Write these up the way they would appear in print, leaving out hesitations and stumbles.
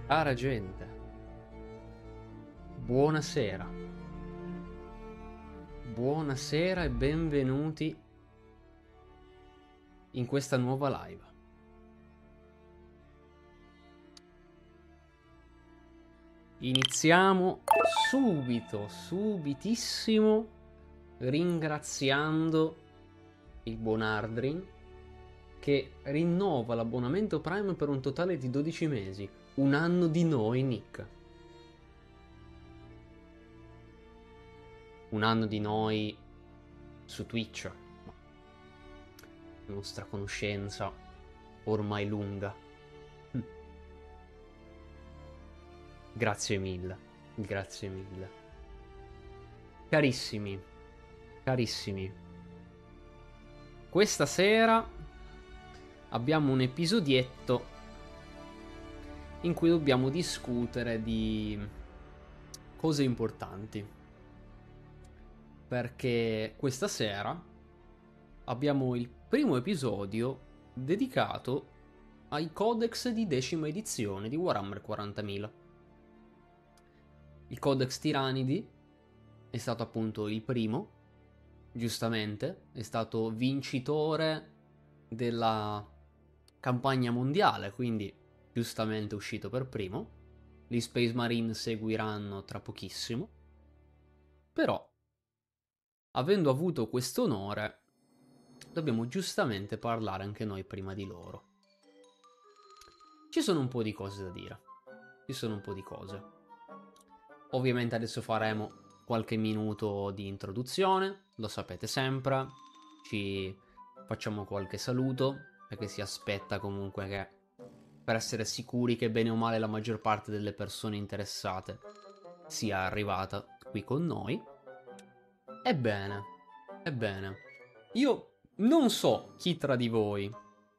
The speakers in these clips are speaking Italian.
Cara gente, buonasera. Buonasera e benvenuti in questa nuova live. Iniziamo subitissimo, ringraziando il buon Ardrin che rinnova l'abbonamento Prime per un totale di 12 mesi. Un anno di noi, Nick. Un anno di noi su Twitch. La nostra conoscenza ormai lunga. Grazie mille. Grazie mille. Carissimi. Carissimi. Questa sera abbiamo un episodietto in cui dobbiamo discutere di cose importanti, perché questa sera abbiamo il primo episodio dedicato ai codex di 10ª edizione di Warhammer 40.000. Il codex Tiranidi è stato appunto il primo, giustamente, è stato vincitore della campagna mondiale, quindi giustamente uscito per primo. Gli Space Marine seguiranno tra pochissimo. Però, avendo avuto questo onore, dobbiamo giustamente parlare anche noi prima di loro. Ci sono un po' di cose da dire. Ci sono un po' di cose. Ovviamente adesso faremo qualche minuto di introduzione, lo sapete sempre. Ci facciamo qualche saluto, perché si aspetta comunque che, per essere sicuri che bene o male la maggior parte delle persone interessate sia arrivata qui con noi. Ebbene, io non so chi tra di voi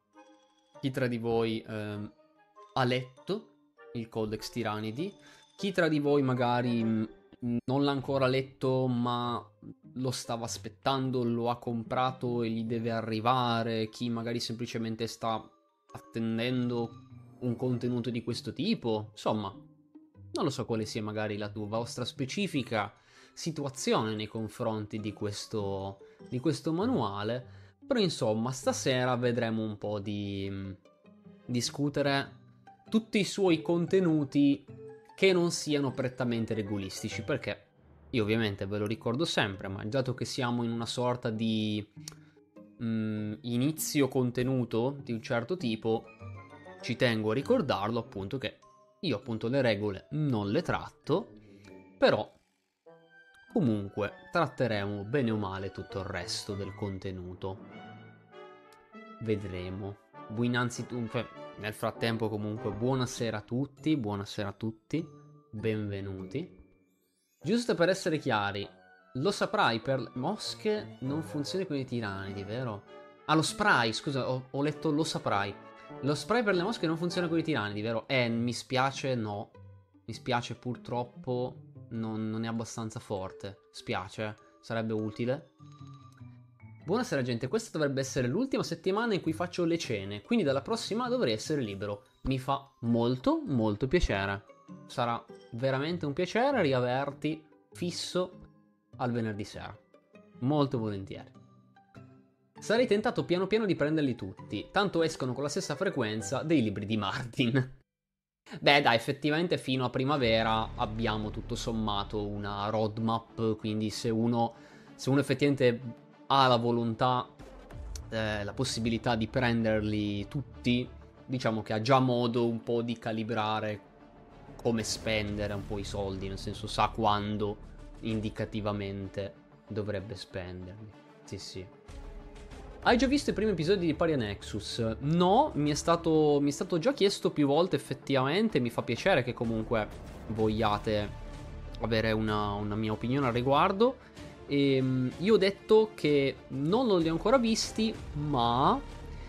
ha letto il Codex Tiranidi, chi tra di voi magari non l'ha ancora letto ma lo stava aspettando, lo ha comprato e gli deve arrivare, chi magari semplicemente sta attendendo un contenuto di questo tipo. Insomma, non lo so quale sia magari la vostra specifica situazione nei confronti di questo manuale, però insomma stasera vedremo un po' di discutere tutti i suoi contenuti che non siano prettamente regulistici, perché io ovviamente ve lo ricordo sempre, ma dato che siamo in una sorta di inizio contenuto di un certo tipo, ci tengo a ricordarlo appunto che io appunto le regole non le tratto, però comunque tratteremo bene o male tutto il resto del contenuto. Vedremo. Innanzitutto, nel frattempo comunque buonasera a tutti, benvenuti. Giusto per essere chiari, lo spray per le mosche non funziona con i tiranidi, vero? Ah, lo spray, scusa, ho letto lo spray. Lo spray per le mosche non funziona con i tiranidi, vero? Mi spiace, no. Mi spiace, purtroppo non è abbastanza forte. Spiace, sarebbe utile. Buonasera gente, questa dovrebbe essere l'ultima settimana in cui faccio le cene, quindi dalla prossima dovrei essere libero. Mi fa molto piacere. Sarà veramente un piacere riaverti fisso al venerdì sera. Molto volentieri. Sarei tentato piano piano di prenderli tutti, tanto escono con la stessa frequenza dei libri di Martin. Beh dai, effettivamente fino a primavera abbiamo tutto sommato una roadmap, quindi se uno effettivamente ha la volontà, la possibilità di prenderli tutti, diciamo che ha già modo un po' di calibrare come spendere un po' i soldi, nel senso sa quando indicativamente dovrebbe spenderli. Sì. Hai già visto i primi episodi di Paria Nexus? No, mi è stato già chiesto più volte effettivamente, mi fa piacere che comunque vogliate avere una mia opinione al riguardo. Io ho detto che non li ho ancora visti, ma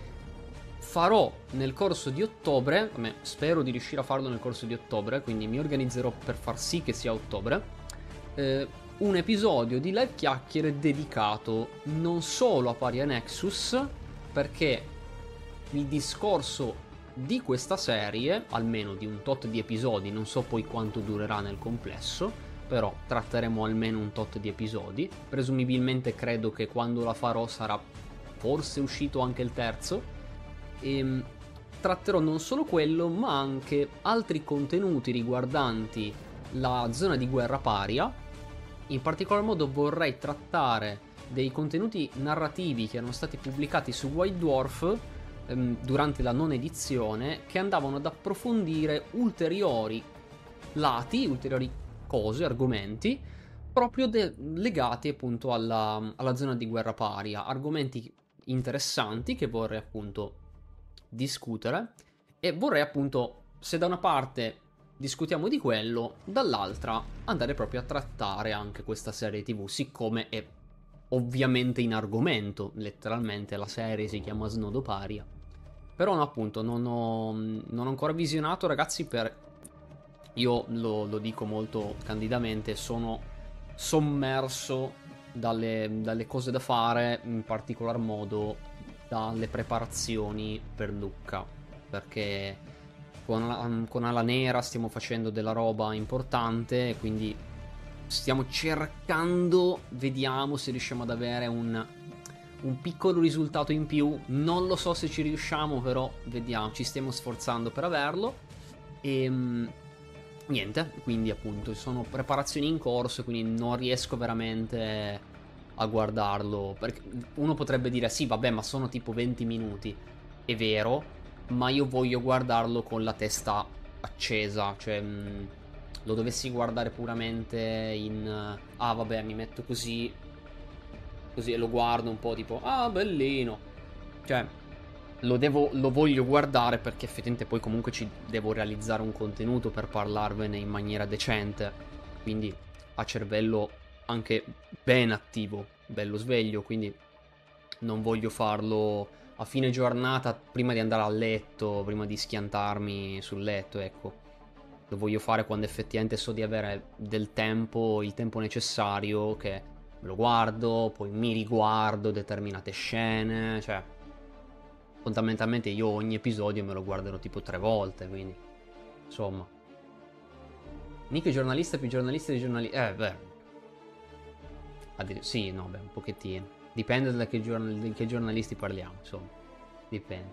farò nel corso di ottobre, spero di riuscire a farlo nel corso di ottobre, quindi mi organizzerò per far sì che sia ottobre, un episodio di Live Chiacchiere dedicato non solo a Paria Nexus, perché il discorso di questa serie, almeno di un tot di episodi, non so poi quanto durerà nel complesso, però tratteremo almeno un tot di episodi. Presumibilmente credo che quando la farò sarà forse uscito anche il terzo. E tratterò non solo quello, ma anche altri contenuti riguardanti la zona di guerra paria. In particolar modo vorrei trattare dei contenuti narrativi che erano stati pubblicati su White Dwarf durante la non edizione, che andavano ad approfondire ulteriori lati, ulteriori cose, argomenti proprio legati appunto alla zona di guerra paria, argomenti interessanti che vorrei appunto discutere, e vorrei appunto, se da una parte discutiamo di quello, dall'altra andare proprio a trattare anche questa serie TV, siccome è ovviamente in argomento, letteralmente la serie si chiama Snodo Paria. Però no, appunto, non ho ancora visionato, ragazzi, io lo dico molto candidamente, sono sommerso dalle cose da fare, in particolar modo dalle preparazioni per Lucca, perché con Ala Nera stiamo facendo della roba importante, quindi stiamo cercando, vediamo se riusciamo ad avere un piccolo risultato in più. Non lo so se ci riusciamo, però vediamo, ci stiamo sforzando per averlo. E niente, quindi appunto sono preparazioni in corso, quindi non riesco veramente a guardarlo, perché uno potrebbe dire sì vabbè, ma sono tipo 20 minuti, è vero, ma io voglio guardarlo con la testa accesa, cioè lo dovessi guardare puramente in ah vabbè, mi metto così e lo guardo un po' tipo ah bellino, cioè lo voglio guardare perché effettivamente poi comunque ci devo realizzare un contenuto per parlarvene in maniera decente, quindi a cervello anche ben attivo, bello sveglio, quindi non voglio farlo a fine giornata prima di andare a letto, prima di schiantarmi sul letto, ecco. Lo voglio fare quando effettivamente so di avere del tempo, il tempo necessario, che me lo guardo, poi mi riguardo determinate scene, cioè fondamentalmente io ogni episodio me lo guarderò tipo 3 volte, quindi insomma. Nick è giornalista più giornalista di giornalisti. Beh. Sì, no, beh, un pochettino. Dipende da che di che giornalisti parliamo, insomma. Dipende.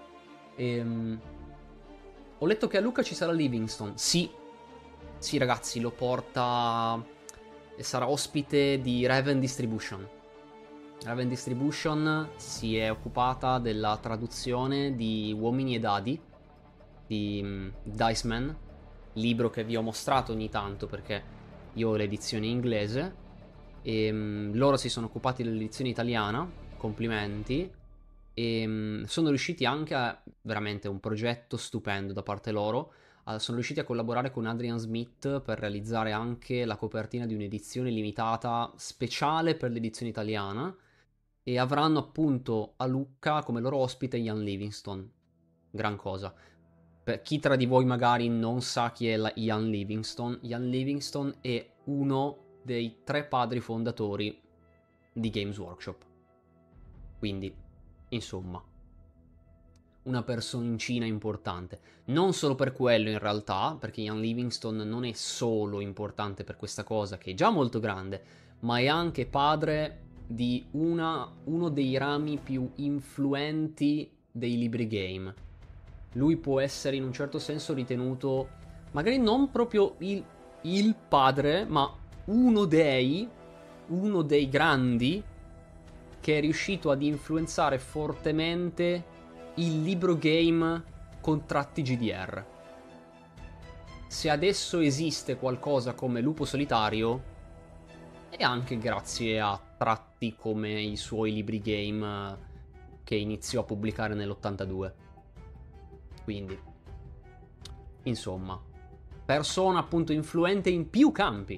Ho letto che a Lucca ci sarà Livingston. Sì. Sì, ragazzi, lo porta e sarà ospite di Raven Distribution. Raven Distribution si è occupata della traduzione di Uomini e Dadi di Dice Man, libro che vi ho mostrato ogni tanto perché io ho l'edizione inglese, e loro si sono occupati dell'edizione italiana, complimenti, e sono riusciti anche a veramente un progetto stupendo da parte loro. Sono riusciti a collaborare con Adrian Smith per realizzare anche la copertina di un'edizione limitata speciale per l'edizione italiana, e avranno appunto a Lucca come loro ospite Ian Livingstone. Gran cosa. Per chi tra di voi magari non sa chi è Ian Livingstone è uno dei 3 padri fondatori di Games Workshop. Quindi, insomma, una personcina importante. Non solo per quello in realtà, perché Ian Livingstone non è solo importante per questa cosa, che è già molto grande, ma è anche padre di uno dei rami più influenti dei libri game. Lui può essere in un certo senso ritenuto, magari non proprio il padre, ma uno dei grandi che è riuscito ad influenzare fortemente il libro game con tratti GDR. Se adesso esiste qualcosa come Lupo Solitario, è anche grazie a tratti come i suoi libri game che iniziò a pubblicare nell'82. Quindi, insomma, persona appunto influente in più campi.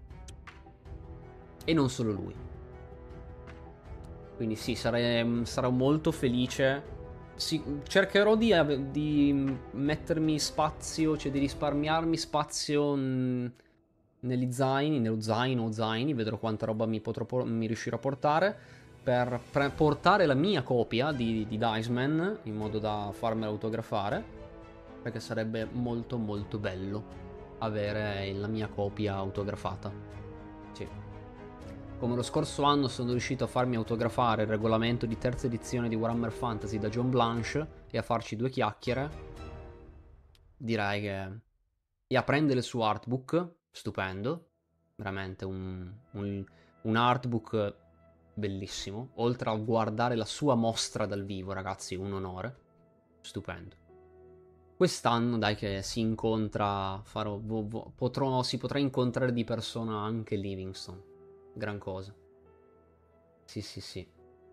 E non solo lui. Quindi sì, sarò molto felice. Sì, cercherò di mettermi spazio, cioè di risparmiarmi spazio negli zaini, nello zaino o zaini, vedrò quanta roba mi riuscirò a portare, per portare la mia copia di Diceman in modo da farmela autografare, perché sarebbe molto molto bello avere la mia copia autografata. Sì. Come lo scorso anno sono riuscito a farmi autografare il regolamento di terza edizione di Warhammer Fantasy da John Blanche e a farci 2 chiacchiere, direi che... E a prendere il suo artbook, stupendo, veramente un artbook bellissimo, oltre a guardare la sua mostra dal vivo, ragazzi, un onore, stupendo. Quest'anno, dai, che si incontra, si potrà incontrare di persona anche Livingstone, gran cosa. Sì, sì, sì.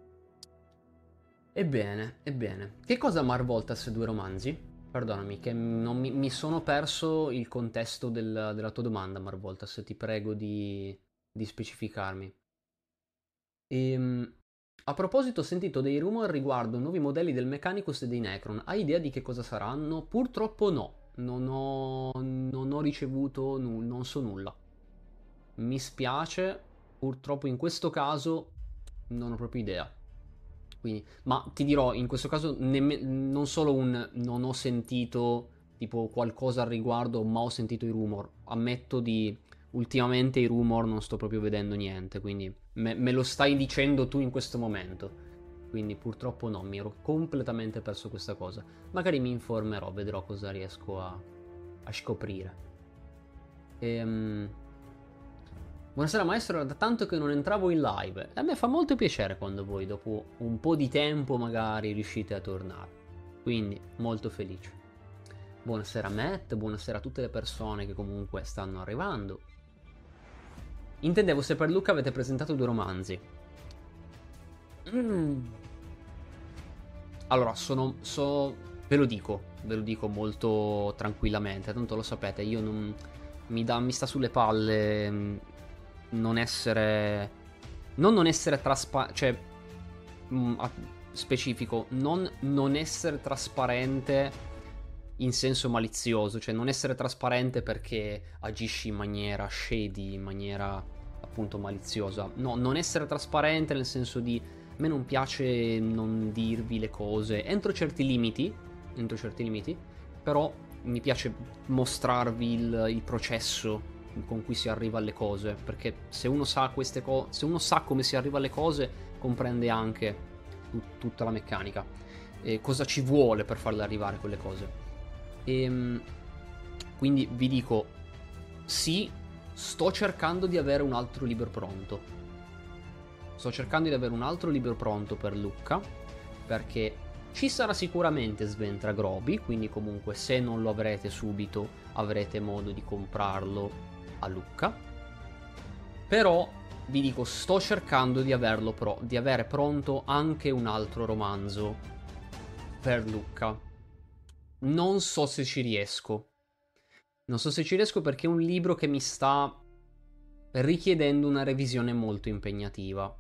Ebbene, ebbene. Che cosa Marvoltas 2 romanzi? Perdonami, che non mi sono perso il contesto della tua domanda, Marvoltas, ti prego di specificarmi. A proposito, ho sentito dei rumor riguardo nuovi modelli del Mechanicus e dei Necron. Hai idea di che cosa saranno? Purtroppo no, non ho ricevuto, non so nulla. Mi spiace, purtroppo in questo caso non ho proprio idea. Quindi, ma ti dirò, in questo caso non solo non ho sentito tipo qualcosa al riguardo, ma ho sentito i rumor. Ammetto di ultimamente i rumor non sto proprio vedendo niente, quindi me lo stai dicendo tu in questo momento. Quindi purtroppo no, mi ero completamente perso questa cosa. Magari mi informerò, vedrò cosa riesco a scoprire. Buonasera maestro, era da tanto che non entravo in live. A me fa molto piacere quando voi, dopo un po' di tempo magari, riuscite a tornare. Quindi, molto felice. Buonasera Matt, buonasera a tutte le persone che comunque stanno arrivando. Intendevo se per Luca avete presentato 2 romanzi. Allora, ve lo dico molto tranquillamente, tanto lo sapete, io non... Mi sta sulle palle non essere trasparente, cioè specifico, non essere trasparente in senso malizioso, cioè non essere trasparente perché agisci in maniera shady, in maniera appunto maliziosa. No, non essere trasparente nel senso di a me non piace non dirvi le cose entro certi limiti, però mi piace mostrarvi il processo con cui si arriva alle cose, perché se uno sa queste cose, se uno sa come si arriva alle cose, comprende anche tutta la meccanica e cosa ci vuole per farle arrivare quelle cose. Quindi vi dico, sì, sto cercando di avere un altro libro pronto. Sto cercando di avere un altro libro pronto per Lucca, perché ci sarà sicuramente Sventra Grobi, quindi comunque se non lo avrete subito avrete modo di comprarlo a Lucca. Però vi dico, sto cercando di avere pronto anche un altro romanzo per Lucca. Non so se ci riesco. Non so se ci riesco perché è un libro che mi sta richiedendo una revisione molto impegnativa.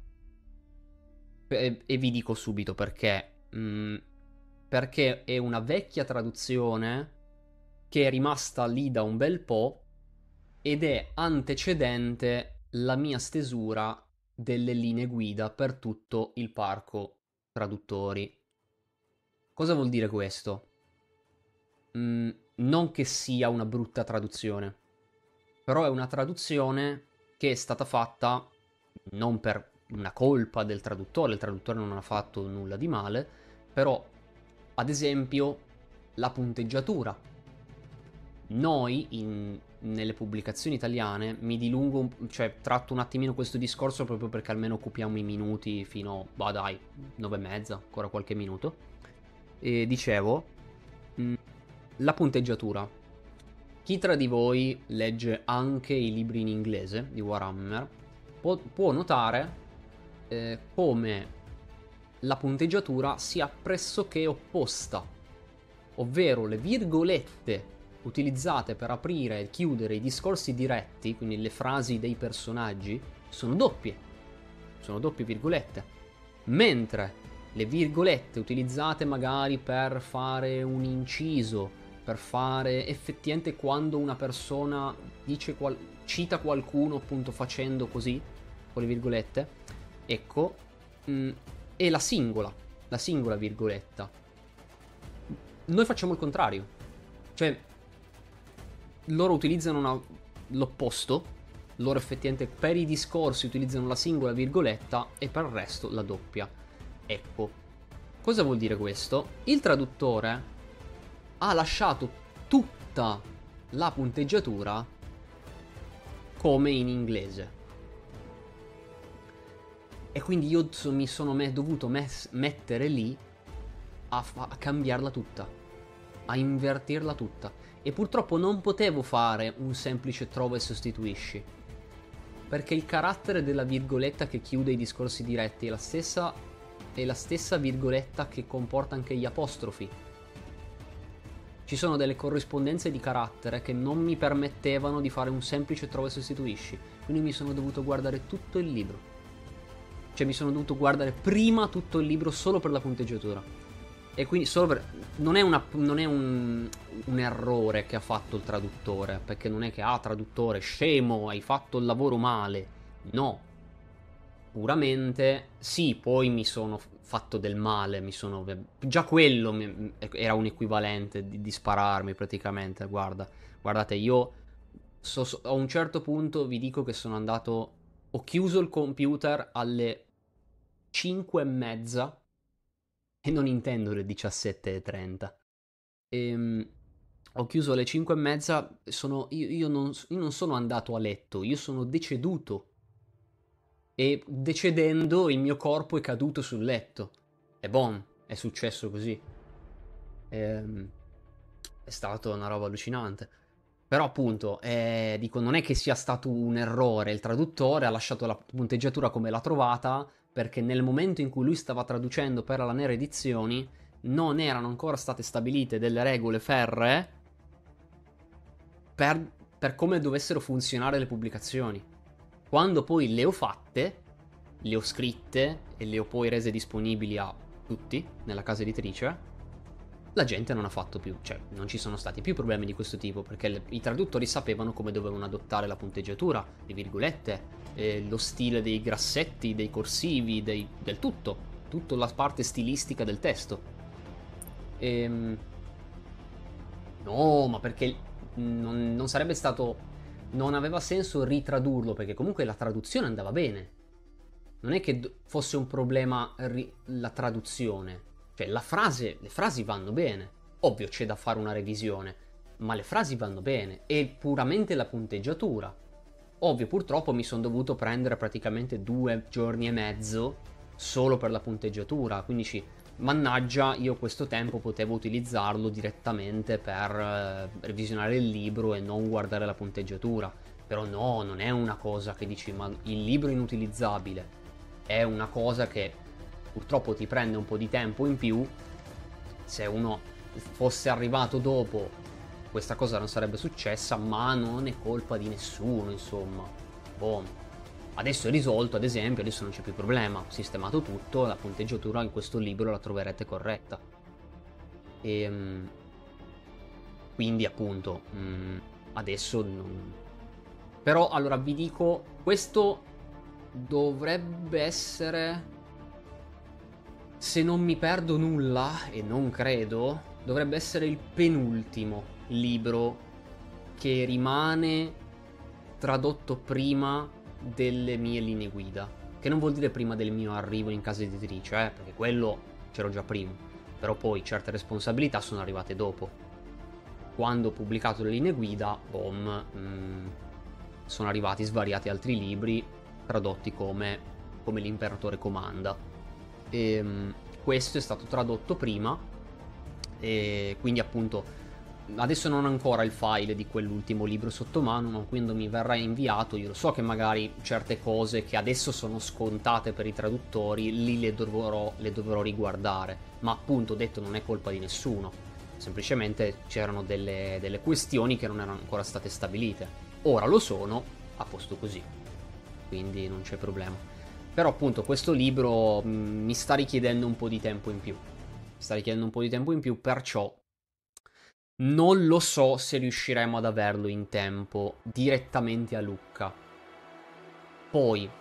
E vi dico subito perché. Perché è una vecchia traduzione che è rimasta lì da un bel po' ed è antecedente la mia stesura delle linee guida per tutto il parco traduttori. Cosa vuol dire questo? Non che sia una brutta traduzione, però è una traduzione che è stata fatta non per una colpa del traduttore, il traduttore non ha fatto nulla di male, però ad esempio la punteggiatura. Noi nelle pubblicazioni italiane mi dilungo, cioè tratto un attimino questo discorso proprio perché almeno occupiamo i minuti fino, bah dai, 9:30, ancora qualche minuto. E dicevo, la punteggiatura. Chi tra di voi legge anche i libri in inglese di Warhammer può notare come la punteggiatura sia pressoché opposta, ovvero le virgolette utilizzate per aprire e chiudere i discorsi diretti, quindi le frasi dei personaggi, sono doppie virgolette, mentre le virgolette utilizzate magari per fare un inciso, per fare effettivamente quando una persona cita qualcuno appunto facendo così con le virgolette, ecco, e la singola virgoletta. Noi facciamo il contrario. Cioè, loro utilizzano l'opposto. Loro effettivamente per i discorsi utilizzano la singola virgoletta e per il resto la doppia. Ecco, cosa vuol dire questo? Il traduttore ha lasciato tutta la punteggiatura come in inglese. E quindi io mi sono dovuto mettere lì a cambiarla tutta, a invertirla tutta. E purtroppo non potevo fare un semplice trova e sostituisci, perché il carattere della virgoletta che chiude i discorsi diretti è la stessa virgoletta che comporta anche gli apostrofi. Ci sono delle corrispondenze di carattere che non mi permettevano di fare un semplice trova e sostituisci, quindi mi sono dovuto guardare tutto il libro. Cioè mi sono dovuto guardare prima tutto il libro solo per la punteggiatura. E quindi solo per... non è un errore che ha fatto il traduttore, perché non è che traduttore scemo, hai fatto il lavoro male. No, puramente sì, poi mi sono fatto del male, già quello era un equivalente di spararmi praticamente. Guardate, io a un certo punto vi dico che ho chiuso il computer alle 5:30 e non intendo le 17:30. Ho chiuso alle 5:30, io non sono andato a letto, io sono deceduto. E decedendo il mio corpo è caduto sul letto. E boom, è successo così. È stata una roba allucinante. Però appunto, dico, non è che sia stato un errore. Il traduttore ha lasciato la punteggiatura come l'ha trovata, perché nel momento in cui lui stava traducendo per la Nera Edizioni non erano ancora state stabilite delle regole ferree per come dovessero funzionare le pubblicazioni. Quando poi le ho fatte, le ho scritte e le ho poi rese disponibili a tutti nella casa editrice, la gente non ha fatto più, cioè non ci sono stati più problemi di questo tipo, perché i traduttori sapevano come dovevano adottare la punteggiatura, le virgolette, lo stile dei grassetti, dei corsivi, del tutto, tutta la parte stilistica del testo. No, ma perché non sarebbe stato... Non aveva senso ritradurlo, perché comunque la traduzione andava bene. Non è che fosse un problema la traduzione. Cioè, le frasi vanno bene. Ovvio c'è da fare una revisione, ma le frasi vanno bene. E puramente la punteggiatura. Ovvio, purtroppo mi sono dovuto prendere praticamente 2 giorni e mezzo solo per la punteggiatura. Quindi mannaggia, io questo tempo potevo utilizzarlo direttamente per revisionare il libro e non guardare la punteggiatura. Però no, non è una cosa che dici, ma il libro è inutilizzabile. È una cosa che purtroppo ti prende un po' di tempo in più. Se uno fosse arrivato dopo, questa cosa non sarebbe successa, ma non è colpa di nessuno, insomma. Boh. Adesso è risolto, ad esempio, adesso non c'è più problema, ho sistemato tutto, la punteggiatura in questo libro la troverete corretta. Quindi appunto, adesso non... Però allora vi dico, questo dovrebbe essere, se non mi perdo nulla, e non credo, dovrebbe essere il penultimo libro che rimane tradotto prima delle mie linee guida, che non vuol dire prima del mio arrivo in casa editrice, perché quello c'ero già prima, però poi certe responsabilità sono arrivate dopo. Quando ho pubblicato le linee guida, boom, sono arrivati svariati altri libri tradotti come l'imperatore comanda. Questo è stato tradotto prima, e quindi appunto adesso non ho ancora il file di quell'ultimo libro sotto mano, ma quando mi verrà inviato io lo so che magari certe cose che adesso sono scontate per i traduttori lì le dovrò riguardare, ma appunto detto non è colpa di nessuno, semplicemente c'erano delle questioni che non erano ancora state stabilite. Ora lo sono, a posto così, quindi non c'è problema. Però appunto questo libro mi sta richiedendo un po' di tempo in più, perciò non lo so se riusciremo ad averlo in tempo direttamente a Lucca. Poi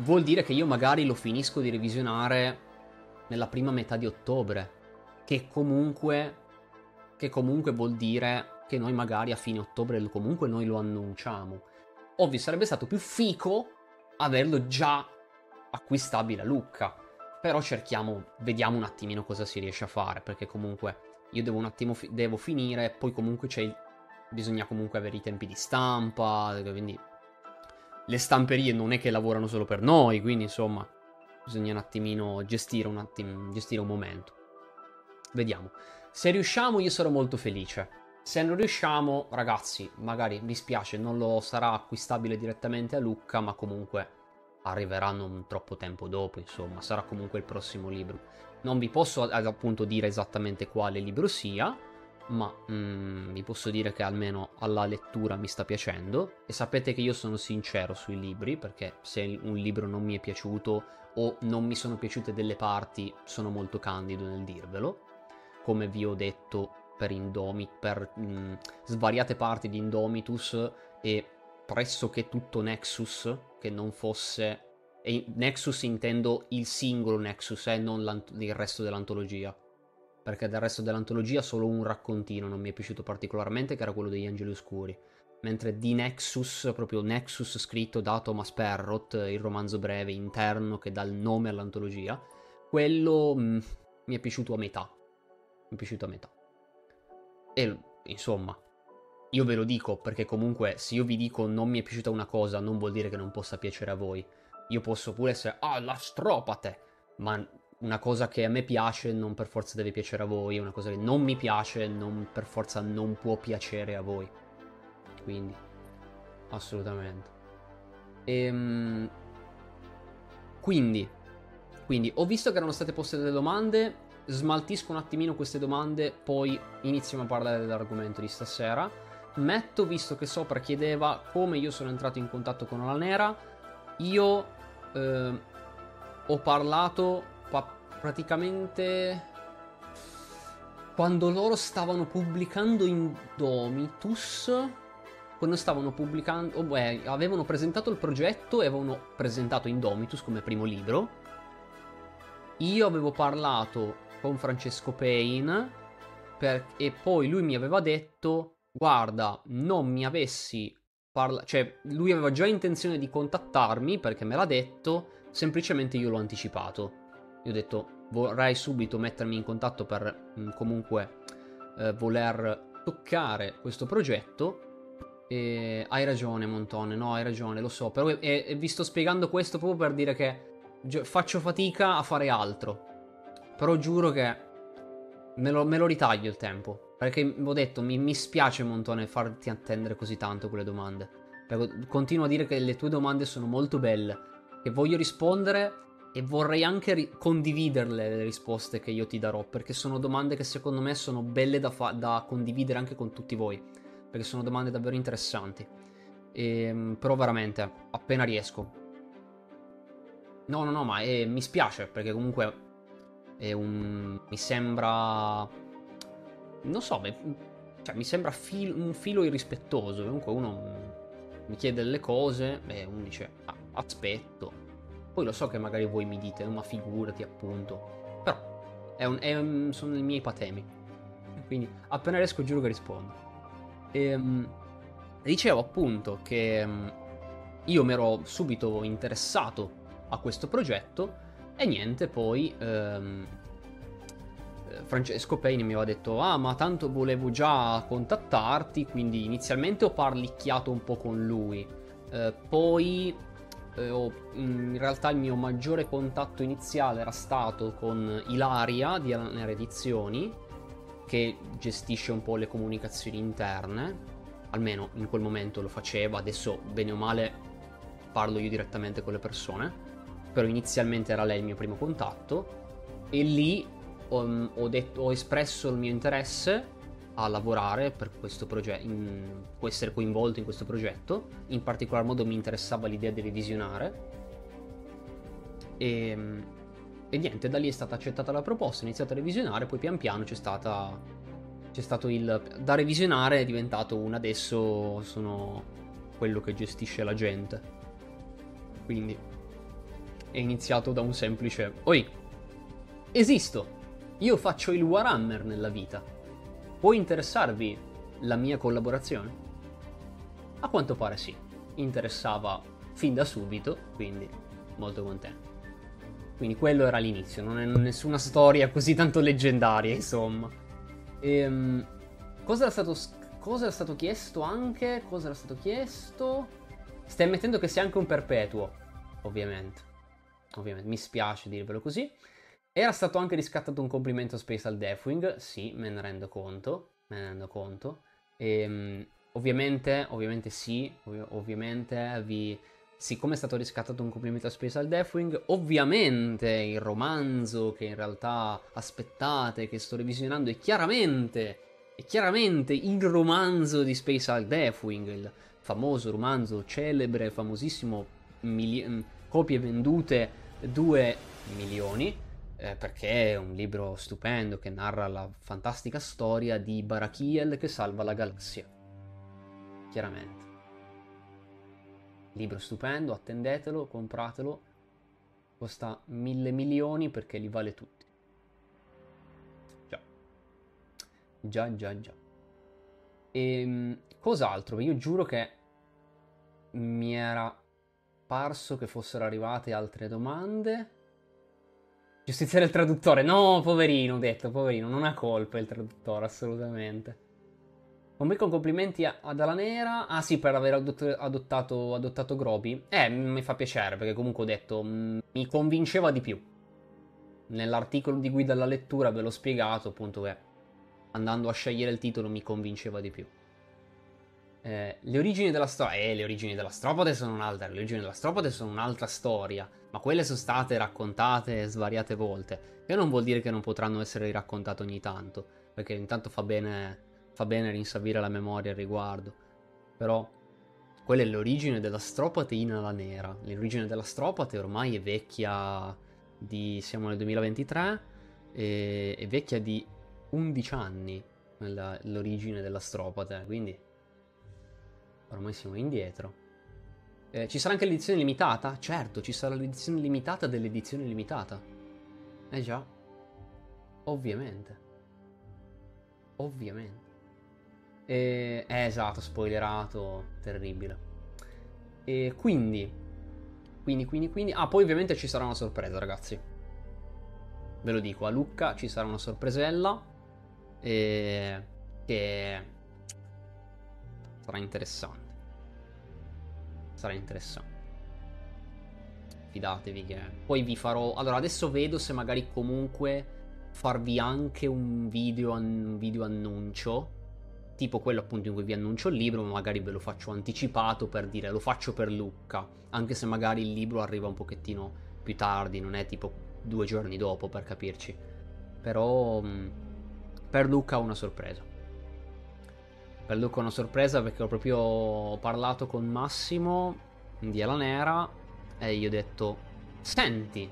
vuol dire che io magari lo finisco di revisionare nella prima metà di ottobre, che comunque vuol dire che noi magari a fine ottobre comunque noi lo annunciamo. Ovvio, sarebbe stato più fico averlo già acquistabile a Lucca, però vediamo un attimino cosa si riesce a fare, perché comunque io devo un attimo devo finire, poi comunque bisogna comunque avere i tempi di stampa, quindi le stamperie non è che lavorano solo per noi, quindi insomma bisogna un attimino gestire un momento. Vediamo. Se riusciamo io sarò molto felice. Se non riusciamo, ragazzi, magari mi spiace, non lo sarà acquistabile direttamente a Lucca, ma comunque arriverà non troppo tempo dopo, insomma, sarà comunque il prossimo libro. Non vi posso appunto dire esattamente quale libro sia, ma vi posso dire che almeno alla lettura mi sta piacendo, e sapete che io sono sincero sui libri, perché se un libro non mi è piaciuto o non mi sono piaciute delle parti, sono molto candido nel dirvelo, come vi ho detto per svariate parti di Indomitus e pressoché tutto Nexus, che non fosse... E Nexus intendo il singolo Nexus, non il resto dell'antologia. Perché del resto dell'antologia solo un raccontino non mi è piaciuto particolarmente, che era quello degli Angeli Oscuri. Mentre di Nexus, proprio Nexus scritto da Thomas Perrott, il romanzo breve interno che dà il nome all'antologia, quello mi è piaciuto a metà. Mi è piaciuto a metà. E insomma, io ve lo dico perché comunque se io vi dico non mi è piaciuta una cosa non vuol dire che non possa piacere a voi. Io posso pure essere l'astropate, ma una cosa che a me piace non per forza deve piacere a voi, una cosa che non mi piace non per forza non può piacere a voi. Quindi, assolutamente. Quindi, ho visto che erano state poste delle domande, smaltisco un attimino queste domande, poi iniziamo a parlare dell'argomento di stasera. Metto, visto che sopra chiedeva come io sono entrato in contatto con la Nera, io ho parlato praticamente quando loro stavano pubblicando Indomitus, quando stavano pubblicando, avevano presentato il progetto e avevano presentato Indomitus come primo libro. Io avevo parlato con Francesco Payne e poi lui mi aveva detto: guarda, non mi avessi cioè lui aveva già intenzione di contattarmi perché me l'ha detto, semplicemente io l'ho anticipato. Io ho detto vorrei subito mettermi in contatto per comunque voler toccare questo progetto. E hai ragione Montone, no, hai ragione, lo so, però vi sto spiegando questo proprio per dire che faccio fatica a fare altro, però giuro che me lo ritaglio il tempo. Perché ho detto, mi spiace Montone farti attendere così tanto quelle domande. Perché continuo a dire che le tue domande sono molto belle, che voglio rispondere e vorrei anche condividerle le risposte che io ti darò, perché sono domande che secondo me sono belle da condividere anche con tutti voi, perché sono domande davvero interessanti. Però veramente, appena riesco. No, ma mi spiace, perché comunque mi sembra, non so, cioè mi sembra un filo irrispettoso. Comunque uno mi chiede delle cose e uno dice aspetto, poi lo so che magari voi mi dite ma figurati, appunto, però sono i miei patemi, quindi appena riesco giuro che rispondo. Dicevo appunto che io mi ero subito interessato a questo progetto. E niente, poi Francesco Payne mi aveva detto ma tanto volevo già contattarti, quindi inizialmente ho parlicchiato un po' con lui, poi in realtà il mio maggiore contatto iniziale era stato con Ilaria di Alanera Edizioni, che gestisce un po' le comunicazioni interne, almeno in quel momento lo faceva, adesso bene o male parlo io direttamente con le persone. Però inizialmente era lei il mio primo contatto e lì ho espresso il mio interesse a lavorare per questo progetto, essere coinvolto in questo progetto. In particolar modo mi interessava l'idea di revisionare e niente, da lì è stata accettata la proposta, ho iniziato a revisionare, poi pian piano c'è stato da revisionare, è diventato adesso sono quello che gestisce la gente, quindi è iniziato da un semplice oi, esisto, io faccio il Warhammer nella vita, può interessarvi la mia collaborazione? A quanto pare sì, interessava fin da subito, quindi molto contento. Quindi quello era l'inizio, non è nessuna storia così tanto leggendaria, insomma. Cosa era stato chiesto anche? Cosa era stato chiesto? Stai ammettendo che sia anche un perpetuo, ovviamente. Ovviamente, mi spiace dirvelo così. Era stato anche riscattato un complimento a Spatial Deathwing, sì, me ne rendo conto, Ovviamente sì, siccome è stato riscattato un complimento a Spatial Deathwing, ovviamente il romanzo che in realtà aspettate, che sto revisionando, è chiaramente il romanzo di Spatial Deathwing, il famoso romanzo celebre, famosissimo, copie vendute 2 milioni, perché è un libro stupendo che narra la fantastica storia di Barakiel che salva la galassia. Chiaramente. Libro stupendo, attendetelo, compratelo. Costa 1000 milioni perché li vale tutti. Già. Cos'altro? Io giuro che mi era parso che fossero arrivate altre domande. Giustiziare il traduttore. No, poverino, ho detto, poverino. Non ha colpa il traduttore, assolutamente. Con complimenti ad Alanera. Ah sì, per aver adottato Groby. Mi fa piacere, perché comunque ho detto, mi convinceva di più. Nell'articolo di guida alla lettura ve l'ho spiegato, appunto, che andando a scegliere il titolo mi convinceva di più. Le origini della storia. Le origini della Stropode sono un'altra. Le origini della Stropode sono un'altra storia. Ma quelle sono state raccontate svariate volte. Che non vuol dire che non potranno essere raccontate ogni tanto. Perché intanto fa bene rinsavire la memoria al riguardo. Però quella è l'origine della Stropate in Ala Nera. L'origine della Stropate ormai è vecchia siamo nel 2023. È vecchia di 11 anni. L'origine della Stropate. Quindi ormai siamo indietro. Ci sarà anche l'edizione limitata? Certo, ci sarà l'edizione limitata dell'edizione limitata. Già. Ovviamente. Esatto, spoilerato. Terribile. E quindi. Ah, poi ovviamente ci sarà una sorpresa, ragazzi. Ve lo dico, a Lucca ci sarà una sorpresella. Che sarà interessante. Fidatevi che poi vi farò. Allora adesso vedo se magari comunque farvi anche un video annuncio, tipo quello appunto in cui vi annuncio il libro, ma magari ve lo faccio anticipato per dire lo faccio per Lucca, anche se magari il libro arriva un pochettino più tardi, non è tipo 2 giorni dopo, per capirci. Però per Lucca ho una sorpresa. Perché ho proprio parlato con Massimo di Ala Nera e gli ho detto: senti,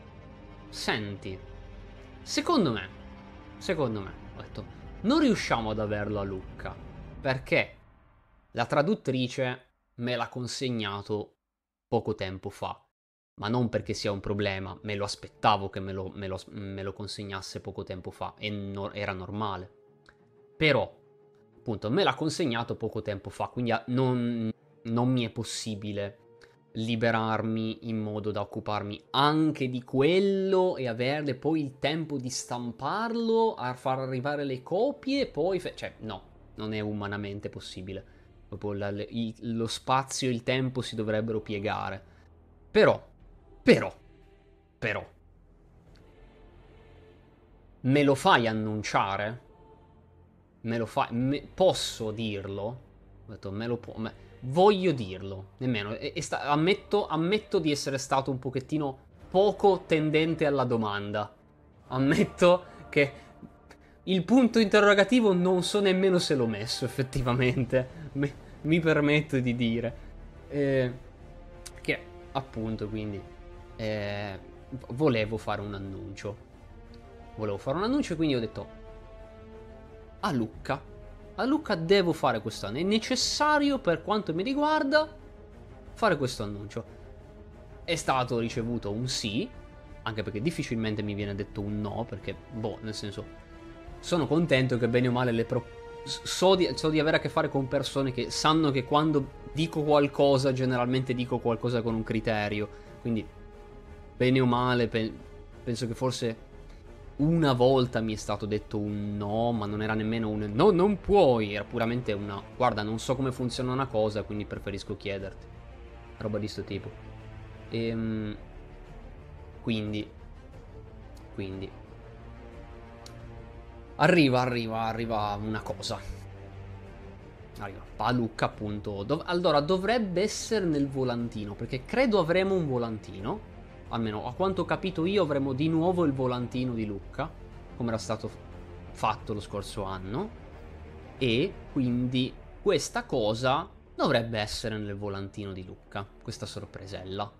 secondo me, ho detto, non riusciamo ad averlo a Lucca perché la traduttrice me l'ha consegnato poco tempo fa, ma non perché sia un problema, me lo aspettavo che me lo consegnasse poco tempo fa e era normale. Però appunto me l'ha consegnato poco tempo fa, quindi non mi è possibile liberarmi in modo da occuparmi anche di quello e avere poi il tempo di stamparlo, a far arrivare le copie e poi cioè no, non è umanamente possibile. Proprio lo spazio e il tempo si dovrebbero piegare. Però me lo fai annunciare? Posso dirlo? Ho detto, voglio dirlo. Nemmeno. Ammetto di essere stato un pochettino poco tendente alla domanda. Ammetto che il punto interrogativo non so nemmeno se l'ho messo, effettivamente. Mi permetto di dire. Che appunto, quindi volevo fare un annuncio. E quindi ho detto: a Lucca devo fare quest'anno. È necessario, per quanto mi riguarda, fare questo annuncio. è stato ricevuto un sì, anche perché difficilmente mi viene detto un no, perché, boh, nel senso, sono contento che bene o male so di avere a che fare con persone che sanno che quando dico qualcosa, generalmente dico qualcosa con un criterio, quindi, bene o male, penso che forse una volta mi è stato detto un no, ma non era nemmeno un no, non puoi, era puramente una guarda, non so come funziona una cosa, quindi preferisco chiederti. Roba di sto tipo. Ehm, quindi, quindi arriva una cosa. Arriva Palucca, appunto. Allora, dovrebbe essere nel volantino, perché credo avremo un volantino. Almeno, a quanto ho capito io, avremo di nuovo il volantino di Lucca, come era stato fatto lo scorso anno. E quindi questa cosa dovrebbe essere nel volantino di Lucca, questa sorpresella.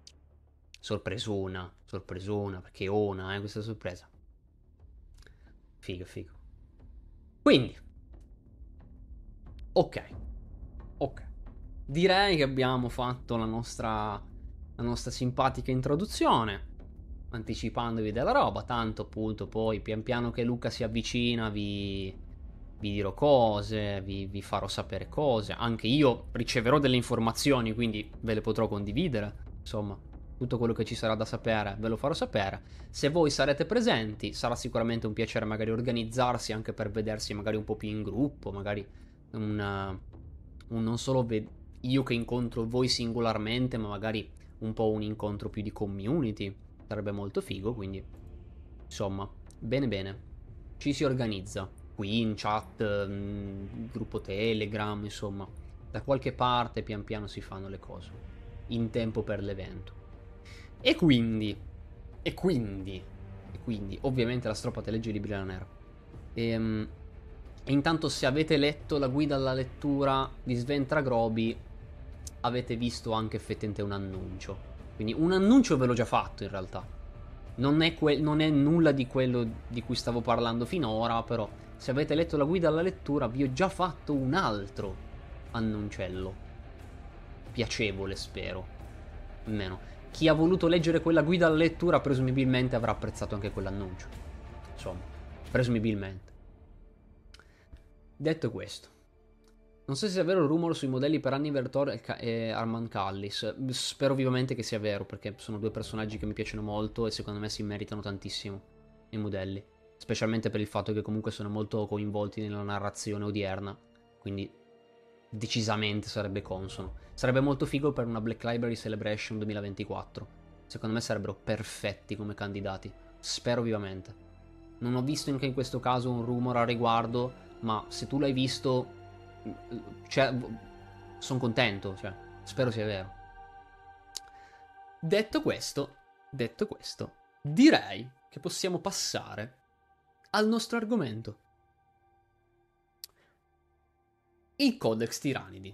Sorpresona, perché ona, questa sorpresa. Figo, figo. Quindi, ok, ok. Direi che abbiamo fatto la nostra simpatica introduzione, anticipandovi della roba, tanto appunto poi pian piano che Luca si avvicina vi dirò cose, vi farò sapere cose, anche io riceverò delle informazioni, quindi ve le potrò condividere, insomma, tutto quello che ci sarà da sapere ve lo farò sapere. Se voi sarete presenti, sarà sicuramente un piacere magari organizzarsi anche per vedersi magari un po' più in gruppo, magari un non solo io che incontro voi singolarmente, ma magari un po' un incontro più di community, sarebbe molto figo, quindi insomma, bene bene, ci si organizza qui in chat, gruppo Telegram, insomma, da qualche parte pian piano si fanno le cose in tempo per l'evento. E quindi, e quindi, e quindi, ovviamente la stroppata legge i libri della nera. E intanto, se avete letto la guida alla lettura di Sventra Grobi, avete visto anche effettivamente un annuncio. Quindi un annuncio ve l'ho già fatto in realtà. Non è nulla di quello di cui stavo parlando finora, però se avete letto la guida alla lettura vi ho già fatto un altro annuncello. Piacevole, spero. Almeno. Chi ha voluto leggere quella guida alla lettura presumibilmente avrà apprezzato anche quell'annuncio. Insomma, presumibilmente. Detto questo, non so se sia vero il rumore sui modelli per Annie Vertor e Armand Callis. Spero vivamente che sia vero, perché sono due personaggi che mi piacciono molto e secondo me si meritano tantissimo i modelli. Specialmente per il fatto che comunque sono molto coinvolti nella narrazione odierna. Quindi decisamente sarebbe consono. Sarebbe molto figo per una Black Library Celebration 2024. Secondo me sarebbero perfetti come candidati. Spero vivamente. Non ho visto anche in questo caso un rumore a riguardo, ma se tu l'hai visto, cioè, sono contento, cioè, spero sia vero. Detto questo, direi che possiamo passare al nostro argomento. I Codex Tiranidi.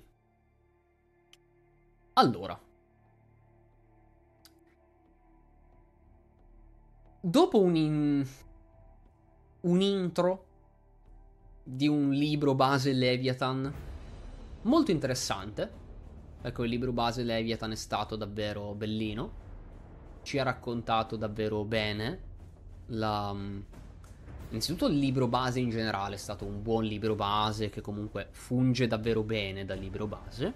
Allora, dopo un intro di un libro base Leviathan molto interessante. Ecco, il libro base Leviathan è stato davvero bellino, ci ha raccontato davvero bene innanzitutto il libro base in generale è stato un buon libro base che comunque funge davvero bene da libro base,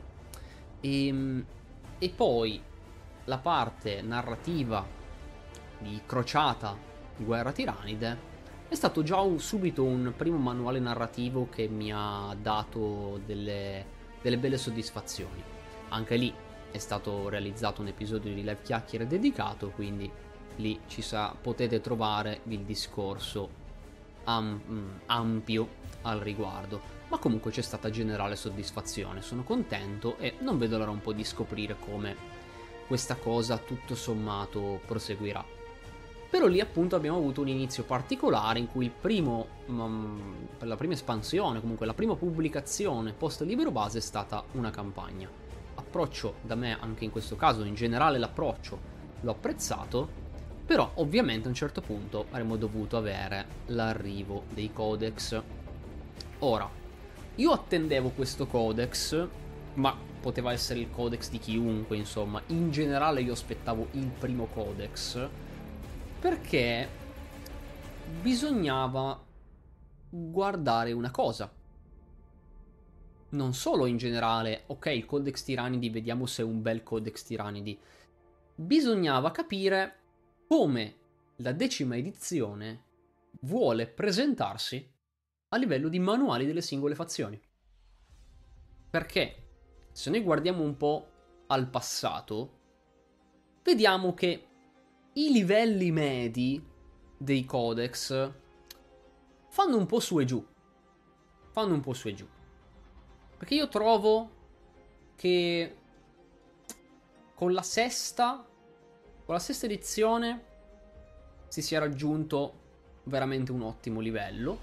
e poi la parte narrativa di Crociata di Guerra Tiranide è stato già subito un primo manuale narrativo che mi ha dato delle belle soddisfazioni. Anche lì è stato realizzato un episodio di Live Chiacchiere dedicato, quindi lì potete trovare il discorso ampio al riguardo. Ma comunque c'è stata generale soddisfazione, sono contento e non vedo l'ora un po' di scoprire come questa cosa tutto sommato proseguirà. Però lì appunto abbiamo avuto un inizio particolare in cui per la prima espansione, comunque la prima pubblicazione post libro base è stata una campagna. Approccio da me anche in questo caso, in generale l'approccio l'ho apprezzato, però ovviamente a un certo punto avremmo dovuto avere l'arrivo dei codex. Ora, io attendevo questo codex, ma poteva essere il codex di chiunque, insomma. In generale io aspettavo il primo codex, perché bisognava guardare una cosa. Non solo in generale, ok, il Codex Tiranidi, vediamo se è un bel Codex Tiranidi. Bisognava capire come la 10ª edizione vuole presentarsi a livello di manuali delle singole fazioni. Perché se noi guardiamo un po' al passato, vediamo che i livelli medi dei codex fanno un po' su e giù. Fanno un po' su e giù. Perché io trovo che con la sesta edizione si sia raggiunto veramente un ottimo livello.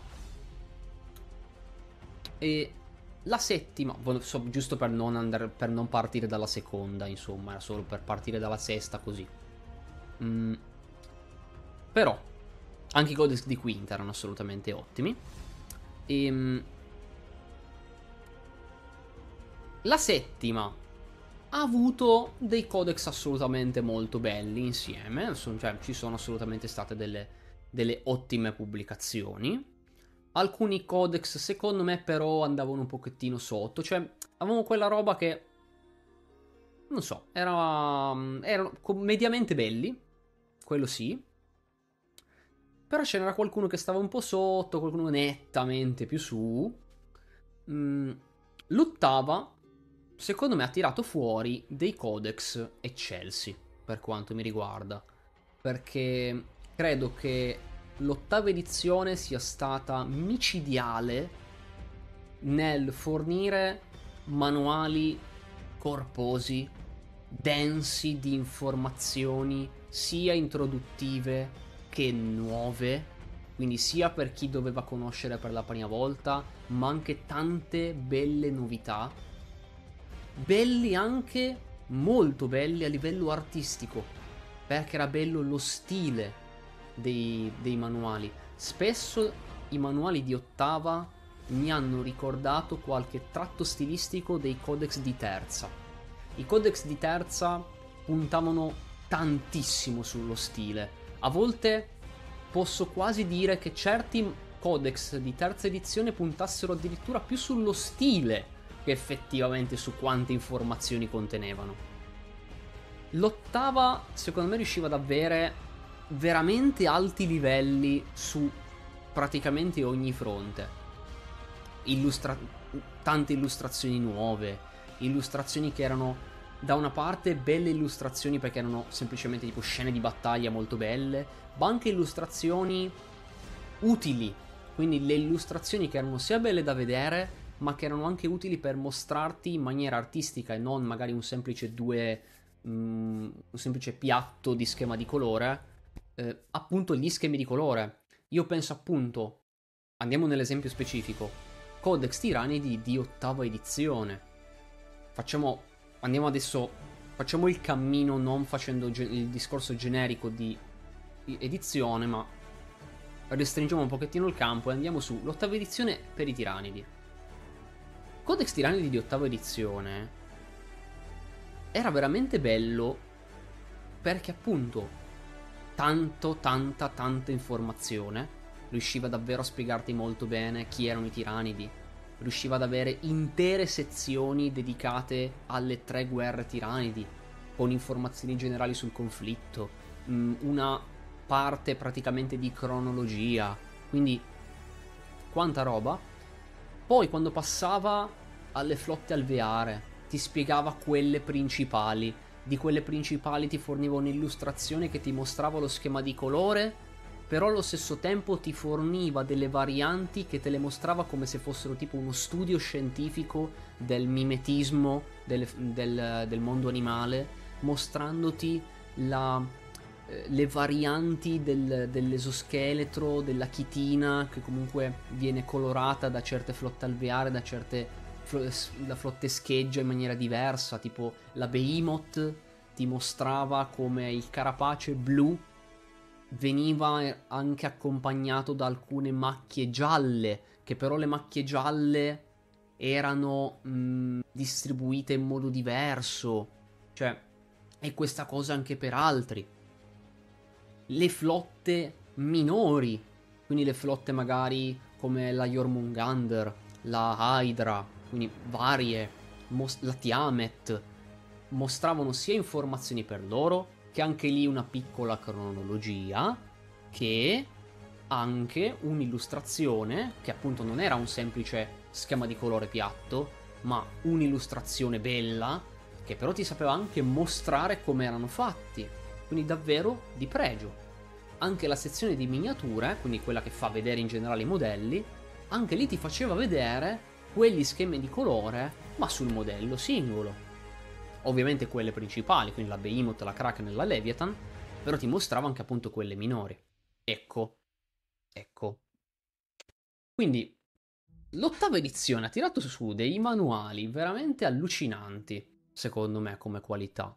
E la settima, giusto per non partire dalla seconda, insomma, era solo per partire dalla sesta così. Però anche i codex di quinta erano assolutamente ottimi. La settima ha avuto dei codex assolutamente molto belli insieme, cioè ci sono assolutamente state delle ottime pubblicazioni. Alcuni codex secondo me però andavano un pochettino sotto, cioè avevamo quella roba che, non so, erano mediamente belli, quello sì, però ce n'era qualcuno che stava un po' sotto, qualcuno nettamente più su. L'ottava secondo me ha tirato fuori dei codex eccelsi per quanto mi riguarda, perché credo che l'8ª edizione sia stata micidiale nel fornire manuali corposi, densi di informazioni sia introduttive che nuove, quindi sia per chi doveva conoscere per la prima volta, ma anche tante belle novità, belli anche, molto belli a livello artistico, perché era bello lo stile dei manuali. Spesso i manuali di ottava mi hanno ricordato qualche tratto stilistico dei codex di terza. I codex di terza puntavano tantissimo sullo stile. A volte posso quasi dire che certi codex di terza edizione puntassero addirittura più sullo stile che effettivamente su quante informazioni contenevano. L'ottava secondo me riusciva ad avere veramente alti livelli su praticamente ogni fronte. Tante illustrazioni nuove, illustrazioni che erano da una parte belle illustrazioni perché erano semplicemente tipo scene di battaglia molto belle, ma anche illustrazioni utili, quindi le illustrazioni che erano sia belle da vedere ma che erano anche utili per mostrarti in maniera artistica e non magari un semplice piatto di schema di colore, appunto gli schemi di colore. Io penso appunto, andiamo nell'esempio specifico, Codex Tiranidi di 8ª edizione. Facciamo il cammino non facendo il discorso generico di edizione, ma restringiamo un pochettino il campo e andiamo su l'8ª edizione per i Tiranidi. Codex Tiranidi di 8ª edizione era veramente bello perché appunto tanta informazione, riusciva davvero a spiegarti molto bene chi erano i Tiranidi, riusciva ad avere intere sezioni dedicate alle 3 guerre Tiranidi, con informazioni generali sul conflitto, una parte praticamente di cronologia, quindi quanta roba. Poi quando passava alle flotte alveare ti spiegava quelle principali, di quelle principali ti forniva un'illustrazione che ti mostrava lo schema di colore, però allo stesso tempo ti forniva delle varianti che te le mostrava come se fossero tipo uno studio scientifico del mimetismo del mondo animale, mostrandoti le varianti dell'esoscheletro, della chitina, che comunque viene colorata da certe flotte alveare, da flotte scheggia in maniera diversa, tipo la Behemoth ti mostrava come il carapace blu veniva anche accompagnato da alcune macchie gialle, che però le macchie gialle erano distribuite in modo diverso, cioè è questa cosa anche per altri. Le flotte minori, quindi le flotte magari come la Jormungandr, la Hydra, quindi varie, la Tiamat, mostravano sia informazioni per loro, che anche lì una piccola cronologia, che anche un'illustrazione, che appunto non era un semplice schema di colore piatto, ma un'illustrazione bella, che però ti sapeva anche mostrare come erano fatti, quindi davvero di pregio. Anche la sezione di miniature, quindi quella che fa vedere in generale i modelli, anche lì ti faceva vedere quegli schemi di colore, ma sul modello singolo. Ovviamente quelle principali, quindi la Behemoth, la Kraken e la Leviathan, però ti mostrava anche appunto quelle minori. Ecco. Quindi l'ottava edizione ha tirato su dei manuali veramente allucinanti, secondo me, come qualità.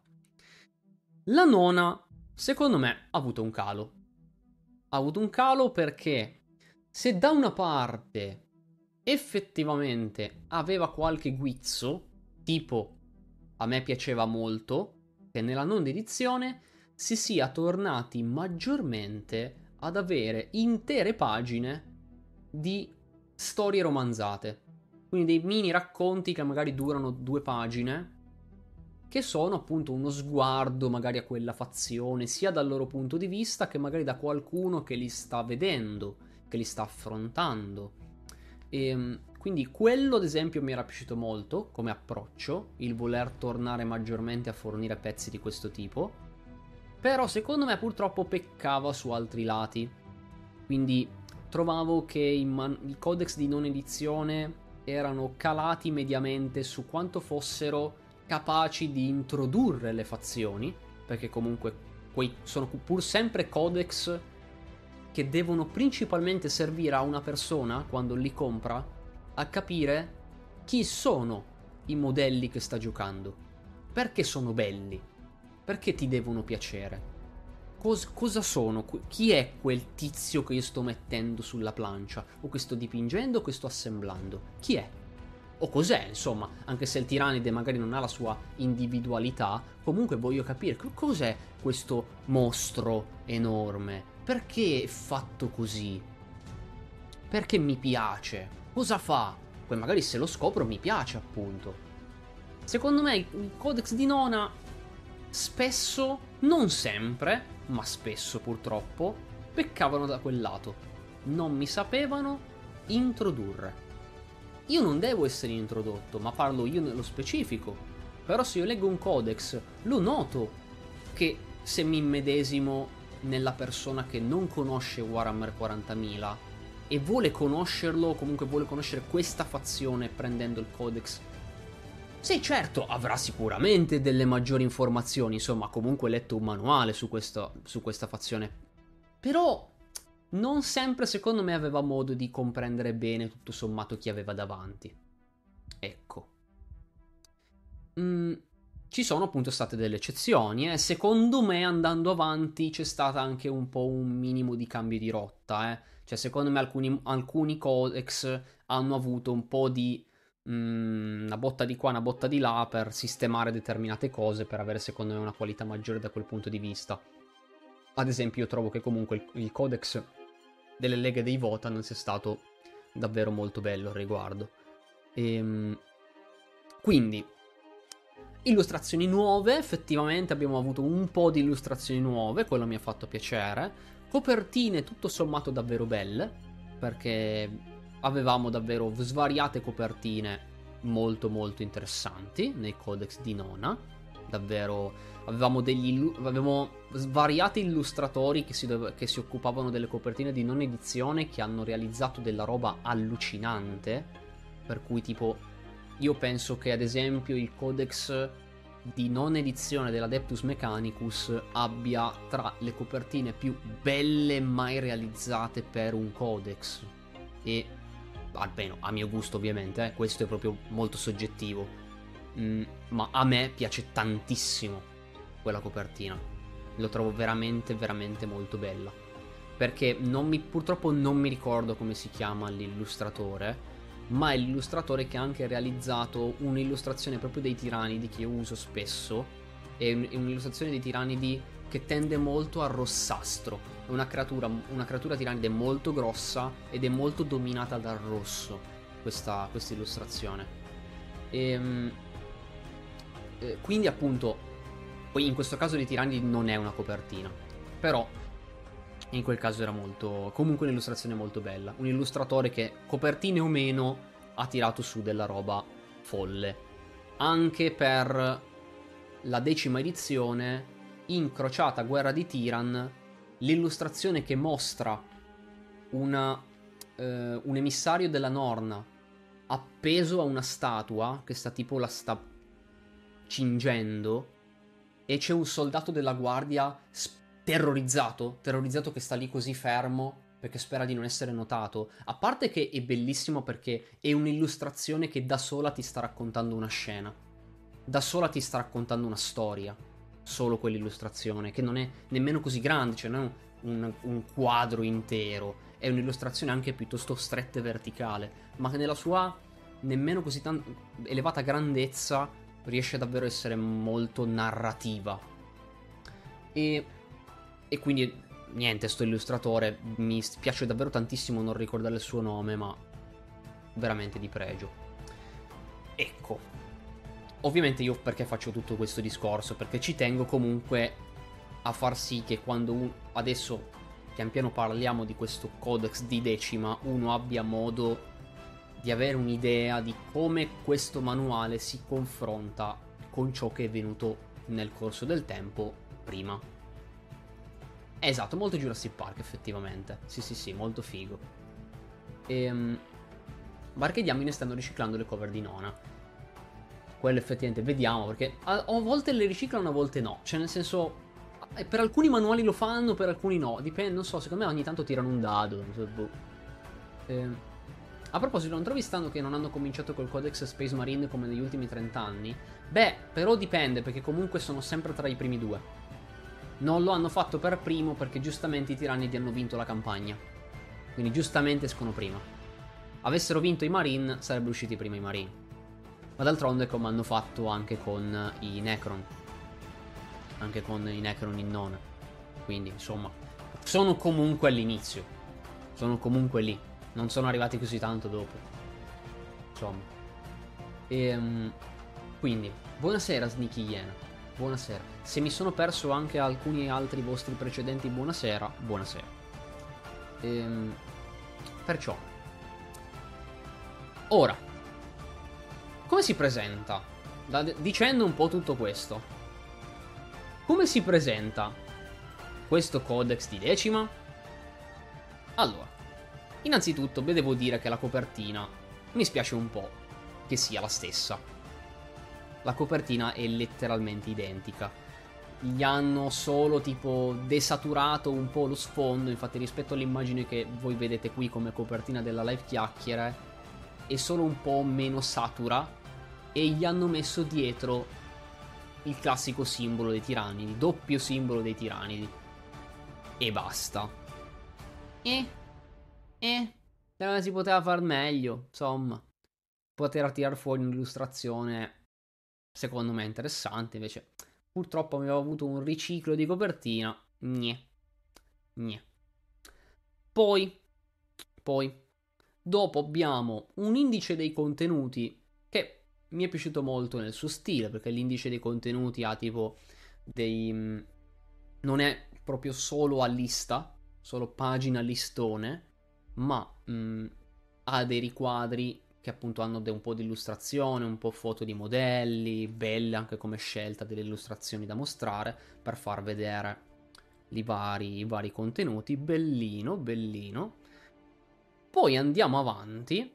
La nona, secondo me, ha avuto un calo. Ha avuto un calo perché se da una parte effettivamente aveva qualche guizzo, tipo a me piaceva molto che nella nona edizione si sia tornati maggiormente ad avere intere pagine di storie romanzate, quindi dei mini racconti che magari durano 2 pagine, che sono appunto uno sguardo magari a quella fazione, sia dal loro punto di vista che magari da qualcuno che li sta vedendo, che li sta affrontando. E quindi quello ad esempio mi era piaciuto molto come approccio, il voler tornare maggiormente a fornire pezzi di questo tipo, però secondo me purtroppo peccava su altri lati, quindi trovavo che i codex di non edizione erano calati mediamente su quanto fossero capaci di introdurre le fazioni, perché comunque sono pur sempre codex che devono principalmente servire a una persona, quando li compra, a capire chi sono i modelli che sta giocando, perché sono belli, perché ti devono piacere, cosa sono, chi è quel tizio che io sto mettendo sulla plancia, o che sto dipingendo o che sto assemblando, chi è? O cos'è, insomma, anche se il tiranide magari non ha la sua individualità, comunque voglio capire cos'è questo mostro enorme, perché è fatto così, perché mi piace, cosa fa, poi magari se lo scopro mi piace appunto. Secondo me i codex di nona spesso, non sempre, ma spesso purtroppo, peccavano da quel lato, non mi sapevano introdurre. Io non devo essere introdotto, ma parlo io nello specifico. Però se io leggo un codex, lo noto che se mi immedesimo nella persona che non conosce Warhammer 40.000 e vuole conoscerlo, o comunque vuole conoscere questa fazione prendendo il codex, sì, certo, avrà sicuramente delle maggiori informazioni, insomma, comunque letto un manuale su questa fazione. Però non sempre, secondo me, aveva modo di comprendere bene tutto sommato chi aveva davanti. Ecco. Ci sono appunto state delle eccezioni, e secondo me andando avanti c'è stata anche un po' un minimo di cambio di rotta, Cioè, secondo me alcuni codex hanno avuto un po' di una botta di qua, una botta di là per sistemare determinate cose, per avere secondo me una qualità maggiore da quel punto di vista. Ad esempio io trovo che comunque il codex delle leghe dei Votan non sia stato davvero molto bello al riguardo. Quindi illustrazioni nuove, effettivamente abbiamo avuto un po' di illustrazioni nuove, quello mi ha fatto piacere. Copertine tutto sommato davvero belle, perché avevamo davvero svariate copertine molto molto interessanti nei codex di nona. Davvero avevamo svariati illustratori che si occupavano delle copertine di non edizione, che hanno realizzato della roba allucinante, per cui tipo io penso che ad esempio il codex di non edizione dell'Adeptus Mechanicus abbia tra le copertine più belle mai realizzate per un codex, e almeno a mio gusto ovviamente, questo è proprio molto soggettivo, ma a me piace tantissimo quella copertina, lo trovo veramente veramente molto bella, perché purtroppo non mi ricordo come si chiama l'illustratore, ma è l'illustratore che ha anche realizzato un'illustrazione proprio dei tiranidi che io uso spesso. È un'illustrazione dei tiranidi che tende molto al rossastro. È una creatura tiranide molto grossa ed è molto dominata dal rosso, questa illustrazione. Quindi appunto, poi in questo caso dei tiranidi non è una copertina, però in quel caso era molto, comunque un'illustrazione molto bella. Un illustratore che, copertine o meno, ha tirato su della roba folle. Anche per la 10ª edizione, in Crociata Guerra di Tiran, l'illustrazione che mostra un emissario della Norna appeso a una statua che sta tipo la sta cingendo, e c'è un soldato della guardia terrorizzato che sta lì così fermo perché spera di non essere notato. A parte che è bellissimo perché è un'illustrazione che da sola ti sta raccontando una scena, da sola ti sta raccontando una storia, solo quell'illustrazione, che non è nemmeno così grande, cioè non è un quadro intero, è un'illustrazione anche piuttosto stretta e verticale, ma che nella sua nemmeno così elevata grandezza riesce davvero a essere molto narrativa. E quindi niente, sto illustratore, mi piace davvero tantissimo non ricordare il suo nome, ma veramente di pregio. Ecco, ovviamente io perché faccio tutto questo discorso? Perché ci tengo comunque a far sì che quando adesso pian piano parliamo di questo codex di 10ª, uno abbia modo di avere un'idea di come questo manuale si confronta con ciò che è venuto nel corso del tempo prima. Esatto, molto Jurassic Park effettivamente. Sì, molto figo. Barche Diamine stanno riciclando le cover di Nona. Quello effettivamente, vediamo, perché a volte le riciclano, a volte no. Cioè nel senso, per alcuni manuali lo fanno, per alcuni no. Dipende, non so, secondo me ogni tanto tirano un dado. Non so, boh. A proposito, non trovi strano che non hanno cominciato col Codex Space Marine come negli ultimi 30 anni? Beh, però dipende, perché comunque sono sempre tra i primi due. Non lo hanno fatto per primo perché giustamente i tirannidi hanno vinto la campagna. Quindi giustamente escono prima. Avessero vinto i Marine, sarebbero usciti prima i Marine. Ma d'altronde come hanno fatto anche con i Necron. Anche con i Necron in Nona. Quindi, insomma, sono comunque all'inizio. Sono comunque lì. Non sono arrivati così tanto dopo. Insomma. Quindi, buonasera Sneaky Iena. Buonasera. Se mi sono perso anche alcuni altri vostri precedenti, buonasera. Buonasera. Perciò. Ora. Come si presenta? Dicendo un po' tutto questo. Come si presenta questo codex di 10ª? Allora. Innanzitutto, beh, devo dire che la copertina mi spiace un po' che sia la stessa. La copertina è letteralmente identica. Gli hanno solo tipo desaturato un po' lo sfondo. Infatti, rispetto all'immagine che voi vedete qui come copertina della live chiacchiere, è solo un po' meno satura. E gli hanno messo dietro il classico simbolo dei tiranidi, doppio simbolo dei tiranidi. E basta. Si poteva far meglio, insomma. Poter tirare fuori un'illustrazione, secondo me, interessante. Invece, purtroppo aveva avuto un riciclo di copertina. Gne. Poi, dopo abbiamo un indice dei contenuti che mi è piaciuto molto nel suo stile, perché l'indice dei contenuti ha tipo dei... non è proprio solo a lista, solo pagina listone, ma ha dei riquadri che appunto hanno un po' di illustrazione, un po' foto di modelli, belle anche come scelta delle illustrazioni da mostrare per far vedere i vari contenuti. Bellino. Poi andiamo avanti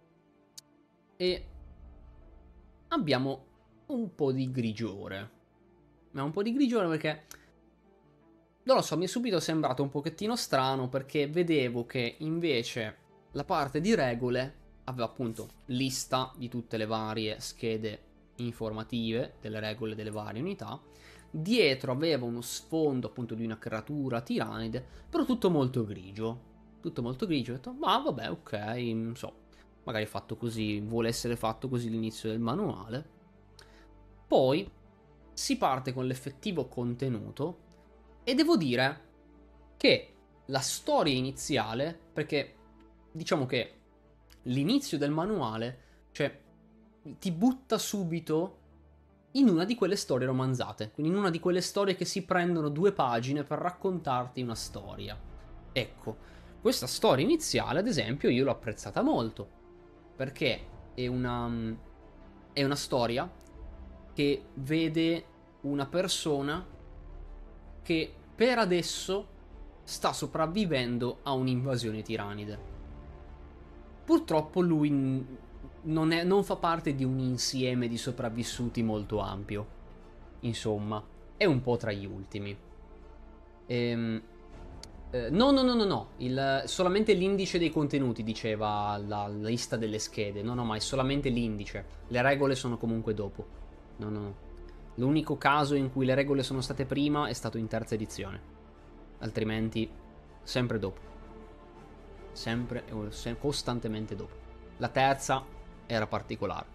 e abbiamo un po' di grigiore. Ma un po' di grigiore perché... non lo so, mi è subito sembrato un pochettino strano perché vedevo che invece la parte di regole aveva appunto lista di tutte le varie schede informative delle regole delle varie unità. Dietro aveva uno sfondo appunto di una creatura tiranide, però tutto molto grigio. Ho detto, ma vabbè, ok, non so. magari è fatto così, vuole essere fatto così l'inizio del manuale. Poi si parte con l'effettivo contenuto e devo dire che la storia iniziale, perché diciamo che l'inizio del manuale, cioè, ti butta subito in una di quelle storie romanzate, quindi in una di quelle storie che si prendono 2 pagine per raccontarti una storia. Ecco, questa storia iniziale, ad esempio, io l'ho apprezzata molto, perché è una storia che vede una persona che per adesso sta sopravvivendo a un'invasione tiranide. Purtroppo lui non fa parte di un insieme di sopravvissuti molto ampio. Insomma, è un po' tra gli ultimi. Ehm, no. Solamente l'indice dei contenuti diceva la lista delle schede. No, ma è solamente l'indice. Le regole sono comunque dopo. No. L'unico caso in cui le regole sono state prima è stato in terza edizione. Altrimenti, sempre dopo. Sempre costantemente dopo. La terza era particolare.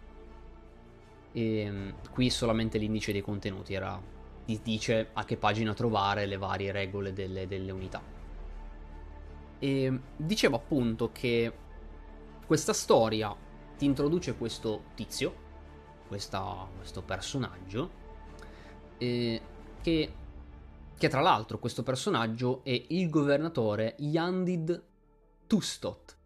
E qui solamente l'indice dei contenuti ti dice a che pagina trovare le varie regole delle unità. E dicevo appunto che questa storia ti introduce questo tizio, questo personaggio, che tra l'altro questo personaggio è il governatore Yandid Tustot.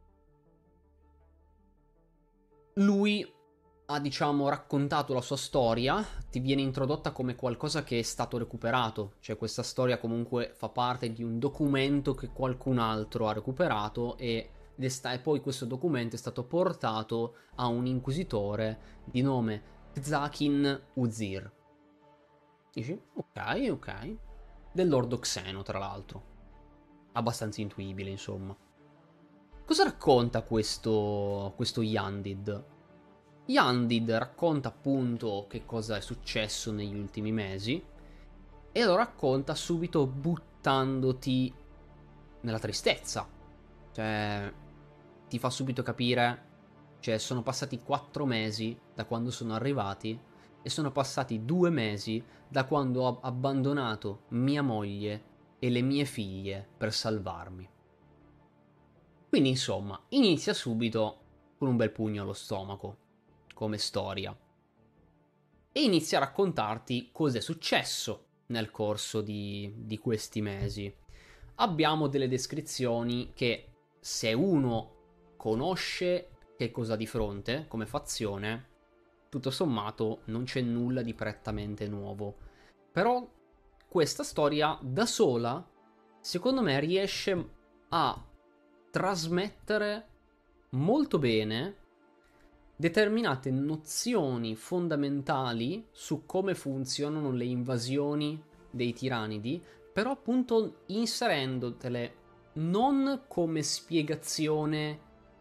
Lui ha, diciamo, raccontato la sua storia, ti viene introdotta come qualcosa che è stato recuperato, cioè questa storia comunque fa parte di un documento che qualcun altro ha recuperato e poi questo documento è stato portato a un inquisitore di nome Zakin Uzir. Dici? Ok. Del Lord Xeno, tra l'altro. Abbastanza intuibile, insomma. Cosa racconta questo Yandid? Yandid racconta appunto che cosa è successo negli ultimi mesi e lo racconta subito buttandoti nella tristezza. Cioè, ti fa subito capire, cioè sono passati 4 mesi da quando sono arrivati e sono passati 2 mesi da quando ho abbandonato mia moglie e le mie figlie per salvarmi. Quindi insomma, inizia subito con un bel pugno allo stomaco, come storia. E inizia a raccontarti cosa è successo nel corso di questi mesi. Abbiamo delle descrizioni che, se uno conosce che cosa ha di fronte come fazione, tutto sommato non c'è nulla di prettamente nuovo. Però questa storia da sola, secondo me, riesce a trasmettere molto bene determinate nozioni fondamentali su come funzionano le invasioni dei tiranidi, però appunto inserendotele non come spiegazione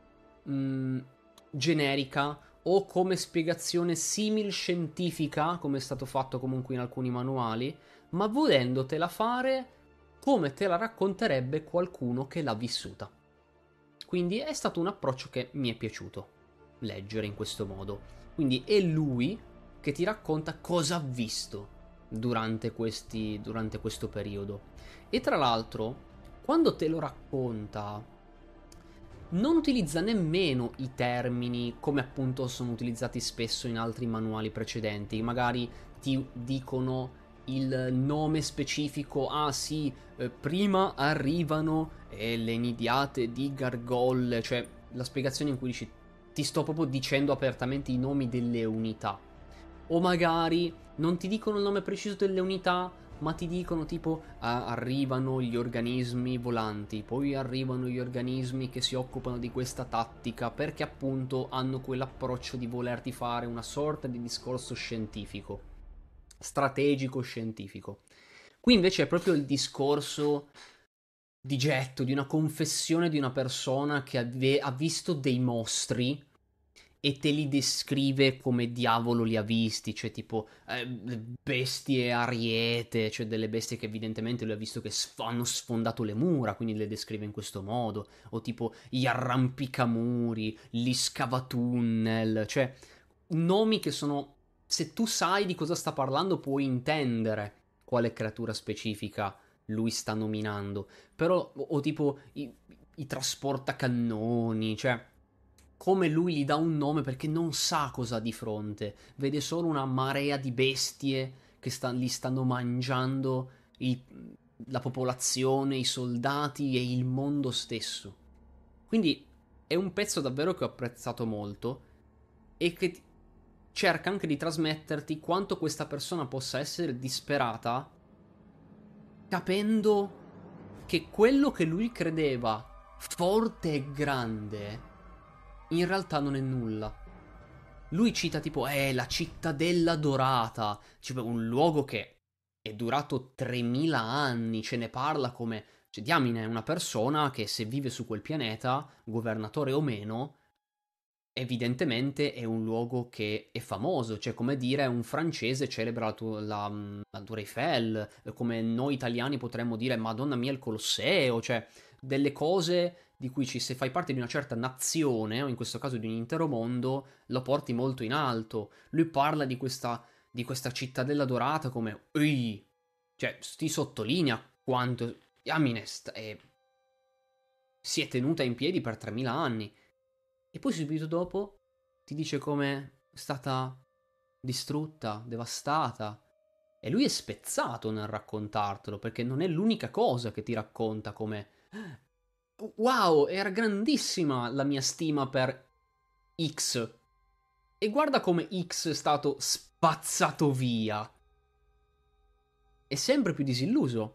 generica o come spiegazione simil scientifica, come è stato fatto comunque in alcuni manuali, ma volendotela fare come te la racconterebbe qualcuno che l'ha vissuta. Quindi è stato un approccio che mi è piaciuto leggere in questo modo. Quindi è lui che ti racconta cosa ha visto durante questo periodo. E tra l'altro, quando te lo racconta, non utilizza nemmeno i termini come appunto sono utilizzati spesso in altri manuali precedenti. Magari ti dicono il nome specifico, ah sì, prima arrivano le nidiate di gargolle, cioè la spiegazione in cui dici ti sto proprio dicendo apertamente i nomi delle unità. O magari non ti dicono il nome preciso delle unità, ma ti dicono tipo arrivano gli organismi volanti, poi arrivano gli organismi che si occupano di questa tattica, perché appunto hanno quell'approccio di volerti fare una sorta di discorso scientifico, strategico scientifico. Qui invece è proprio il discorso di getto, di una confessione di una persona che ha visto dei mostri e te li descrive come diavolo li ha visti, cioè tipo bestie ariete, cioè delle bestie che evidentemente lui ha visto che hanno sfondato le mura, quindi le descrive in questo modo, o tipo gli arrampicamuri, gli scavatunnel, cioè nomi che sono, se tu sai di cosa sta parlando puoi intendere quale creatura specifica lui sta nominando, però o tipo i trasportacannoni, cioè come lui gli dà un nome perché non sa cosa ha di fronte, vede solo una marea di bestie che gli stanno mangiando la popolazione, i soldati e il mondo stesso. Quindi è un pezzo davvero che ho apprezzato molto e che cerca anche di trasmetterti quanto questa persona possa essere disperata, capendo che quello che lui credeva forte e grande in realtà non è nulla. Lui cita tipo, la cittadella dorata, cioè un luogo che è durato 3000 anni, ce ne parla come, cioè diamine, è una persona che se vive su quel pianeta, governatore o meno, evidentemente è un luogo che è famoso, cioè come dire un francese celebra la Tour Eiffel, come noi italiani potremmo dire Madonna mia il Colosseo, cioè delle cose di cui se fai parte di una certa nazione, o in questo caso di un intero mondo, lo porti molto in alto. Lui parla di questa cittadella dorata come, ui, cioè ti sottolinea quanto, Aminest, si è tenuta in piedi per 3000 anni. E poi subito dopo ti dice come è stata distrutta, devastata. E lui è spezzato nel raccontartelo, perché non è l'unica cosa che ti racconta come wow, era grandissima la mia stima per X. E guarda come X è stato spazzato via. È sempre più disilluso.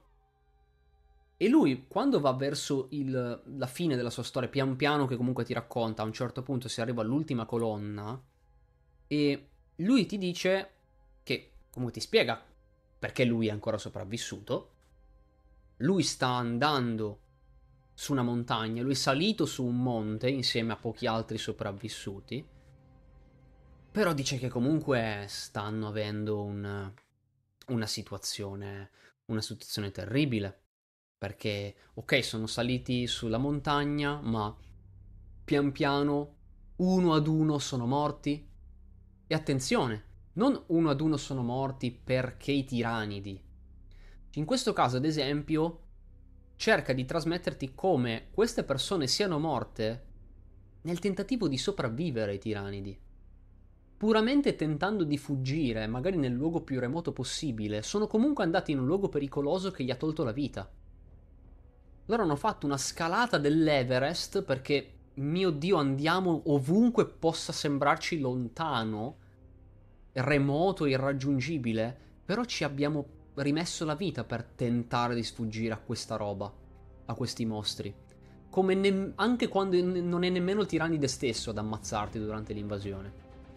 E lui, quando va verso la fine della sua storia, pian piano che comunque ti racconta, a un certo punto si arriva all'ultima colonna, e lui ti dice che, comunque ti spiega perché lui è ancora sopravvissuto, lui sta andando su una montagna, lui è salito su un monte insieme a pochi altri sopravvissuti, però dice che comunque stanno avendo una situazione terribile. Perché, ok, sono saliti sulla montagna, ma pian piano, uno ad uno sono morti. E attenzione, non uno ad uno sono morti perché i tiranidi. In questo caso, ad esempio, cerca di trasmetterti come queste persone siano morte nel tentativo di sopravvivere ai tiranidi. Puramente tentando di fuggire, magari nel luogo più remoto possibile, sono comunque andati in un luogo pericoloso che gli ha tolto la vita. Loro hanno fatto una scalata dell'Everest perché, mio Dio, andiamo ovunque possa sembrarci lontano, remoto, irraggiungibile, però ci abbiamo rimesso la vita per tentare di sfuggire a questa roba, a questi mostri. Come anche quando non è nemmeno il tirannide stesso ad ammazzarti durante l'invasione.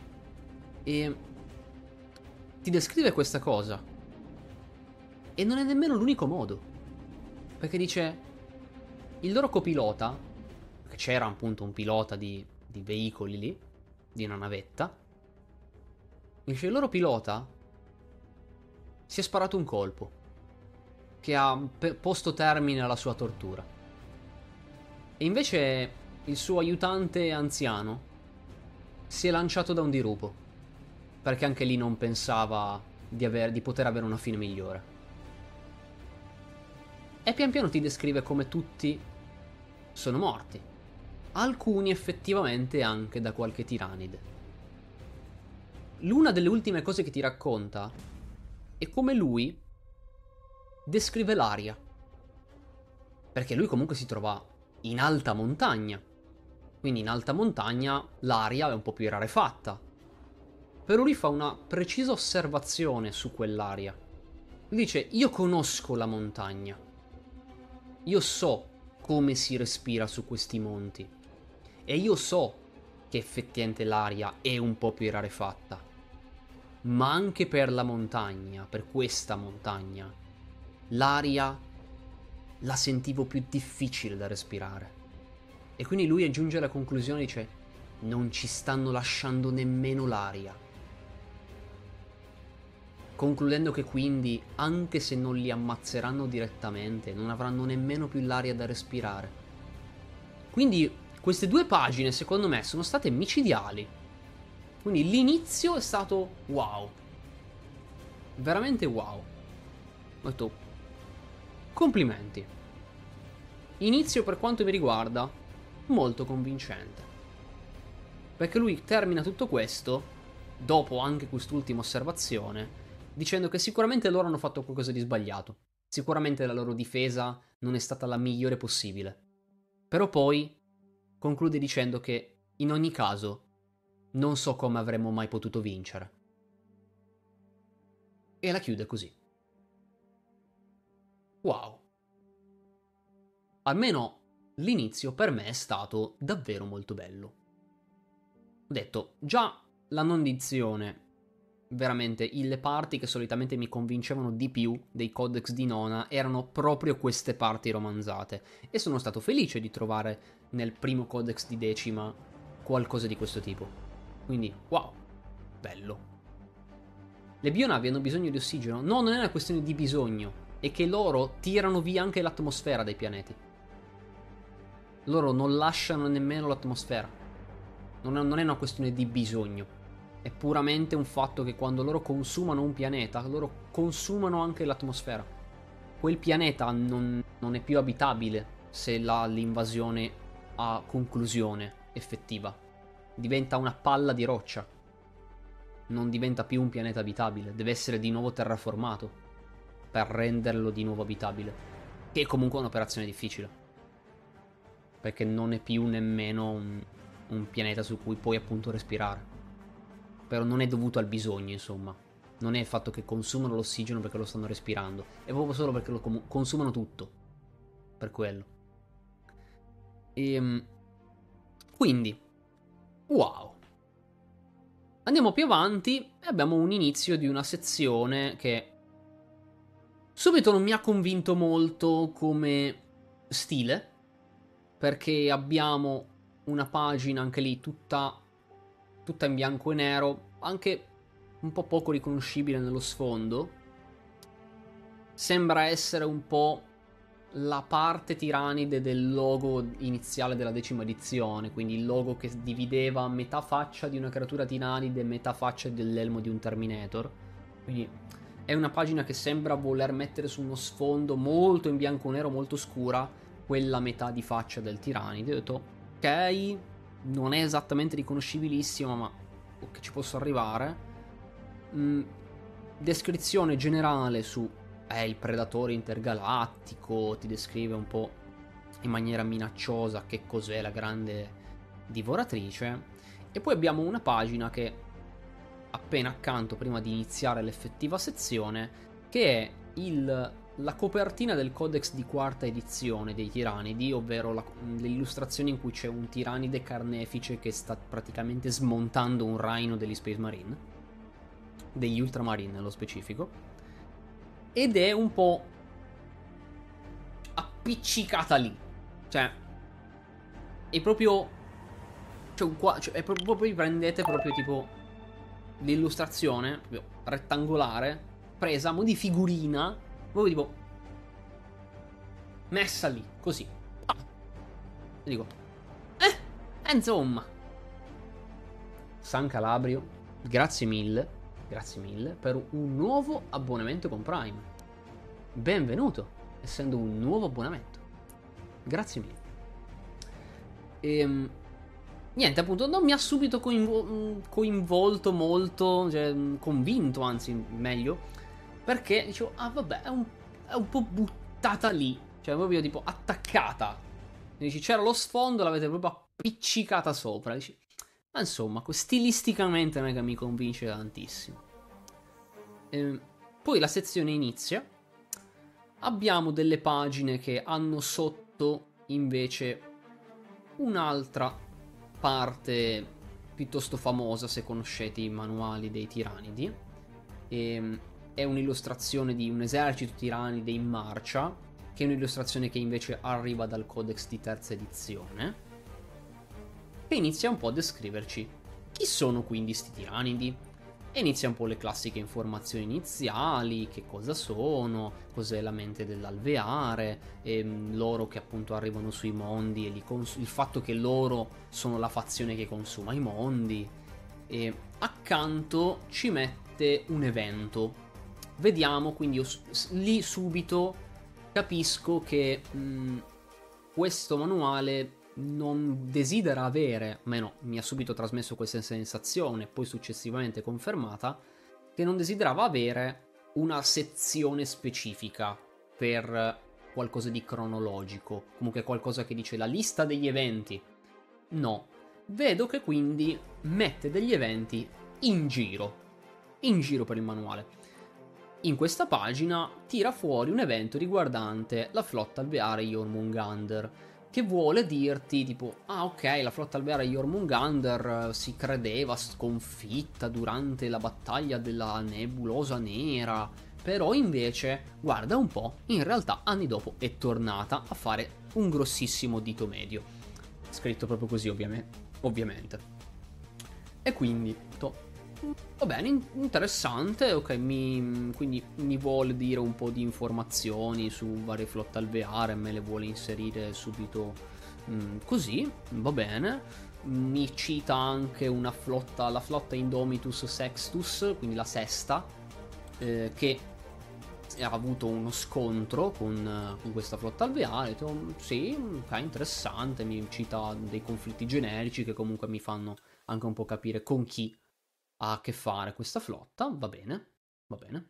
E ti descrive questa cosa. E non è nemmeno l'unico modo. Perché dice, il loro copilota, che c'era appunto un pilota di veicoli lì, di una navetta, dice il loro pilota si è sparato un colpo che ha posto termine alla sua tortura. E invece il suo aiutante anziano si è lanciato da un dirupo, perché anche lì non pensava di poter avere una fine migliore. E pian piano ti descrive come tutti sono morti. Alcuni effettivamente anche da qualche tiranide. L'una delle ultime cose che ti racconta è come lui descrive l'aria. Perché lui comunque si trova in alta montagna. Quindi in alta montagna l'aria è un po' più rarefatta. Però lui fa una precisa osservazione su quell'aria. Lui dice, io conosco la montagna. Io so come si respira su questi monti. E io so che effettivamente l'aria è un po' più rarefatta. Ma anche per la montagna, per questa montagna, l'aria la sentivo più difficile da respirare. E quindi lui giunge alla conclusione e dice, non ci stanno lasciando nemmeno l'aria. Concludendo che quindi, anche se non li ammazzeranno direttamente, non avranno nemmeno più l'aria da respirare. Quindi queste 2 pagine, secondo me, sono state micidiali. Quindi l'inizio è stato wow. Veramente wow. Ho detto, complimenti. Inizio, per quanto mi riguarda, molto convincente. Perché lui termina tutto questo, dopo anche quest'ultima osservazione, dicendo che sicuramente loro hanno fatto qualcosa di sbagliato. Sicuramente la loro difesa non è stata la migliore possibile. Però poi conclude dicendo che, in ogni caso, non so come avremmo mai potuto vincere. E la chiude così. Wow. Almeno l'inizio per me è stato davvero molto bello. Ho detto, già la non dizione, veramente, le parti che solitamente mi convincevano di più dei codex di Nona erano proprio queste parti romanzate. E sono stato felice di trovare nel primo codex di Decima qualcosa di questo tipo. Quindi, wow, bello. Le bionavi hanno bisogno di ossigeno? No, non è una questione di bisogno, è che loro tirano via anche l'atmosfera dai pianeti. Loro non lasciano nemmeno l'atmosfera. Non è una questione di bisogno. È puramente un fatto che quando loro consumano un pianeta, loro consumano anche l'atmosfera. Quel pianeta non è più abitabile se l'invasione ha conclusione effettiva. Diventa una palla di roccia. Non diventa più un pianeta abitabile. Deve essere di nuovo terraformato per renderlo di nuovo abitabile. Che è comunque un'operazione difficile. Perché non è più nemmeno un pianeta su cui puoi appunto respirare. Però non è dovuto al bisogno, insomma. Non è il fatto che consumano l'ossigeno perché lo stanno respirando. È proprio solo perché lo consumano tutto. Per quello. Quindi, wow. Andiamo più avanti e abbiamo un inizio di una sezione che subito non mi ha convinto molto come stile. Perché abbiamo una pagina anche lì tutta in bianco e nero, anche un po' poco riconoscibile nello sfondo. Sembra essere un po' la parte tiranide del logo iniziale della 10ª edizione, quindi il logo che divideva metà faccia di una creatura tiranide e metà faccia dell'elmo di un Terminator. Quindi è una pagina che sembra voler mettere su uno sfondo molto in bianco e nero, molto scura, quella metà di faccia del tiranide. Ho detto, ok, non è esattamente riconoscibilissima, ma ok, ci posso arrivare. Descrizione generale su il predatore intergalattico, ti descrive un po' in maniera minacciosa che cos'è la grande divoratrice. E poi abbiamo una pagina che appena accanto, prima di iniziare l'effettiva sezione, che è la copertina del codex di 4ª edizione dei tiranidi, ovvero l'illustrazione in cui c'è un tiranide carnefice che sta praticamente smontando un Rhino degli Space Marine, degli Ultramarine nello specifico, ed è un po' appiccicata lì, cioè è proprio è proprio prendete proprio tipo l'illustrazione proprio rettangolare presa mo di figurina, proprio tipo messa lì così. E dico insomma, San Calabrio, grazie mille per un nuovo abbonamento con Prime. Benvenuto, essendo un nuovo abbonamento. Grazie mille. Niente, appunto, non mi ha subito coinvolto molto, cioè convinto, anzi, meglio, perché dicevo, vabbè, è un po' buttata lì, cioè proprio tipo attaccata. Dici, c'era lo sfondo, l'avete proprio appiccicata sopra. Dici, ma insomma, stilisticamente non è che mi convince tantissimo. Poi la sezione inizia. Abbiamo delle pagine che hanno sotto invece un'altra parte piuttosto famosa, se conoscete i manuali dei tiranidi. È un'illustrazione di un esercito tiranide in marcia, che è un'illustrazione che invece arriva dal codex di 3ª edizione. che inizia un po' a descriverci chi sono quindi sti tiranidi. E inizia un po' le classiche informazioni iniziali, che cosa sono, cos'è la mente dell'alveare, loro che appunto arrivano sui mondi e il fatto che loro sono la fazione che consuma i mondi. E accanto ci mette un evento. Vediamo, quindi io lì subito capisco che questo manuale non desidera avere, almeno mi ha subito trasmesso questa sensazione, poi successivamente confermata, che non desiderava avere una sezione specifica per qualcosa di cronologico, comunque qualcosa che dice la lista degli eventi. No, vedo che quindi mette degli eventi in giro per il manuale. In questa pagina tira fuori un evento riguardante la flotta alveare Jormungandr, che vuole dirti tipo, ah ok, la flotta alveare Jormungandr si credeva sconfitta durante la battaglia della nebulosa nera, però invece, guarda un po', in realtà anni dopo è tornata a fare un grossissimo dito medio. Scritto proprio così, ovviamente. E quindi, va bene, interessante, ok, quindi mi vuole dire un po' di informazioni su varie flotte alveare, me le vuole inserire subito così, va bene. Mi cita anche una flotta, la flotta Indomitus Sextus, quindi la sesta, che ha avuto uno scontro con questa flotta alveare. Sì, ok, interessante, mi cita dei conflitti generici che comunque mi fanno anche un po' capire con chi ha a che fare questa flotta, va bene, va bene.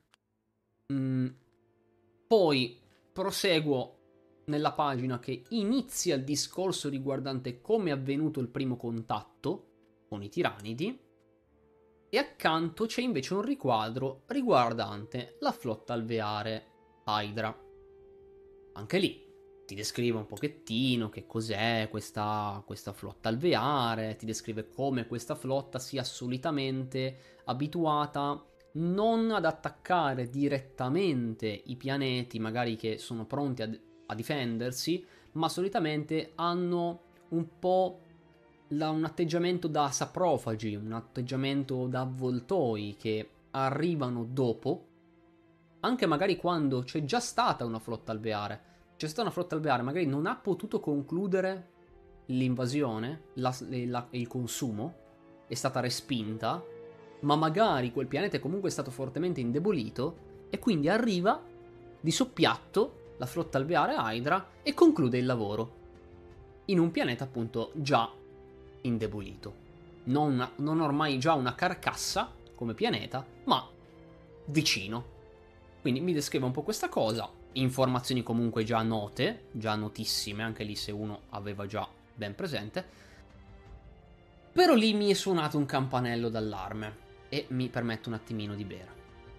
Poi proseguo nella pagina che inizia il discorso riguardante come è avvenuto il primo contatto con i tiranidi, e accanto c'è invece un riquadro riguardante la flotta alveare Hydra. Anche lì ti descrive un pochettino che cos'è questa flotta alveare, ti descrive come questa flotta sia solitamente abituata non ad attaccare direttamente i pianeti magari che sono pronti a difendersi, ma solitamente hanno un po' un atteggiamento da saprofagi, un atteggiamento da avvoltoi che arrivano dopo, anche magari quando c'è già stata una flotta alveare. C'è stata una flotta alveare, magari non ha potuto concludere l'invasione, il consumo, è stata respinta, ma magari quel pianeta è comunque stato fortemente indebolito, e quindi arriva di soppiatto la flotta alveare Hydra e conclude il lavoro in un pianeta appunto già indebolito. Non ormai già una carcassa come pianeta, ma vicino. Quindi mi descrive un po' questa cosa, informazioni comunque già note, già notissime, anche lì se uno aveva già ben presente. Però lì mi è suonato un campanello d'allarme e mi permetto un attimino di bere.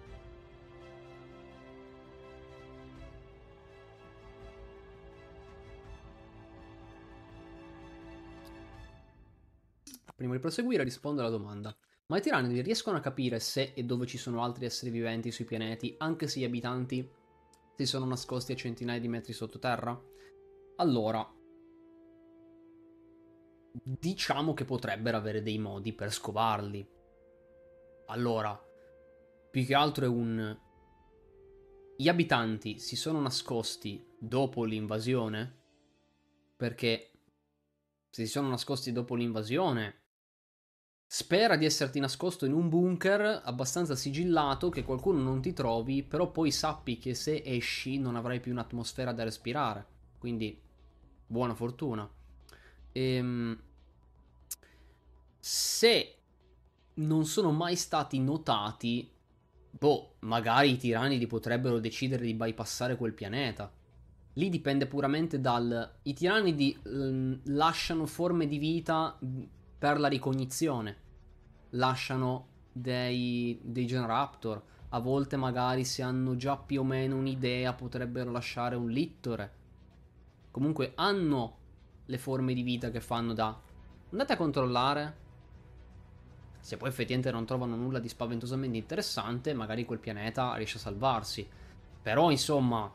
Prima di proseguire rispondo alla domanda. Ma i tiranidi riescono a capire se e dove ci sono altri esseri viventi sui pianeti, anche se gli abitanti si sono nascosti a centinaia di metri sottoterra? Allora, diciamo che potrebbero avere dei modi per scovarli. Allora, più che altro è gli abitanti si sono nascosti dopo l'invasione? Perché se si sono nascosti dopo l'invasione, spera di esserti nascosto in un bunker abbastanza sigillato che qualcuno non ti trovi, però poi sappi che se esci non avrai più un'atmosfera da respirare. Quindi, buona fortuna. Se non sono mai stati notati, magari i tiranidi potrebbero decidere di bypassare quel pianeta. Lì dipende puramente i tiranidi lasciano forme di vita per la ricognizione. Lasciano dei Genraptor. A volte magari se hanno già più o meno un'idea potrebbero lasciare un Littore. Comunque hanno le forme di vita che fanno da... Andate a controllare. Se poi effettivamente non trovano nulla di spaventosamente interessante, magari quel pianeta riesce a salvarsi. Però insomma,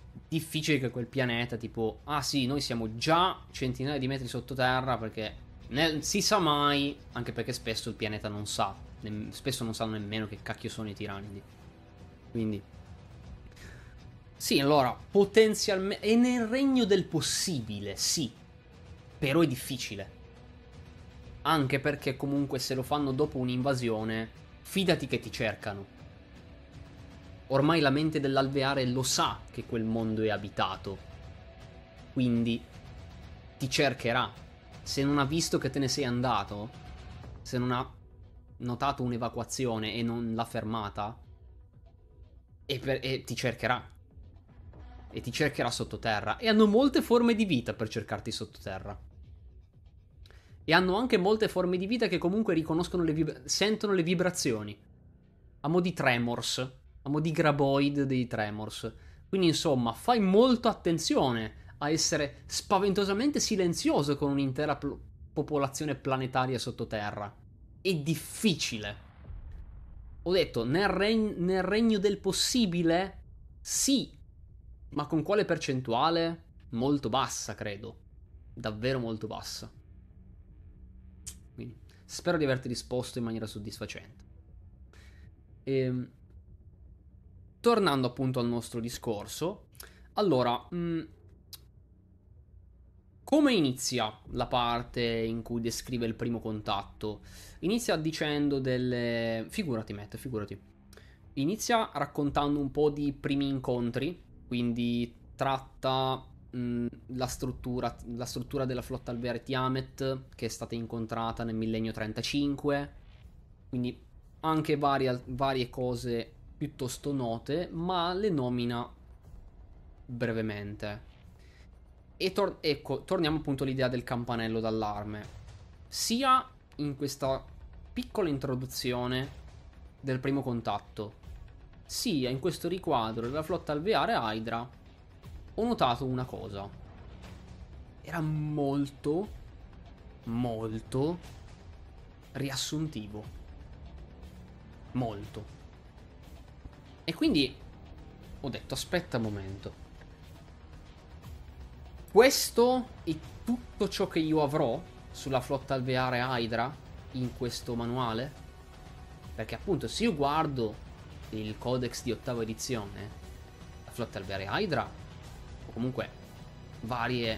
difficile che quel pianeta tipo, ah sì, noi siamo già centinaia di metri sottoterra perché Si sa mai, anche perché spesso il pianeta non sa, spesso non sanno nemmeno che cacchio sono i tiranidi. Quindi sì, allora, potenzialmente è nel regno del possibile, sì, però è difficile. Anche perché comunque se lo fanno dopo un'invasione, fidati che ti cercano. Ormai la mente dell'alveare lo sa che quel mondo è abitato, quindi ti cercherà. Se non ha visto che te ne sei andato, se non ha notato un'evacuazione e non l'ha fermata, e ti cercherà. E ti cercherà sottoterra. E hanno molte forme di vita per cercarti sottoterra. E hanno anche molte forme di vita che comunque riconoscono sentono le vibrazioni. A mo' di Tremors. A mo' di Graboid dei Tremors. Quindi insomma, fai molto attenzione a essere spaventosamente silenzioso con un'intera popolazione planetaria sottoterra. È difficile. Ho detto, nel regno del possibile? Sì. Ma con quale percentuale? Molto bassa, credo. Davvero molto bassa. Quindi, spero di averti risposto in maniera soddisfacente. Tornando appunto al nostro discorso, allora, come inizia la parte in cui descrive il primo contatto? Inizia dicendo delle... Figurati, Matt, figurati. Inizia raccontando un po' di primi incontri, quindi tratta la struttura della flotta alveare Tiamat, che è stata incontrata nel millennio 35, quindi anche varie cose piuttosto note, ma le nomina brevemente. E ecco, torniamo appunto all'idea del campanello d'allarme. Sia in questa piccola introduzione del primo contatto, sia in questo riquadro della flotta alveare Hydra, ho notato una cosa. Era molto, molto riassuntivo. Molto. E quindi ho detto, aspetta un momento. Questo è tutto ciò che io avrò sulla flotta alveare Hydra in questo manuale? Perché appunto se io guardo il codex di ottava edizione, la flotta alveare Hydra, o comunque varie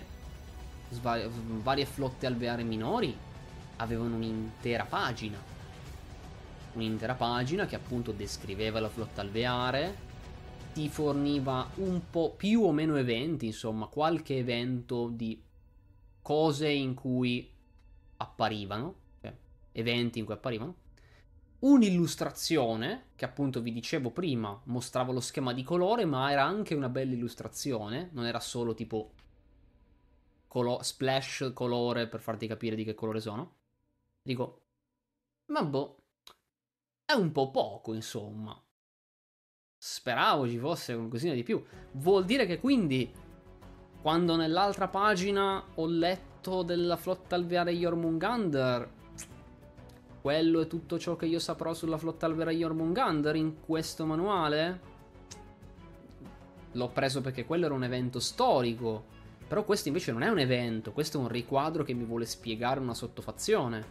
flotte alveare minori, avevano un'intera pagina. Un'intera pagina che appunto descriveva la flotta alveare, ti forniva un po' più o meno eventi, insomma, qualche evento di cose in cui apparivano, cioè eventi in cui apparivano, un'illustrazione che appunto vi dicevo prima mostrava lo schema di colore, ma era anche una bella illustrazione, non era solo tipo splash colore per farti capire di che colore sono. Dico, ma boh, è un po' poco, insomma. Speravo ci fosse qualcosina di più. Vuol dire che quindi, quando nell'altra pagina ho letto della flotta alveare Jormungandr, quello è tutto ciò che io saprò sulla flotta alveare Jormungandr in questo manuale? L'ho preso perché quello era un evento storico. Però questo invece non è un evento, questo è un riquadro che mi vuole spiegare una sottofazione.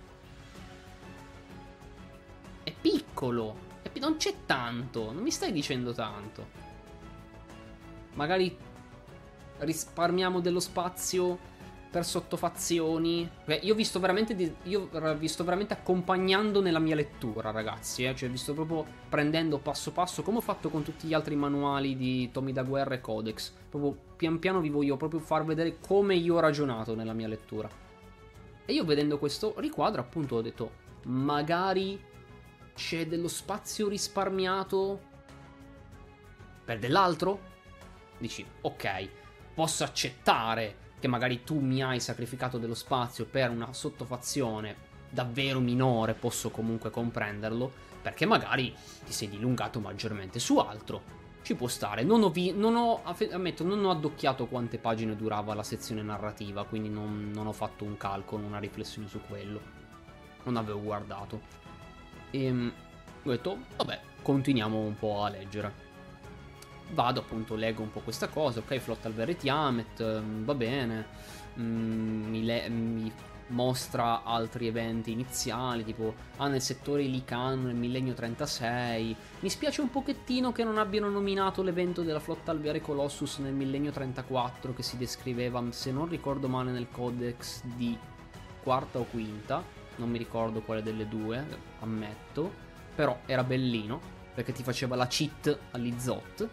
È piccolo. Non c'è tanto, non mi stai dicendo tanto. Magari risparmiamo dello spazio per sottofazioni. Beh, io ho visto veramente accompagnando nella mia lettura, ragazzi, cioè ho visto proprio prendendo passo passo, come ho fatto con tutti gli altri manuali di Tomi da Guerra e Codex. Proprio pian piano vi voglio proprio far vedere come io ho ragionato nella mia lettura. E io vedendo questo riquadro appunto ho detto, magari c'è dello spazio risparmiato per dell'altro? Dici, ok, posso accettare che magari tu mi hai sacrificato dello spazio per una sottofazione davvero minore, posso comunque comprenderlo, perché magari ti sei dilungato maggiormente su altro. Ci può stare. Ammetto, non ho addocchiato quante pagine durava la sezione narrativa, quindi non ho fatto un calcolo, una riflessione su quello. Non avevo guardato. E ho detto, vabbè, continuiamo un po' a leggere. Vado appunto, leggo un po' questa cosa, ok, flotta alveare Tiamat, va bene. Mi mostra altri eventi iniziali, tipo nel settore Licano nel millennio 36. Mi spiace un pochettino che non abbiano nominato l'evento della flotta alveare Colossus nel millennio 34, che si descriveva, se non ricordo male, nel codex di quarta o quinta, non mi ricordo quale delle due, ammetto, però era bellino perché ti faceva la cheat all'Izot.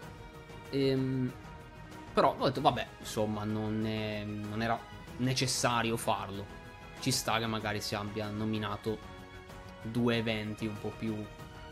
Però ho detto vabbè, insomma, non era necessario farlo. Ci sta che magari si abbia nominato due eventi un po' più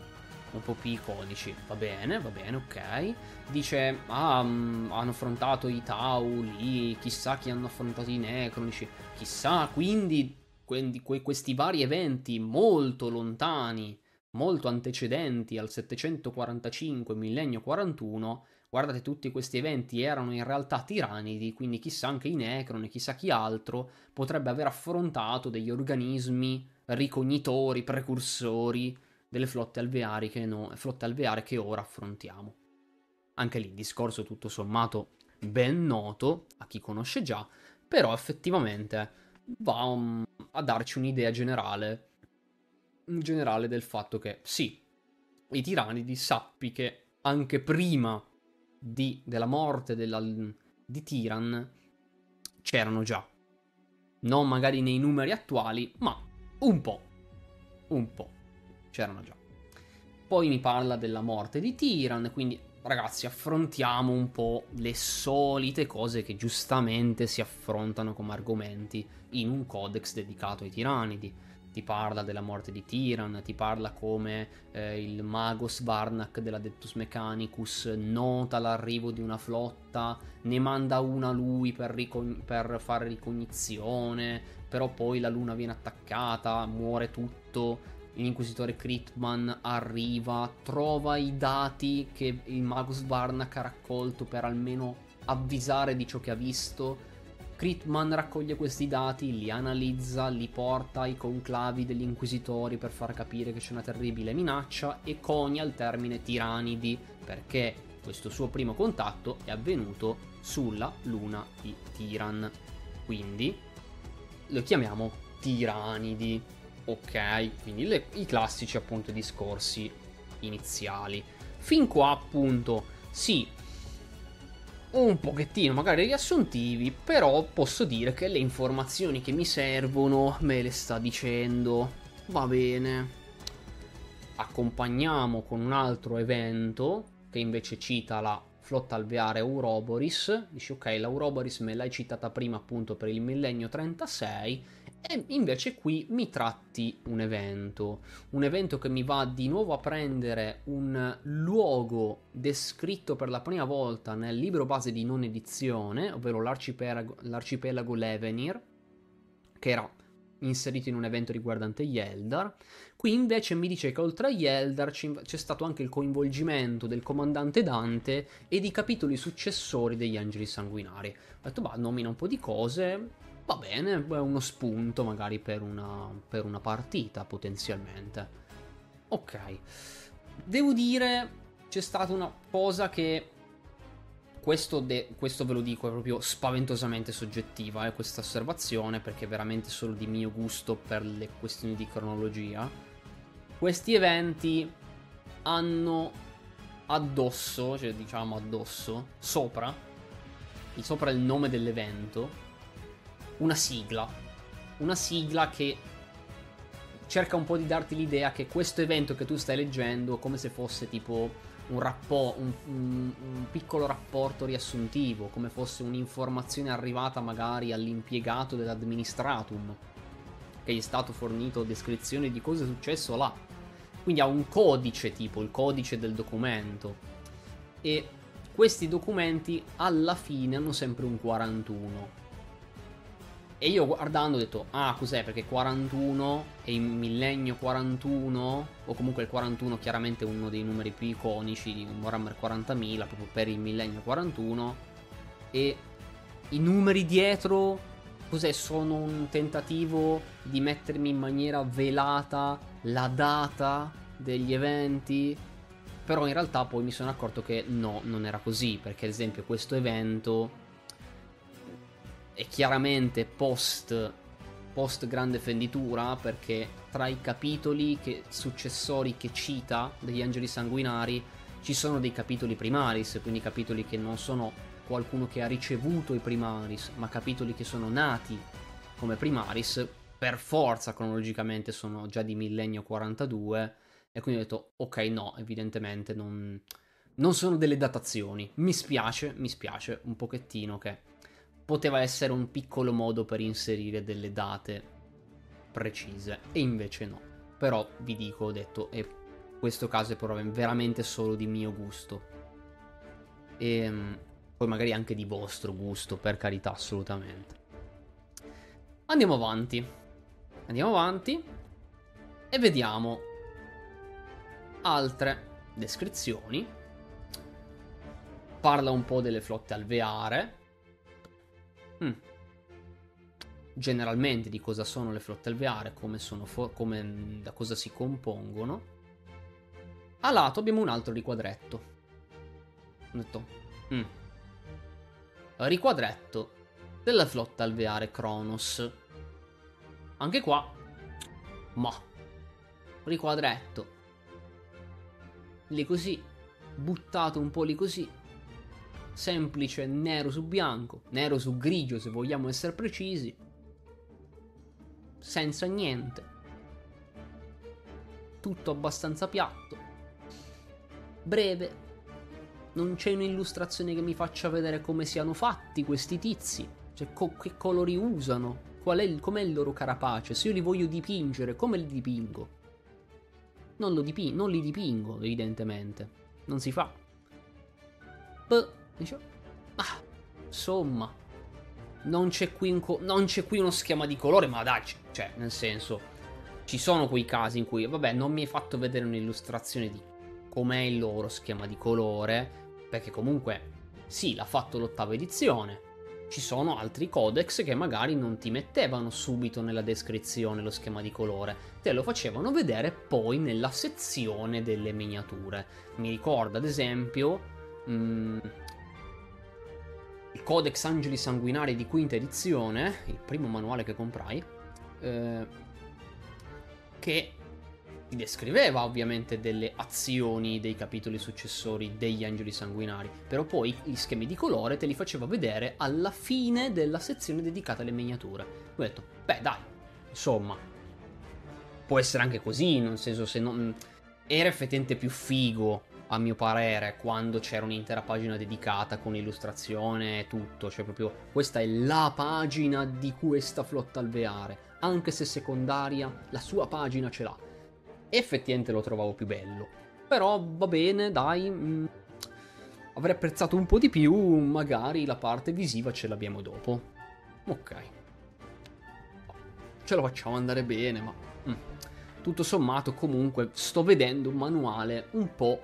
iconici. Va bene, ok. Dice hanno affrontato i Tau lì, chissà chi hanno affrontato i Necronici, chissà, quindi questi vari eventi molto lontani, molto antecedenti al 745 millennio 41. Guardate, tutti questi eventi erano in realtà tiranidi, quindi chissà anche i Necron e chissà chi altro potrebbe aver affrontato degli organismi ricognitori, precursori delle flotte alveari che ora affrontiamo. Anche lì discorso tutto sommato ben noto a chi conosce già, però effettivamente va a darci un'idea generale del fatto che sì, i tiranidi, sappi che anche prima della morte di Tiran c'erano già. Non magari nei numeri attuali, ma un po' c'erano già. Poi mi parla della morte di Tiran, quindi ragazzi, affrontiamo un po' le solite cose che giustamente si affrontano come argomenti in un codex dedicato ai tiranidi. Ti parla della morte di Tiran, ti parla come il mago Svarnak dell'Adeptus nota l'arrivo di una flotta, ne manda una lui per fare ricognizione, però poi la luna viene attaccata, muore tutto. L'inquisitore Critman arriva, trova i dati che il mago Svarnak ha raccolto per almeno avvisare di ciò che ha visto. Critman raccoglie questi dati, li analizza, li porta ai conclavi degli inquisitori per far capire che c'è una terribile minaccia e conia il termine tiranidi, perché questo suo primo contatto è avvenuto sulla luna di Tiran. Quindi lo chiamiamo tiranidi. Ok, quindi i classici appunto discorsi iniziali. Fin qua appunto sì, un pochettino magari riassuntivi, però posso dire che le informazioni che mi servono me le sta dicendo. Va bene. Accompagniamo con un altro evento che invece cita la flotta alveare Ouroboros. Dici ok, l'Ouroboros me l'hai citata prima appunto per il millennio 36, e invece qui mi tratti un evento che mi va di nuovo a prendere un luogo descritto per la prima volta nel libro base di non edizione, ovvero l'arcipelago Levenir, che era inserito in un evento riguardante gli Eldar. Qui invece mi dice che oltre agli Eldar c'è stato anche il coinvolgimento del comandante Dante e di capitoli successori degli Angeli Sanguinari. Ho detto, nomina un po' di cose, va bene, è uno spunto magari per una partita potenzialmente. Ok, devo dire, c'è stata una cosa che questo ve lo dico, è proprio spaventosamente soggettiva, questa osservazione, perché è veramente solo di mio gusto per le questioni di cronologia. Questi eventi hanno addosso, cioè diciamo addosso, sopra il nome dell'evento, una sigla che cerca un po' di darti l'idea che questo evento che tu stai leggendo è come se fosse tipo un piccolo rapporto riassuntivo, come fosse un'informazione arrivata magari all'impiegato dell'administratum, che gli è stato fornito descrizione di cosa è successo là. Quindi ha un codice, tipo il codice del documento, e questi documenti alla fine hanno sempre un 41. E io guardando ho detto, cos'è? Perché 41 è il millennio 41, o comunque il 41 chiaramente è uno dei numeri più iconici di Warhammer 40.000, proprio per il millennio 41, e i numeri dietro, cos'è? Sono un tentativo di mettermi in maniera velata la data degli eventi, però in realtà poi mi sono accorto che no, non era così, perché ad esempio questo evento è chiaramente post post grande fenditura, perché tra i capitoli successori che cita degli Angeli Sanguinari ci sono dei capitoli primaris, quindi capitoli che non sono qualcuno che ha ricevuto i primaris, ma capitoli che sono nati come primaris, per forza cronologicamente sono già di millennio 42, e quindi ho detto ok, no, evidentemente non sono delle datazioni. Mi spiace un pochettino, che poteva essere un piccolo modo per inserire delle date precise, e invece no. Però vi dico, ho detto, e questo caso è veramente solo di mio gusto, e poi magari anche di vostro gusto, per carità, assolutamente. Andiamo avanti e vediamo altre descrizioni. Parla un po' delle flotte alveare. Generalmente di cosa sono le flotte alveare, da cosa si compongono. A lato abbiamo un altro riquadretto. Ho detto, riquadretto della flotta alveare Kronos. Anche qua, ma riquadretto lì così, buttato un po' lì così, semplice, nero su bianco, nero su grigio se vogliamo essere precisi, senza niente, tutto abbastanza piatto, breve, non c'è un'illustrazione che mi faccia vedere come siano fatti questi tizi, cioè che colori usano, com'è il loro carapace, se io li voglio dipingere, come li dipingo? Non li dipingo, evidentemente, non si fa. Insomma, non c'è qui uno schema di colore, ma dai, cioè, nel senso, ci sono quei casi in cui, vabbè, non mi hai fatto vedere un'illustrazione di com'è il loro schema di colore, perché comunque, sì, l'ha fatto l'8ª edizione. Ci sono altri codex che magari non ti mettevano subito nella descrizione lo schema di colore, te lo facevano vedere poi nella sezione delle miniature. Mi ricordo, ad esempio, il Codex Angeli Sanguinari di 5ª edizione, il primo manuale che comprai, che ti descriveva ovviamente delle azioni dei capitoli successori degli Angeli Sanguinari, però poi gli schemi di colore te li faceva vedere alla fine della sezione dedicata alle miniature. Ho detto, beh dai, insomma, può essere anche così, nel senso, se non... Era effettivamente più figo, a mio parere, quando c'era un'intera pagina dedicata con illustrazione e tutto, cioè proprio questa è la pagina di questa flotta alveare, anche se secondaria, la sua pagina ce l'ha. Effettivamente lo trovavo più bello, però va bene, dai, avrei apprezzato un po' di più, magari la parte visiva ce l'abbiamo dopo. Ok, ce lo facciamo andare bene, ma tutto sommato comunque sto vedendo un manuale un po'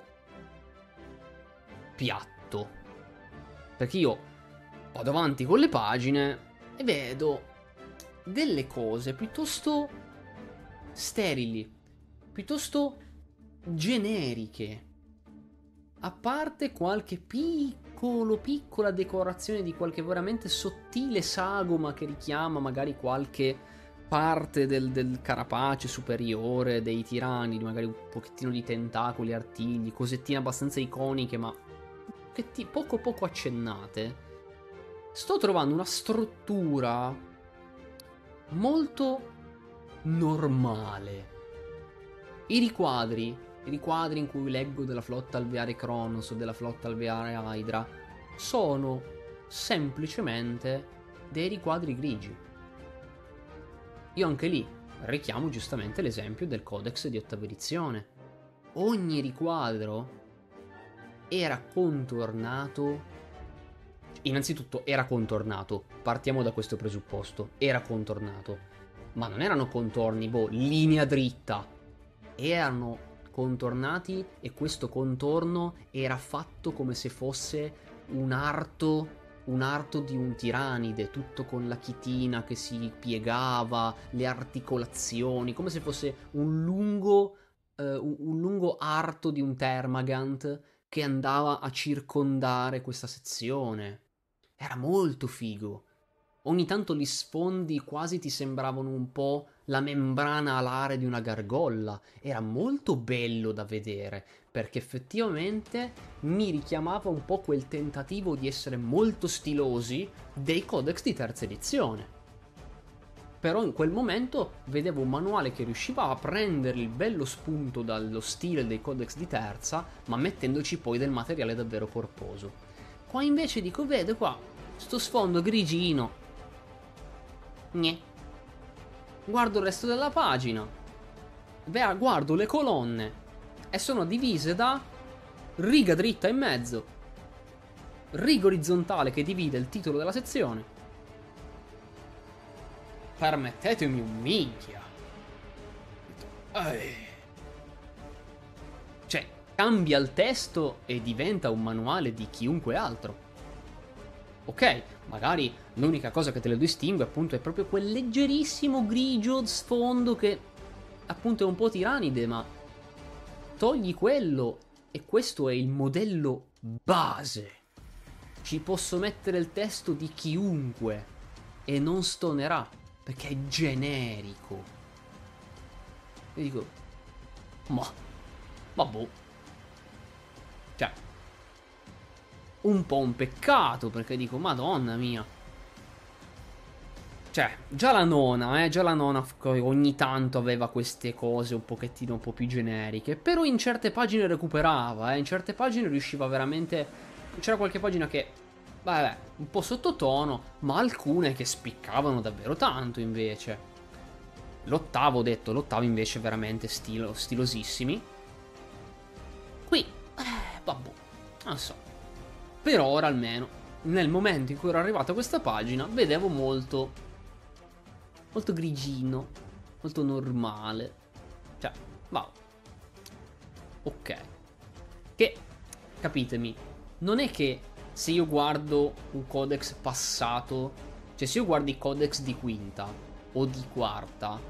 piatto, perché io vado avanti con le pagine e vedo delle cose piuttosto sterili, piuttosto generiche, a parte qualche piccola decorazione di qualche veramente sottile sagoma che richiama magari qualche parte del carapace superiore dei tirani, magari un pochettino di tentacoli, artigli, cosettine abbastanza iconiche ma poco accennate. Sto trovando una struttura molto normale. I riquadri in cui leggo della flotta alveare Kronos o della flotta alveare Hydra sono semplicemente dei riquadri grigi. Io anche lì richiamo giustamente l'esempio del Codex di 8ª edizione. Ogni riquadro era contornato. Innanzitutto era contornato, partiamo da questo presupposto, era contornato, ma non erano contorni, linea dritta, erano contornati e questo contorno era fatto come se fosse un arto di un tiranide, tutto con la chitina che si piegava, le articolazioni, come se fosse un lungo arto di un Termagant che andava a circondare questa sezione. Era molto figo. Ogni tanto gli sfondi quasi ti sembravano un po' la membrana alare di una gargolla. Era molto bello da vedere, perché effettivamente mi richiamava un po' quel tentativo di essere molto stilosi dei codex di terza edizione. Però in quel momento vedevo un manuale che riusciva a prendere il bello spunto dallo stile dei codex di terza, ma mettendoci poi del materiale davvero corposo. Qua invece dico, vedo qua, sto sfondo grigino. Gne. Guardo il resto della pagina. Guardo le colonne. E sono divise da riga dritta in mezzo, riga orizzontale che divide il titolo della sezione. Permettetemi un minchia. Cioè, cambia il testo e diventa un manuale di chiunque altro. Ok, magari l'unica cosa che te le distingue appunto è proprio quel leggerissimo grigio sfondo che appunto è un po' tiranide, ma togli quello e questo è il modello base. Ci posso mettere il testo di chiunque e non stonerà, perché è generico. E dico, ma vabbè. Cioè, un po' un peccato, perché dico, madonna mia. Cioè, già la nona ogni tanto aveva queste cose un pochettino un po' più generiche, però in certe pagine recuperava, in certe pagine riusciva veramente. C'era qualche pagina che, vabbè, un po' sottotono, ma alcune che spiccavano davvero tanto invece. L'ottavo invece veramente stilosissimi. Qui, vabbè, non so. Per ora almeno, nel momento in cui ero arrivato a questa pagina, vedevo molto grigino, molto normale. Cioè, wow. Ok. Che, capitemi, non è che se io guardo un codex passato, cioè se io guardo i codex di quinta o di quarta,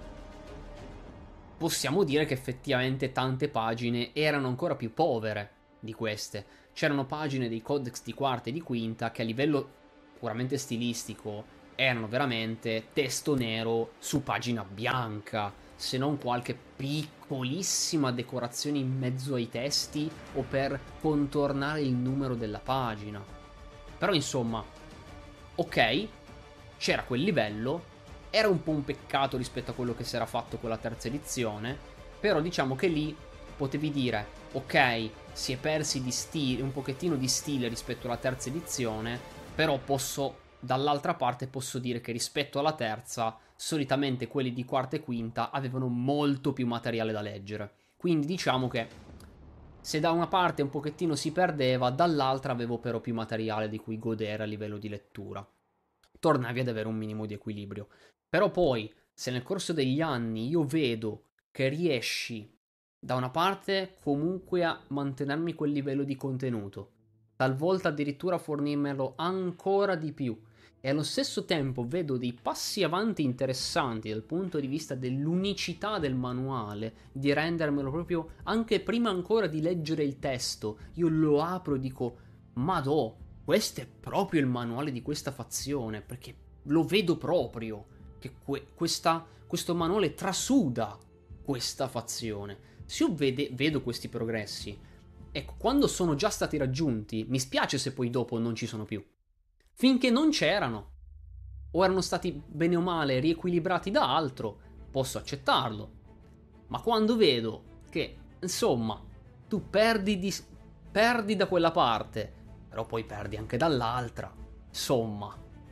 possiamo dire che effettivamente tante pagine erano ancora più povere di queste. C'erano pagine dei codex di quarta e di quinta che a livello puramente stilistico erano veramente testo nero su pagina bianca, se non qualche piccolissima decorazione in mezzo ai testi o per contornare il numero della pagina. Però insomma, ok, c'era quel livello, era un po' un peccato rispetto a quello che si era fatto con la terza edizione, però diciamo che lì potevi dire, ok, si è persi di stile, un pochettino di stile rispetto alla terza edizione, però dall'altra parte posso dire che rispetto alla terza, solitamente quelli di quarta e quinta avevano molto più materiale da leggere. Quindi diciamo che se da una parte un pochettino si perdeva, dall'altra avevo però più materiale di cui godere a livello di lettura. Tornavi ad avere un minimo di equilibrio. Però poi, se nel corso degli anni io vedo che riesci da una parte comunque a mantenermi quel livello di contenuto, talvolta addirittura fornirmelo ancora di più, e allo stesso tempo vedo dei passi avanti interessanti dal punto di vista dell'unicità del manuale, di rendermelo proprio anche prima ancora di leggere il testo, io lo apro e dico, madò, questo è proprio il manuale di questa fazione, perché lo vedo proprio che questo manuale trasuda questa fazione. Se io vedo questi progressi, ecco, quando sono già stati raggiunti, mi spiace se poi dopo non ci sono più. Finché non c'erano, o erano stati bene o male riequilibrati da altro, posso accettarlo. Ma quando vedo che, insomma, tu perdi da quella parte, però poi perdi anche dall'altra, insomma,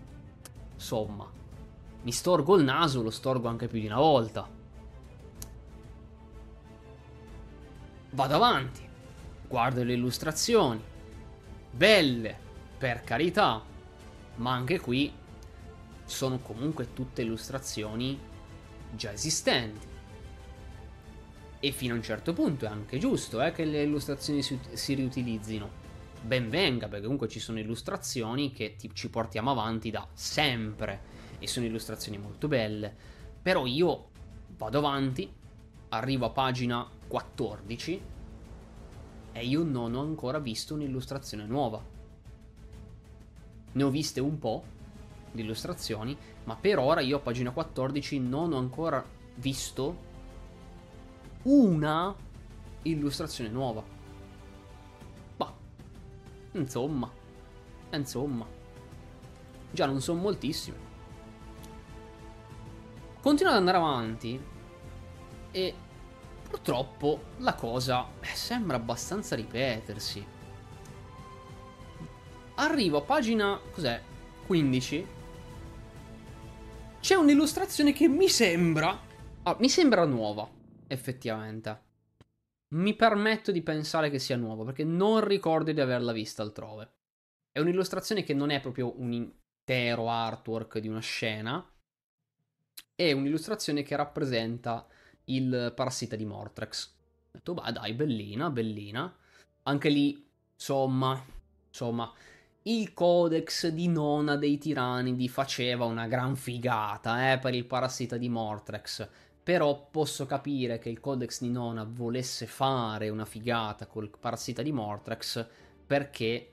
mi storgo il naso, lo storgo anche più di una volta. Vado avanti, guardo le illustrazioni, belle, per carità, ma anche qui sono comunque tutte illustrazioni già esistenti. E fino a un certo punto è anche giusto che le illustrazioni si riutilizzino. Ben venga, perché comunque ci sono illustrazioni che ci portiamo avanti da sempre e sono illustrazioni molto belle. Però io vado avanti, arrivo a pagina 14 e io non ho ancora visto un'illustrazione nuova. Ne ho viste un po', di illustrazioni, ma per ora io a pagina 14 non ho ancora visto una illustrazione nuova. Bah, insomma, già non sono moltissime. Continua ad andare avanti e purtroppo la cosa sembra abbastanza ripetersi. Arrivo a pagina, cos'è? 15. C'è un'illustrazione che mi sembra nuova, effettivamente. Mi permetto di pensare che sia nuova, perché non ricordo di averla vista altrove. È un'illustrazione che non è proprio un intero artwork di una scena, è un'illustrazione che rappresenta il parassita di Mortrex. Ho detto, bah dai, bellina, bellina. Anche lì, insomma, il codex di Nona dei Tiranidi faceva una gran figata, per il parassita di Mortrex. Però posso capire che il codex di Nona volesse fare una figata col parassita di Mortrex perché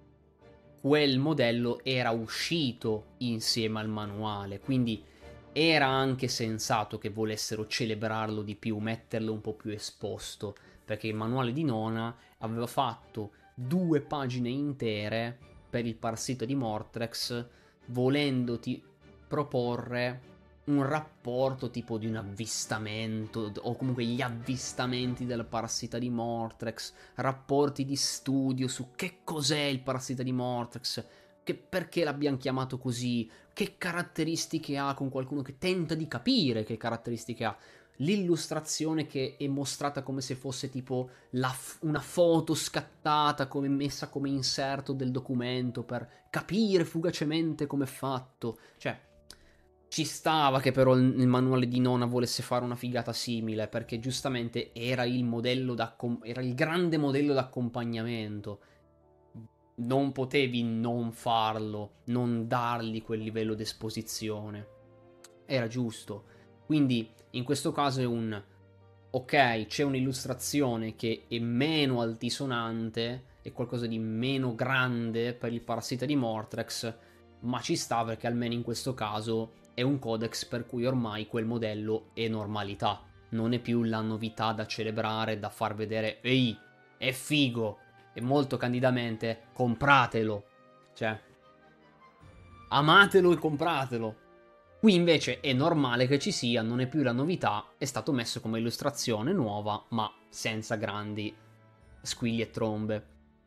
quel modello era uscito insieme al manuale, quindi era anche sensato che volessero celebrarlo di più, metterlo un po' più esposto, perché il manuale di Nona aveva fatto 2 pagine intere per il parassita di Mortrex, volendoti proporre un rapporto tipo di un avvistamento, o comunque gli avvistamenti del parassita di Mortrex, rapporti di studio su che cos'è il parassita di Mortrex, perché l'abbiamo chiamato così, che caratteristiche ha, con qualcuno che tenta di capire che caratteristiche ha. L'illustrazione che è mostrata come se fosse tipo una foto scattata, come messa come inserto del documento per capire fugacemente come è fatto. Cioè, ci stava che però il manuale di Nona volesse fare una figata simile, perché giustamente era il modello era il grande modello d'accompagnamento. Non potevi non farlo, non dargli quel livello di esposizione. Era giusto. Quindi in questo caso è un ok, c'è un'illustrazione che è meno altisonante, è qualcosa di meno grande per il parassita di Mortrex, ma ci sta perché almeno in questo caso è un codex per cui ormai quel modello è normalità, non è più la novità da celebrare, da far vedere, ehi, è figo, e molto candidamente compratelo, cioè amatelo e compratelo. Qui invece è normale che ci sia, non è più la novità, è stato messo come illustrazione nuova, ma senza grandi squilli e trombe.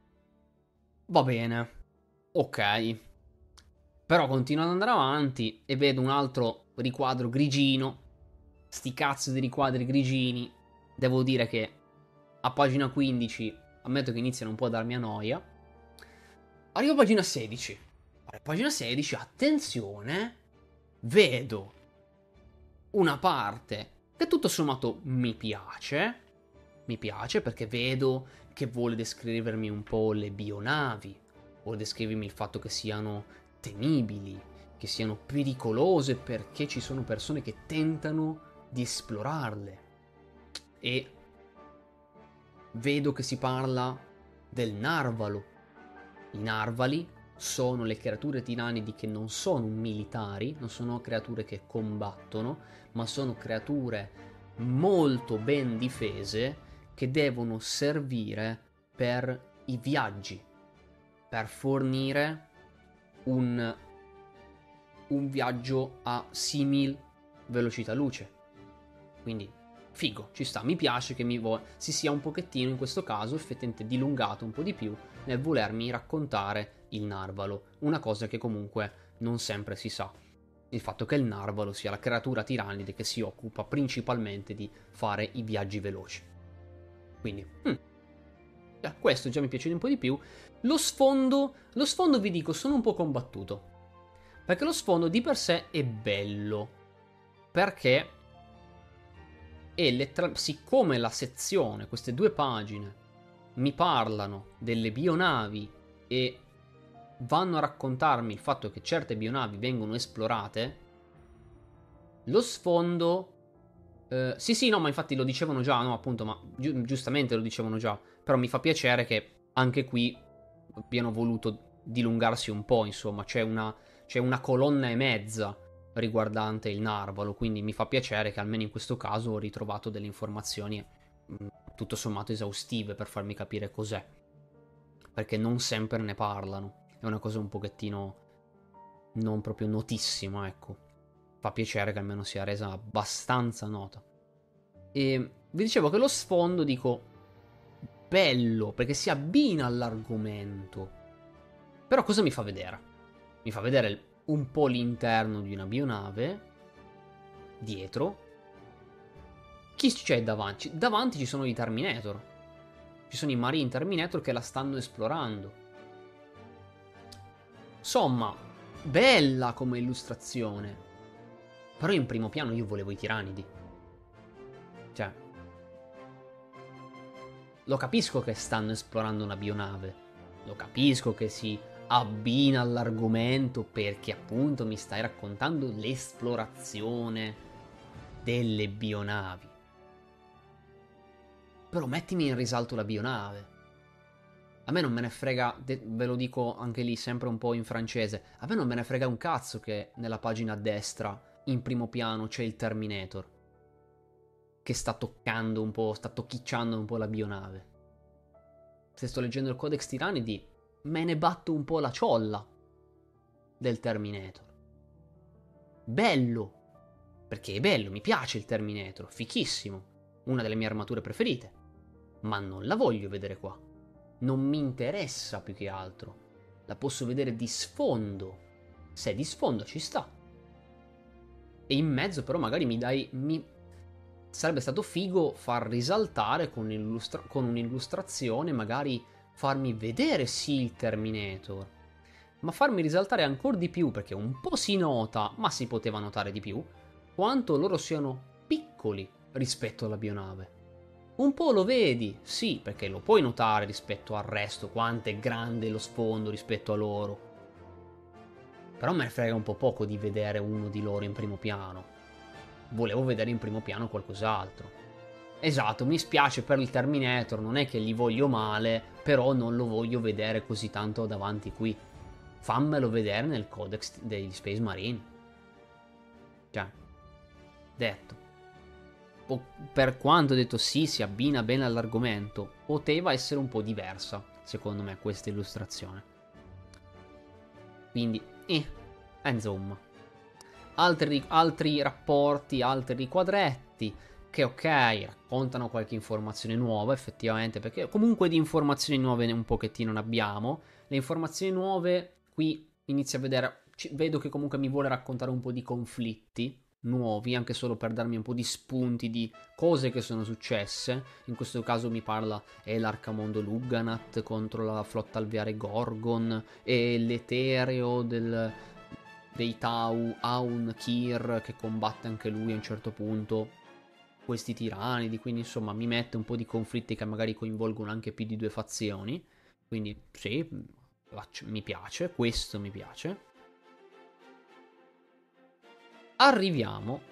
Va bene, ok. Però continuo ad andare avanti e vedo un altro riquadro grigino. Sti cazzo di riquadri grigini. Devo dire che a pagina 15 ammetto che iniziano un po' a darmi a noia. Arrivo a pagina 16. A pagina 16, attenzione, vedo una parte che tutto sommato mi piace. Mi piace perché vedo che vuole descrivermi un po' le bionavi. Vuole descrivermi il fatto che siano temibili, che siano pericolose perché ci sono persone che tentano di esplorarle. E vedo che si parla del narvalo. I narvali sono le creature tiranidi che non sono militari, non sono creature che combattono, ma sono creature molto ben difese che devono servire per i viaggi, per fornire un viaggio a simil velocità luce. Quindi figo, ci sta, mi piace che si sia un pochettino in questo caso effettivamente dilungato un po' di più nel volermi raccontare il narvalo, una cosa che comunque non sempre si sa. Il fatto che il narvalo sia la creatura tiranide che si occupa principalmente di fare i viaggi veloci. Quindi, questo già mi piace un po' di più. Lo sfondo vi dico, sono un po' combattuto. Perché lo sfondo di per sé è bello. Perché siccome la sezione, queste 2 pagine, mi parlano delle bionavi e vanno a raccontarmi il fatto che certe bionavi vengono esplorate, lo sfondo... sì, no, ma infatti lo dicevano già, no, appunto, ma giustamente lo dicevano già. Però mi fa piacere che anche qui abbiano voluto dilungarsi un po', insomma, c'è c'è una colonna e mezza riguardante il narvalo, quindi mi fa piacere che almeno in questo caso ho ritrovato delle informazioni tutto sommato esaustive per farmi capire cos'è, perché non sempre ne parlano, è una cosa un pochettino non proprio notissima, ecco. Fa piacere che almeno sia resa abbastanza nota. E vi dicevo che lo sfondo, dico, bello, perché si abbina all'argomento. Però cosa mi fa vedere? Mi fa vedere un po' l'interno di una bionave, dietro. Chi c'è davanti? Davanti ci sono i Terminator. Ci sono i Marine Terminator che la stanno esplorando. Insomma, bella come illustrazione. Però in primo piano io volevo i tiranidi. Cioè, lo capisco che stanno esplorando una bionave. Lo capisco che si abbina all'argomento perché appunto mi stai raccontando l'esplorazione delle bionavi. Però mettimi in risalto la bionave. A me non me ne frega, ve lo dico anche lì sempre un po' in francese, a me non me ne frega un cazzo che nella pagina a destra, in primo piano, c'è il Terminator che sta toccando un po', sta tocchicciando un po' la bionave. Se sto leggendo il Codex Tiranidi, me ne batto un po' la ciolla del Terminator. Bello, perché è bello, mi piace il Terminator, fichissimo, una delle mie armature preferite. Ma non la voglio vedere qua. Non mi interessa più che altro. La posso vedere di sfondo. Se è di sfondo ci sta. E in mezzo però magari mi dai... Sarebbe stato figo far risaltare con un'illustrazione, magari farmi vedere sì il Terminator, ma farmi risaltare ancora di più, perché un po' si nota, ma si poteva notare di più, quanto loro siano piccoli rispetto alla bionave. Un po' lo vedi, sì, perché lo puoi notare rispetto al resto, quanto è grande lo sfondo rispetto a loro. Però me ne frega un po' poco di vedere uno di loro in primo piano. Volevo vedere in primo piano qualcos'altro. Esatto, mi spiace per il Terminator, non è che gli voglio male, però non lo voglio vedere così tanto davanti qui. Fammelo vedere nel Codex degli Space Marine. Cioè, detto. Per quanto ho detto sì, si abbina bene all'argomento, poteva essere un po' diversa, secondo me, questa illustrazione. Quindi, insomma. Altri rapporti, altri riquadretti, che ok, raccontano qualche informazione nuova, effettivamente, perché comunque di informazioni nuove un pochettino ne abbiamo. Le informazioni nuove, qui inizio a vedere, vedo che comunque mi vuole raccontare un po' di conflitti nuovi, anche solo per darmi un po' di spunti di cose che sono successe. In questo caso mi parla l'Arcamondo Luganat contro la flotta alveare Gorgon e l'Etereo dei Tau, Aun Kir, che combatte anche lui a un certo punto questi tiranidi, quindi insomma mi mette un po' di conflitti che magari coinvolgono anche più di due fazioni, quindi sì, mi piace, questo mi piace. Arriviamo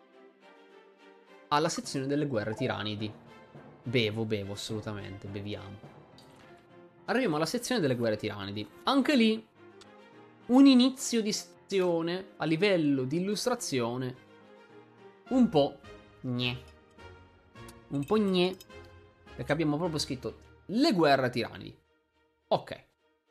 alla sezione delle guerre tiranidi. Bevo assolutamente, beviamo. Arriviamo alla sezione delle guerre tiranidi. Anche lì un inizio di sezione a livello di illustrazione un po' gne. Un po' gne, perché abbiamo proprio scritto le guerre tiranidi. Ok.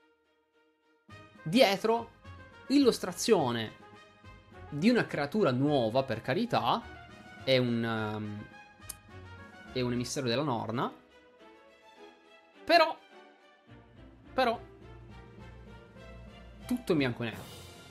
Dietro illustrazione di una creatura nuova, per carità, è un emissario della Norna, però tutto in bianco e nero.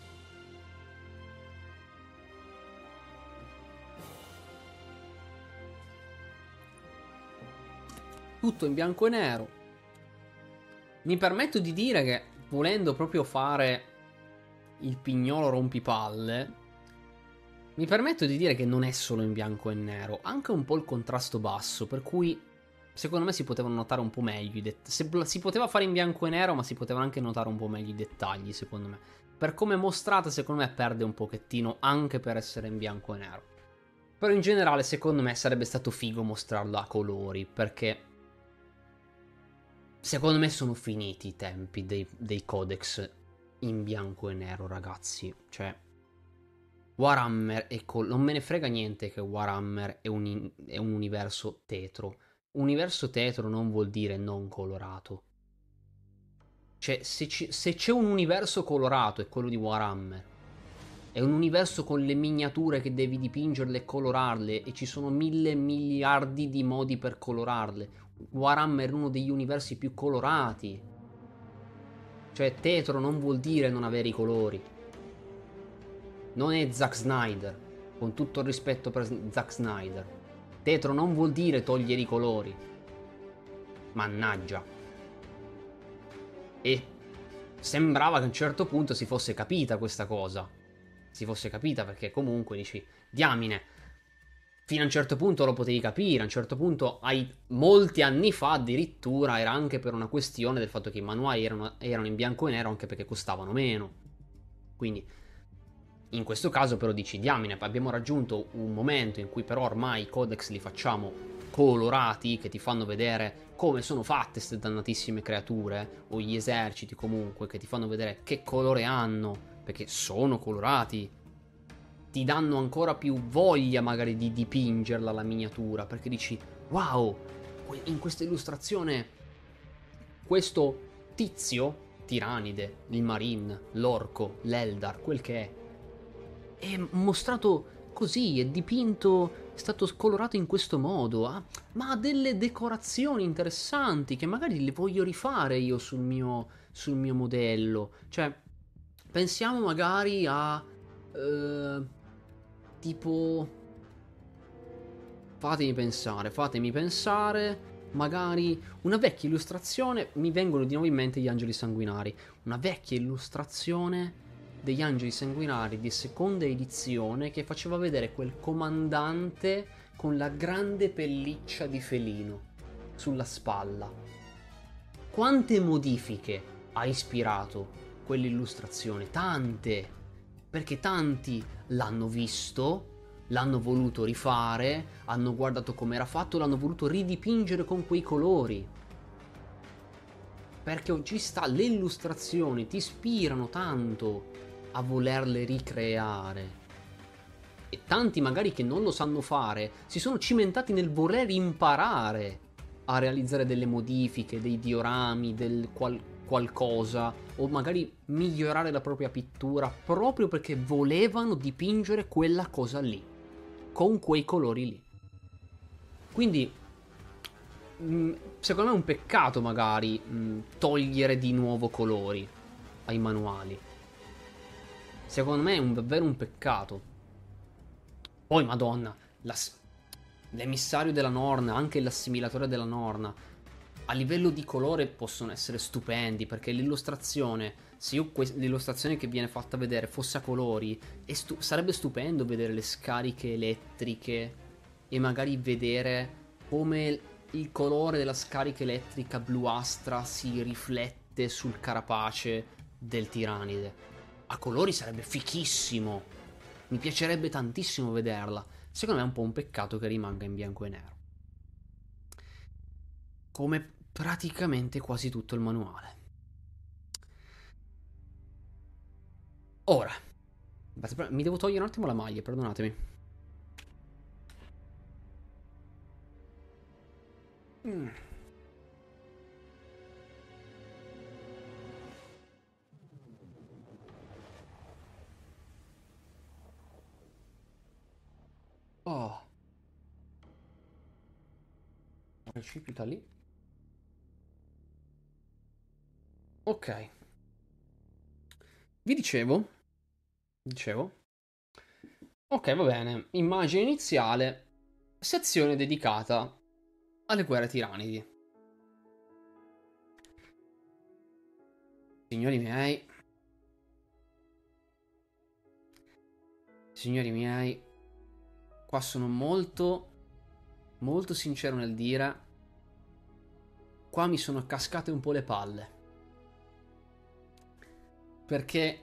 Tutto in bianco e nero. Mi permetto di dire che, volendo proprio fare il pignolo rompipalle, mi permetto di dire che non è solo in bianco e nero, anche un po' il contrasto basso, per cui secondo me si potevano notare un po' meglio si poteva fare in bianco e nero, ma si potevano anche notare un po' meglio i dettagli, secondo me. Per come è mostrata, secondo me perde un pochettino anche per essere in bianco e nero. Però in generale, secondo me sarebbe stato figo mostrarla a colori, perché secondo me sono finiti i tempi dei codex in bianco e nero, ragazzi. Cioè, Warhammer non me ne frega niente che Warhammer è un universo tetro. Universo tetro non vuol dire non colorato. Cioè, se c'è un universo colorato, è quello di Warhammer. È un universo con le miniature che devi dipingerle e colorarle, e ci sono 1.000 miliardi di modi per colorarle. Warhammer è uno degli universi più colorati. Cioè, tetro non vuol dire non avere i colori. Non è Zack Snyder, con tutto il rispetto per Zack Snyder. Tetro non vuol dire togliere i colori. Mannaggia. E sembrava che a un certo punto si fosse capita questa cosa. Si fosse capita perché comunque dici, diamine, fino a un certo punto lo potevi capire, a un certo punto, molti anni fa addirittura, era anche per una questione del fatto che i manuali erano in bianco e nero anche perché costavano meno. Quindi, in questo caso però dici, diamine, abbiamo raggiunto un momento in cui però ormai i codex li facciamo colorati, che ti fanno vedere come sono fatte queste dannatissime creature, o gli eserciti comunque, che ti fanno vedere che colore hanno, perché sono colorati. Ti danno ancora più voglia magari di dipingerla la miniatura, perché dici, wow, in questa illustrazione questo tizio, Tiranide, il Marine, l'Orco, l'Eldar, quel che è mostrato così, è dipinto, è stato colorato in questo modo, ma ha delle decorazioni interessanti che magari le voglio rifare io sul mio modello. Cioè, pensiamo magari a tipo, fatemi pensare, magari una vecchia illustrazione, mi vengono di nuovo in mente gli angeli sanguinari, una vecchia illustrazione degli angeli sanguinari di seconda edizione che faceva vedere quel comandante con la grande pelliccia di felino sulla spalla. Quante modifiche ha ispirato quell'illustrazione? Tante! Perché tanti l'hanno visto, l'hanno voluto rifare, hanno guardato come era fatto, l'hanno voluto ridipingere con quei colori. Perché oggi le illustrazioni ti ispirano tanto a volerle ricreare. E tanti magari che non lo sanno fare si sono cimentati nel voler imparare a realizzare delle modifiche, dei diorami, qualcosa, o magari migliorare la propria pittura proprio perché volevano dipingere quella cosa lì, con quei colori lì. Quindi, secondo me è un peccato magari togliere di nuovo colori ai manuali. Secondo me è davvero un peccato. Poi, madonna, l'emissario della Norna, anche l'assimilatore della Norna, a livello di colore possono essere stupendi, perché l'illustrazione, se io l'illustrazione che viene fatta vedere fosse a colori, sarebbe stupendo vedere le scariche elettriche e magari vedere come il colore della scarica elettrica bluastra si riflette sul carapace del tiranide. A colori sarebbe fichissimo. Mi piacerebbe tantissimo vederla. Secondo me è un po' un peccato che rimanga in bianco e nero. Come praticamente quasi tutto il manuale. Ora, mi devo togliere un attimo la maglia, perdonatemi. Mm. Oh, precipita lì. Ok, vi dicevo. Ok, va bene. Immagine iniziale, sezione dedicata alle guerre tiranidi. Signori miei, signori miei, qua sono molto sincero nel dire, qua mi sono cascate un po' le palle. Perché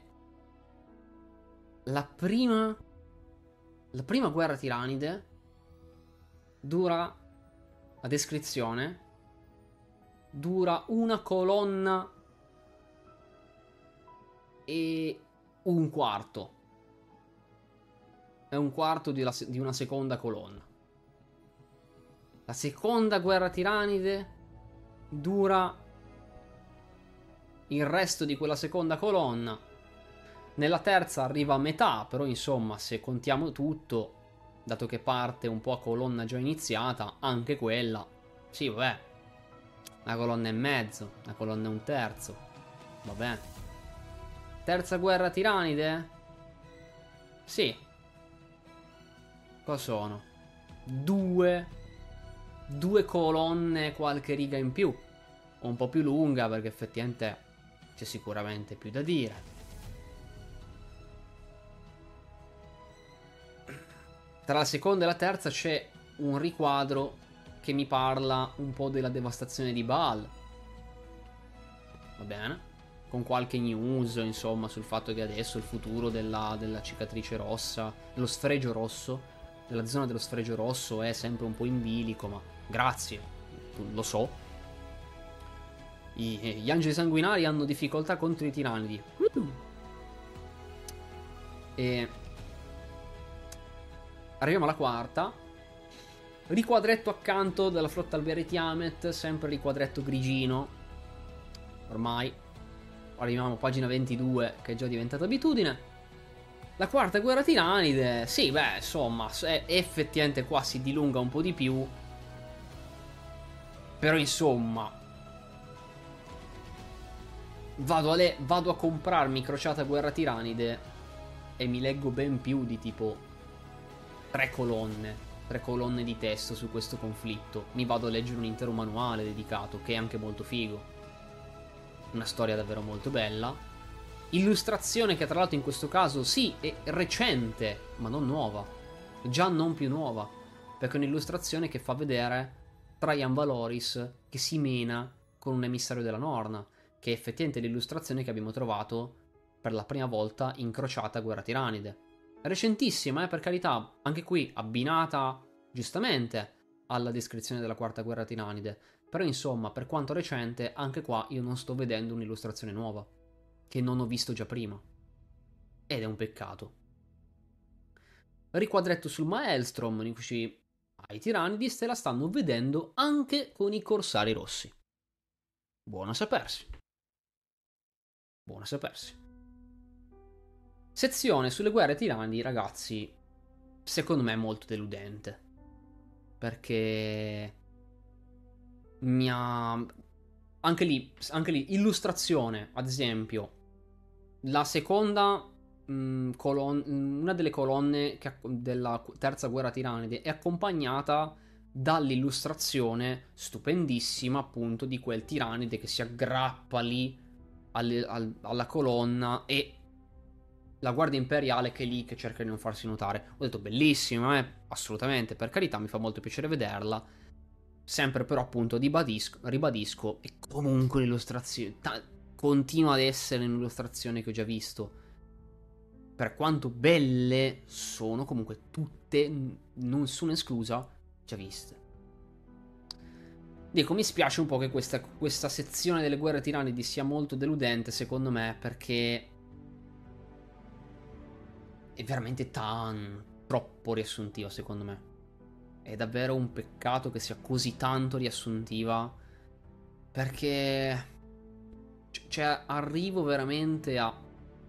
la prima guerra tiranide dura, la descrizione, dura una colonna e un quarto. È un quarto di una seconda colonna. La seconda guerra tiranide dura il resto di quella seconda colonna. Nella terza arriva a metà, però insomma, se contiamo tutto, dato che parte un po' a colonna già iniziata, anche quella, sì, vabbè, una colonna e mezzo, una colonna e un terzo, vabbè. Terza guerra tiranide? Sì. Cosa sono? Due colonne e qualche riga in più. Un po' più lunga perché effettivamente c'è sicuramente più da dire. Tra la seconda e la terza c'è un riquadro che mi parla un po' della devastazione di Baal. Va bene? Con qualche news, insomma, sul fatto che adesso il futuro della cicatrice rossa, dello sfregio rosso, della zona dello sfregio rosso è sempre un po' in bilico, ma grazie, lo so. Gli angeli sanguinari hanno difficoltà contro i tiranidi. E arriviamo alla quarta. Riquadretto accanto della flotta alberei Tiamat, sempre riquadretto grigino. Ormai arriviamo a pagina 22, che è già diventata abitudine. La quarta guerra tiranide, sì, beh, insomma, effettivamente qua si dilunga un po' di più. Però insomma, vado a comprarmi Crociata Guerra Tiranide e mi leggo ben più di tipo 3 colonne di testo su questo conflitto. Mi vado a leggere un intero manuale dedicato, che è anche molto figo. Una storia davvero molto bella. Illustrazione che tra l'altro in questo caso sì, è recente, ma non nuova. Già non più nuova, perché è un'illustrazione che fa vedere Trajan Valoris che si mena con un emissario della Norna, che è effettivamente l'illustrazione che abbiamo trovato per la prima volta in Crociata Guerra Tiranide. Recentissima, per carità, anche qui abbinata giustamente alla descrizione della quarta guerra tiranide, però insomma, per quanto recente, anche qua io non sto vedendo un'illustrazione nuova, che non ho visto già prima. Ed è un peccato. Riquadretto sul Maelstrom, in cui i tiranidi se la stanno vedendo anche con i corsari rossi. Buono a sapersi. Buono a sapersi. Sezione sulle guerre tiranidi, ragazzi, secondo me è molto deludente. Perché mi ha... Anche lì, illustrazione, ad esempio. La seconda una delle colonne della terza guerra tiranide è accompagnata dall'illustrazione stupendissima, appunto, di quel tiranide che si aggrappa lì alla colonna e la guardia imperiale che è lì che cerca di non farsi notare. Ho detto bellissima, assolutamente, per carità, mi fa molto piacere vederla. Sempre però appunto ribadisco, e comunque l'illustrazione continua ad essere un'illustrazione che ho già visto. Per quanto belle sono, comunque tutte, nessuna esclusa, già viste. Dico, mi spiace un po' che questa sezione delle guerre tiranidi sia molto deludente, secondo me, perché è veramente troppo riassuntiva, secondo me. È davvero un peccato che sia così tanto riassuntiva, perché cioè arrivo veramente a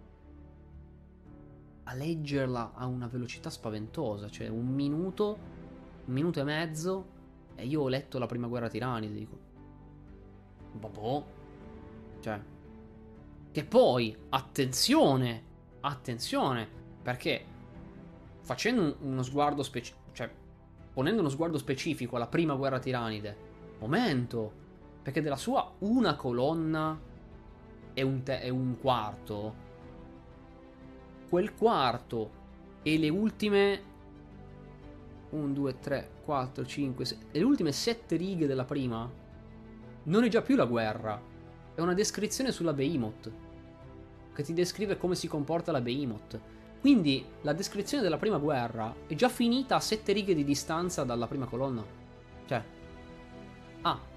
leggerla a una velocità spaventosa, cioè un minuto e mezzo e io ho letto la prima guerra tiranide, dico boh, cioè, che poi attenzione, perché facendo uno sguardo cioè ponendo uno sguardo specifico alla prima guerra tiranide, momento, perché della sua una colonna e un quarto, quel quarto e le ultime 1, 2, 3, 4, 5, 6, le ultime 7 righe della prima non è già più la guerra, è una descrizione sulla Behemoth che ti descrive come si comporta la Behemoth. Quindi la descrizione della prima guerra è già finita a 7 righe di distanza dalla prima colonna. Cioè,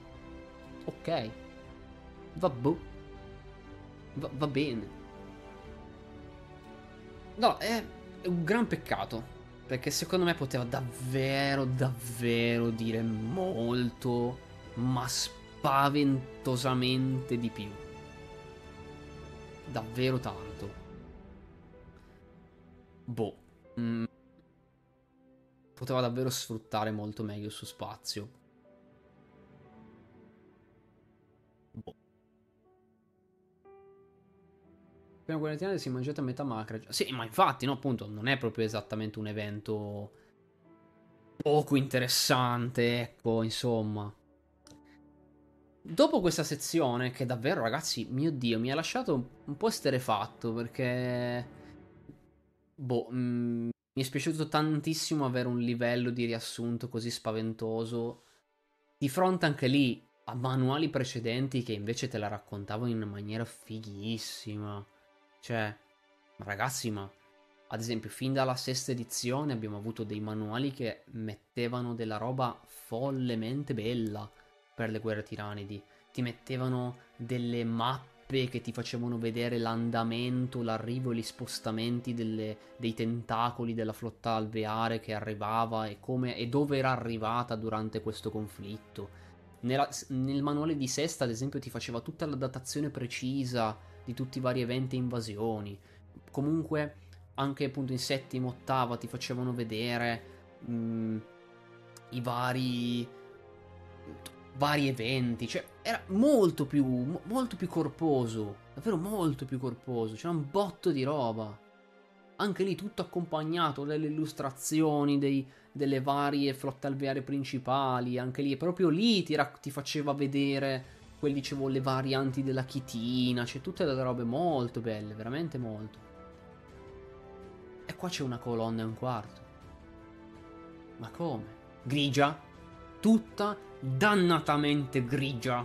ok, va bene. No, è un gran peccato. Perché secondo me poteva davvero, davvero dire molto, ma spaventosamente di più. Davvero tanto. Boh. mm, Poteva davvero sfruttare molto meglio il suo spazio. Boh. Prima guardia si è mangiata a metà macra. Sì, ma infatti, no, appunto, non è proprio esattamente un evento poco interessante, ecco, insomma. Dopo questa sezione, che davvero, ragazzi, mio Dio, mi ha lasciato un po' esterrefatto, perché... Boh, mi è spiaciuto tantissimo avere un livello di riassunto così spaventoso. Di fronte anche lì a manuali precedenti che invece te la raccontavano in maniera fighissima. Cioè, ragazzi, ma ad esempio, fin dalla sesta edizione abbiamo avuto dei manuali che mettevano della roba follemente bella per le guerre tiranidi. Ti mettevano delle mappe che ti facevano vedere l'andamento, l'arrivo e gli spostamenti dei tentacoli della flotta alveare che arrivava e come e dove era arrivata durante questo conflitto. Nel manuale di Sesta, ad esempio, ti faceva tutta la datazione precisa di tutti i vari eventi e invasioni. Comunque, anche appunto in settima, ottava ti facevano vedere i vari eventi. Cioè, era molto più corposo. Davvero molto più corposo. C'era un botto di roba. Anche lì tutto accompagnato dalle illustrazioni delle varie flotte alveare principali. Anche lì, proprio lì ti faceva vedere quelli, dicevo, le varianti della chitina. C'è tutte delle robe molto belle, veramente molto. E qua c'è una colonna e un quarto. Ma come? Grigia? Tutta dannatamente grigia.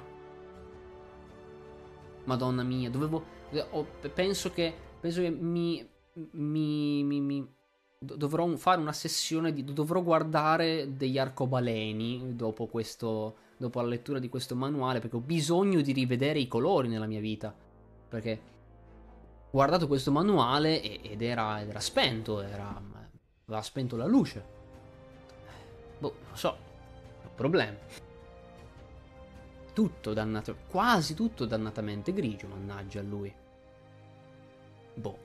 Madonna mia, dovevo... Penso che dovrò fare una sessione dovrò guardare degli arcobaleni dopo questo... Dopo la lettura di questo manuale, perché ho bisogno di rivedere i colori nella mia vita. Perché ho guardato questo manuale ed era spento, aveva spento la luce. Boh, non so, ho problemi. Tutto dannato, quasi tutto dannatamente grigio, mannaggia a lui. Boh.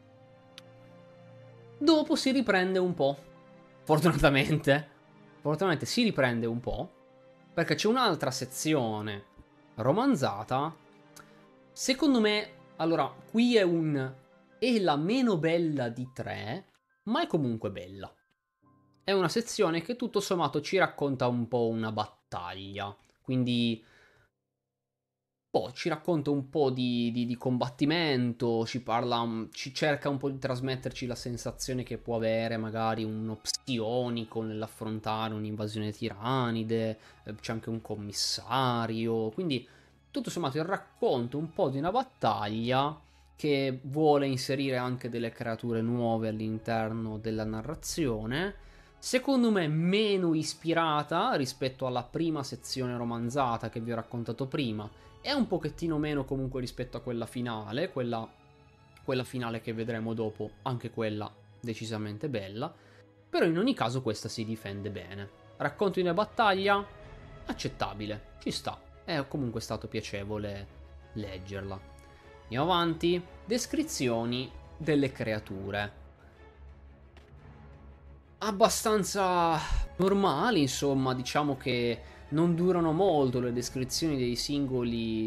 Dopo si riprende un po'. Fortunatamente. Fortunatamente si riprende un po'. Perché c'è un'altra sezione romanzata. Secondo me, allora, qui è la meno bella di tre, ma è comunque bella. È una sezione che tutto sommato ci racconta un po' una battaglia. Quindi boh, ci racconta un po' di combattimento, ci cerca un po' di trasmetterci la sensazione che può avere magari uno psionico nell'affrontare un'invasione tiranide, c'è anche un commissario, quindi tutto sommato il racconto un po' di una battaglia che vuole inserire anche delle creature nuove all'interno della narrazione. Secondo me meno ispirata rispetto alla prima sezione romanzata che vi ho raccontato prima, è un pochettino meno comunque rispetto a quella finale, quella finale che vedremo dopo, anche quella decisamente bella, però in ogni caso questa si difende bene. Racconto di una battaglia? Accettabile, ci sta, è comunque stato piacevole leggerla. Andiamo avanti, descrizioni delle creature. Abbastanza normali, insomma, diciamo che non durano molto le descrizioni dei singoli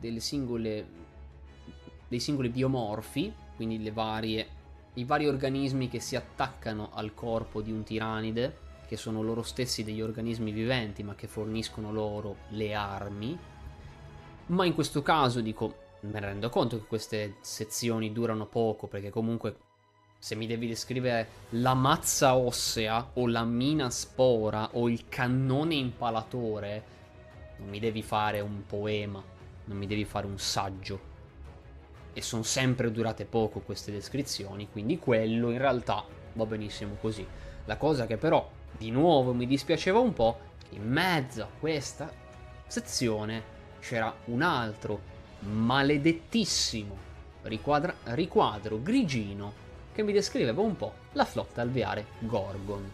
dei singoli biomorfi, quindi i vari organismi che si attaccano al corpo di un tiranide, che sono loro stessi degli organismi viventi, ma che forniscono loro le armi. Ma in questo caso dico, me ne rendo conto che queste sezioni durano poco, perché comunque se mi devi descrivere la mazza ossea o la mina spora o il cannone impalatore, non mi devi fare un poema, non mi devi fare un saggio. E sono sempre durate poco queste descrizioni, quindi quello in realtà va benissimo così. La cosa che però di nuovo mi dispiaceva un po', che in mezzo a questa sezione c'era un altro maledettissimo riquadro grigino che mi descriveva un po' la flotta alveare Gorgon.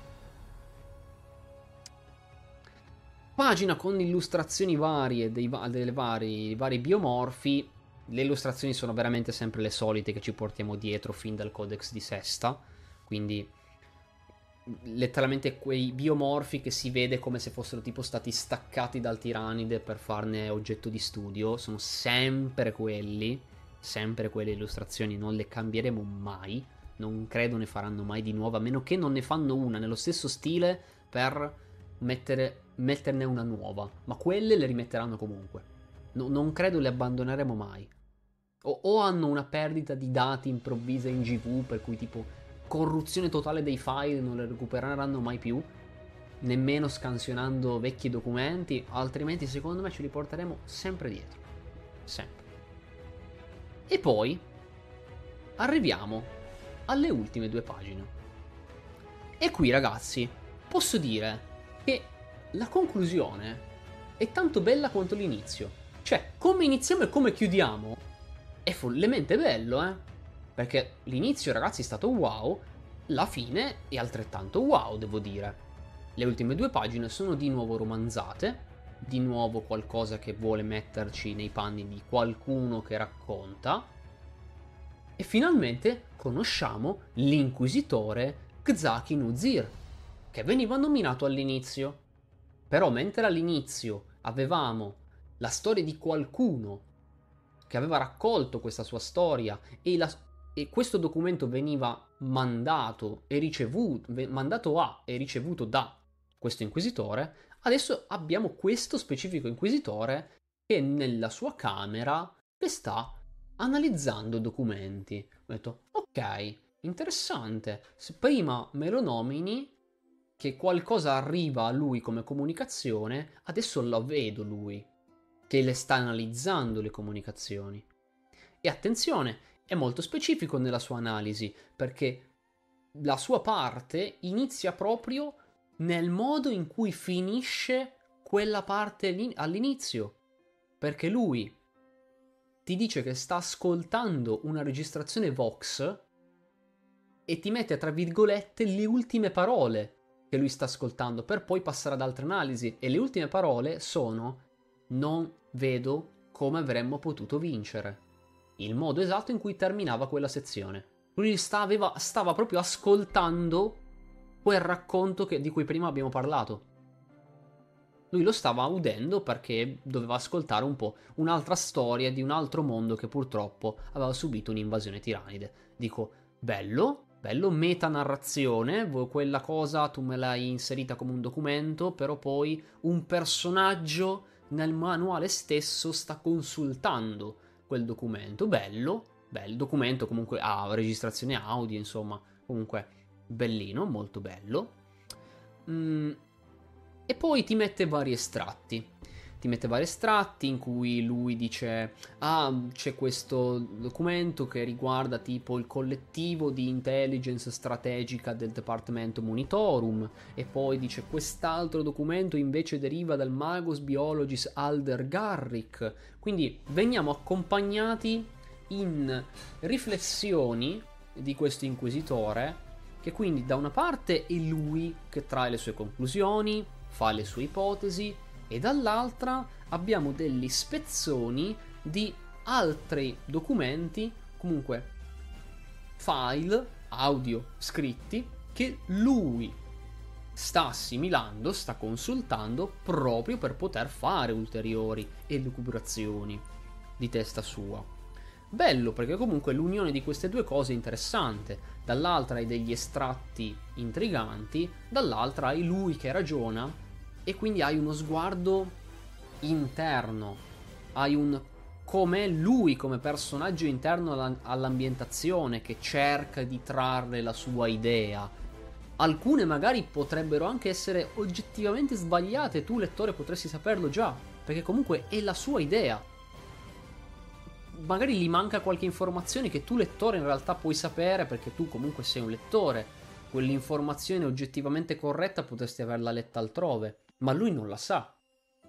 Pagina con illustrazioni varie dei vari biomorfi. Le illustrazioni sono veramente sempre le solite che ci portiamo dietro fin dal Codex di Sesta, quindi letteralmente quei biomorfi che si vede come se fossero tipo stati staccati dal tiranide per farne oggetto di studio, sono sempre quelle illustrazioni, non le cambieremo mai, non credo ne faranno mai di nuovo, a meno che non ne fanno una nello stesso stile per metterne una nuova, ma quelle le rimetteranno comunque. Non credo le abbandoneremo mai. O hanno una perdita di dati improvvisa in GV, per cui tipo corruzione totale dei file, non le recupereranno mai più, nemmeno scansionando vecchi documenti, altrimenti secondo me ce li porteremo sempre dietro. Sempre. E poi arriviamo alle ultime 2 pagine. E qui, ragazzi, posso dire che la conclusione è tanto bella quanto l'inizio. Cioè, come iniziamo e come chiudiamo è follemente bello, Perché l'inizio, ragazzi, è stato wow, la fine è altrettanto wow, devo dire. Le ultime 2 pagine sono di nuovo romanzate, di nuovo qualcosa che vuole metterci nei panni di qualcuno che racconta, e finalmente conosciamo l'inquisitore Gzaki Nuzir, che veniva nominato all'inizio. Però mentre all'inizio avevamo la storia di qualcuno che aveva raccolto questa sua storia e questo documento veniva mandato e ricevuto, mandato a e ricevuto da questo inquisitore, adesso abbiamo questo specifico inquisitore che nella sua camera che sta analizzando documenti. Ho detto, ok, interessante, se prima me lo nomini che qualcosa arriva a lui come comunicazione, adesso lo vedo lui che le sta analizzando le comunicazioni. E attenzione, è molto specifico nella sua analisi, perché la sua parte inizia proprio nel modo in cui finisce quella parte all'inizio, perché lui ti dice che sta ascoltando una registrazione Vox e ti mette tra virgolette le ultime parole che lui sta ascoltando per poi passare ad altre analisi, e le ultime parole sono: non vedo come avremmo potuto vincere. Il modo esatto in cui terminava quella sezione. Lui stava proprio ascoltando quel racconto di cui prima abbiamo parlato. Lui lo stava udendo perché doveva ascoltare un po' un'altra storia di un altro mondo che purtroppo aveva subito un'invasione tiranide. Dico, bello, metanarrazione, quella cosa tu me l'hai inserita come un documento, però poi un personaggio nel manuale stesso sta consultando quel documento. Bello, documento comunque ha registrazione audio, insomma, comunque bellino, molto bello. E poi ti mette vari estratti. Ti mette vari estratti in cui lui dice: ah, c'è questo documento che riguarda tipo il collettivo di intelligence strategica del Departamento Monitorum, e poi dice quest'altro documento invece deriva dal Magus Biologis Alder Garrick. Quindi veniamo accompagnati in riflessioni di questo inquisitore, che quindi da una parte è lui che trae le sue conclusioni, fa le sue ipotesi, e dall'altra abbiamo degli spezzoni di altri documenti, comunque file, audio, scritti, che lui sta assimilando, sta consultando proprio per poter fare ulteriori elucubrazioni di testa sua. Bello, perché comunque l'unione di queste due cose è interessante. Dall'altra hai degli estratti intriganti, dall'altra hai lui che ragiona, e quindi hai uno sguardo interno, hai un com'è lui come personaggio interno all'ambientazione, che cerca di trarre la sua idea. Alcune magari potrebbero anche essere oggettivamente sbagliate, tu lettore potresti saperlo già, perché comunque è la sua idea. Magari gli manca qualche informazione che tu lettore in realtà puoi sapere, perché tu comunque sei un lettore. Quell'informazione oggettivamente corretta potresti averla letta altrove, ma lui non la sa.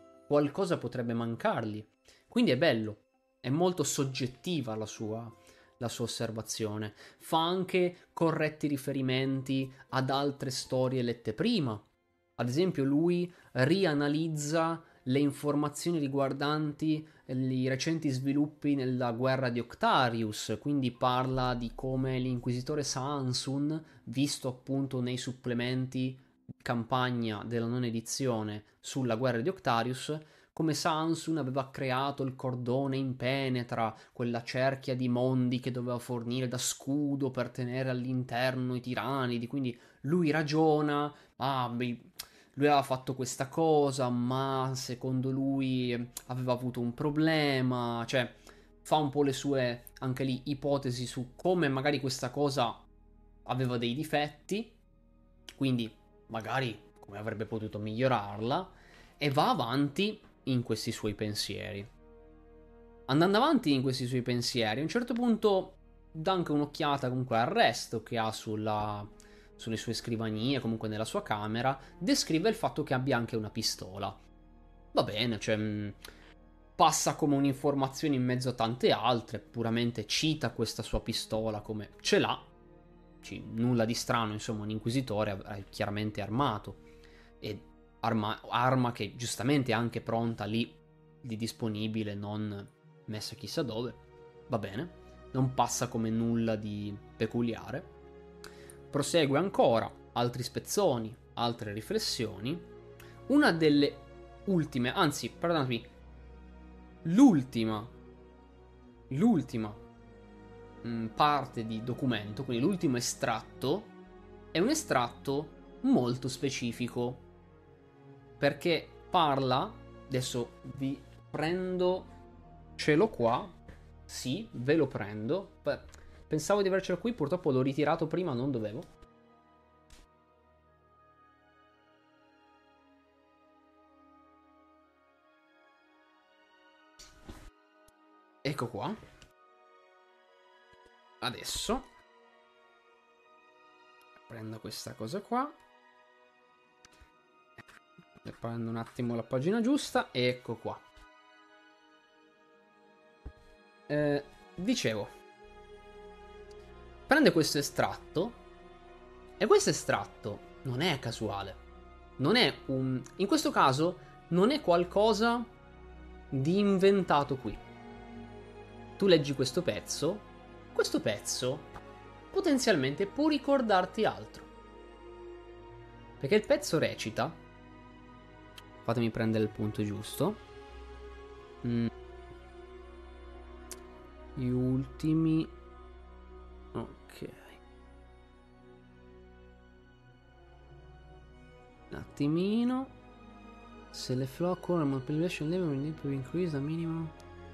Qualcosa potrebbe mancargli. Quindi è bello, è molto soggettiva la sua osservazione, fa anche corretti riferimenti ad altre storie lette prima. Ad esempio, lui rianalizza le informazioni riguardanti i recenti sviluppi nella guerra di Octarius, quindi parla di come l'inquisitore Sansun, visto appunto nei supplementi campagna della nona edizione sulla guerra di Octarius, come Sansun aveva creato il cordone impenetra, quella cerchia di mondi che doveva fornire da scudo per tenere all'interno i tiranidi, quindi lui ragiona, lui aveva fatto questa cosa, ma secondo lui aveva avuto un problema, cioè fa un po' le sue, anche lì, ipotesi su come magari questa cosa aveva dei difetti, quindi magari come avrebbe potuto migliorarla, e va avanti in questi suoi pensieri. Andando avanti in questi suoi pensieri, a un certo punto dà anche un'occhiata comunque al resto che ha sulle sue scrivanie, comunque nella sua camera, descrive il fatto che abbia anche una pistola. Va bene, cioè passa come un'informazione in mezzo a tante altre, puramente cita questa sua pistola come ce l'ha, nulla di strano, insomma, un inquisitore è chiaramente armato, e arma che giustamente è anche pronta lì, di disponibile, non messa chissà dove, va bene, non passa come nulla di peculiare. Prosegue ancora, altri spezzoni, altre riflessioni. Una delle ultime, anzi, perdonami, l'ultima parte di documento, quindi l'ultimo estratto, è un estratto molto specifico, perché parla, adesso vi prendo, ce l'ho qua, sì, ve lo prendo, pensavo di avercelo qui, purtroppo l'ho ritirato prima, non dovevo. Ecco qua. Adesso prendo questa cosa qua. E prendo un attimo la pagina giusta. Ecco qua. Dicevo, prende questo estratto, e questo estratto non è casuale, non è in questo caso non è qualcosa di inventato qui. Tu leggi questo pezzo potenzialmente può ricordarti altro, perché il pezzo recita, fatemi prendere il punto giusto, gli ultimi, ok, un attimino, se le flock or manipulation level will need to increase a minimum,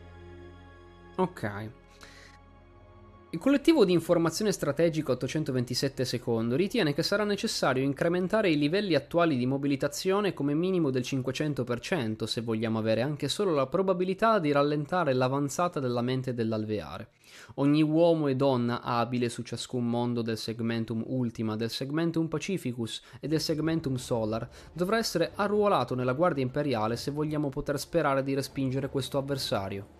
ok. Il collettivo di informazione strategica 827 secondo ritiene che sarà necessario incrementare i livelli attuali di mobilitazione come minimo del 500% se vogliamo avere anche solo la probabilità di rallentare l'avanzata della mente dell'alveare. Ogni uomo e donna abile su ciascun mondo del segmentum Ultima, del segmentum Pacificus e del segmentum Solar dovrà essere arruolato nella Guardia Imperiale se vogliamo poter sperare di respingere questo avversario.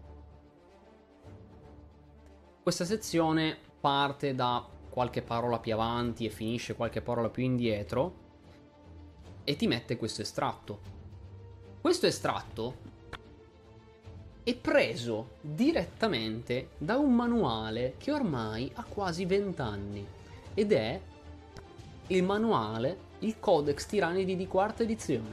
Questa sezione parte da qualche parola più avanti e finisce qualche parola più indietro e ti mette questo estratto. Questo estratto è preso direttamente da un manuale che ormai ha quasi 20 anni ed è il manuale, il Codex Tiranidi di quarta edizione.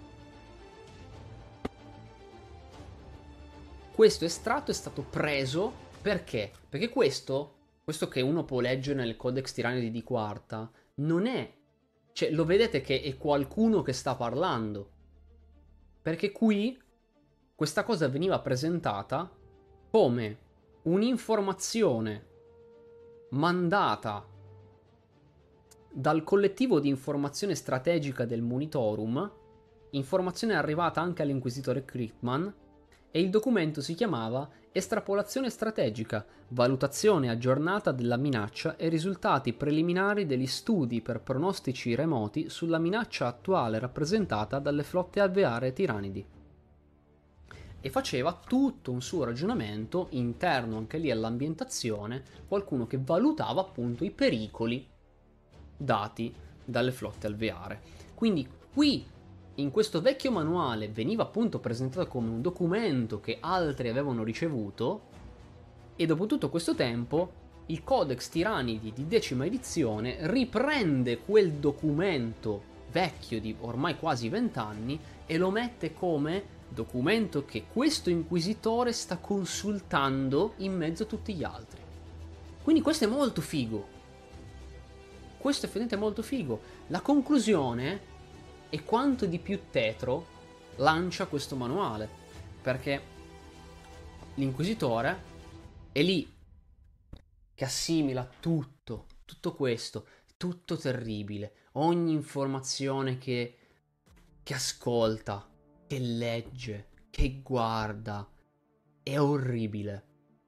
Questo estratto è stato preso perché? Perché questo che uno può leggere nel Codex Tiranidi di quarta non è, cioè lo vedete che è qualcuno che sta parlando, perché qui questa cosa veniva presentata come un'informazione mandata dal collettivo di informazione strategica del Monitorum, informazione arrivata anche all'inquisitore Kryptman, e il documento si chiamava Estrapolazione strategica, valutazione aggiornata della minaccia e risultati preliminari degli studi per pronostici remoti sulla minaccia attuale rappresentata dalle flotte alveare tiranidi. e faceva tutto un suo ragionamento interno anche lì all'ambientazione, qualcuno che valutava appunto i pericoli dati dalle flotte alveare. Quindi qui in questo vecchio manuale veniva appunto presentato come un documento che altri avevano ricevuto, e dopo tutto questo tempo il Codex Tiranidi di 10ª edizione riprende quel documento vecchio di ormai quasi 20 anni e lo mette come documento che questo inquisitore sta consultando in mezzo a tutti gli altri. Quindi questo è molto figo. Questo effettivamente è molto figo. La conclusione è quanto di più tetro lancia questo manuale, perché l'inquisitore è lì che assimila tutto questo, tutto terribile, ogni informazione che ascolta, che legge, che guarda, è orribile.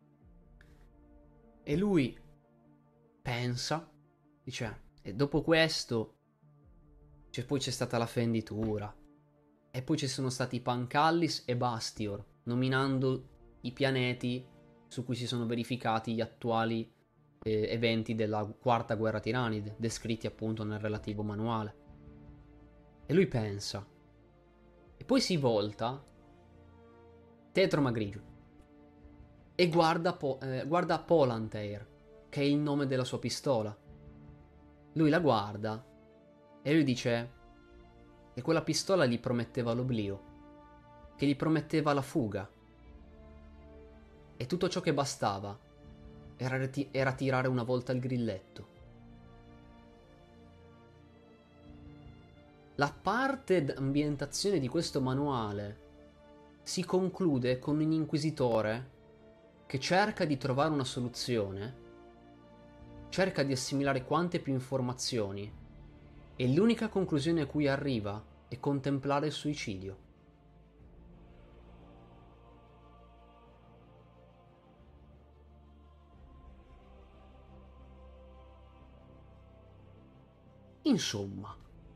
E lui pensa, dice, e dopo questo, poi c'è stata la fenditura, e poi ci sono stati Pancallis e Bastior, nominando i pianeti su cui si sono verificati gli attuali eventi della quarta guerra tiranide, descritti appunto nel relativo manuale. E lui pensa, e poi si volta, tetro grigio, e guarda Polanteir, che è il nome della sua pistola. Lui la guarda e lui dice che quella pistola gli prometteva l'oblio, che gli prometteva la fuga, e tutto ciò che bastava era tirare una volta il grilletto. La parte d'ambientazione di questo manuale si conclude con un inquisitore che cerca di trovare una soluzione, cerca di assimilare quante più informazioni, e l'unica conclusione a cui arriva è contemplare il suicidio. Insomma,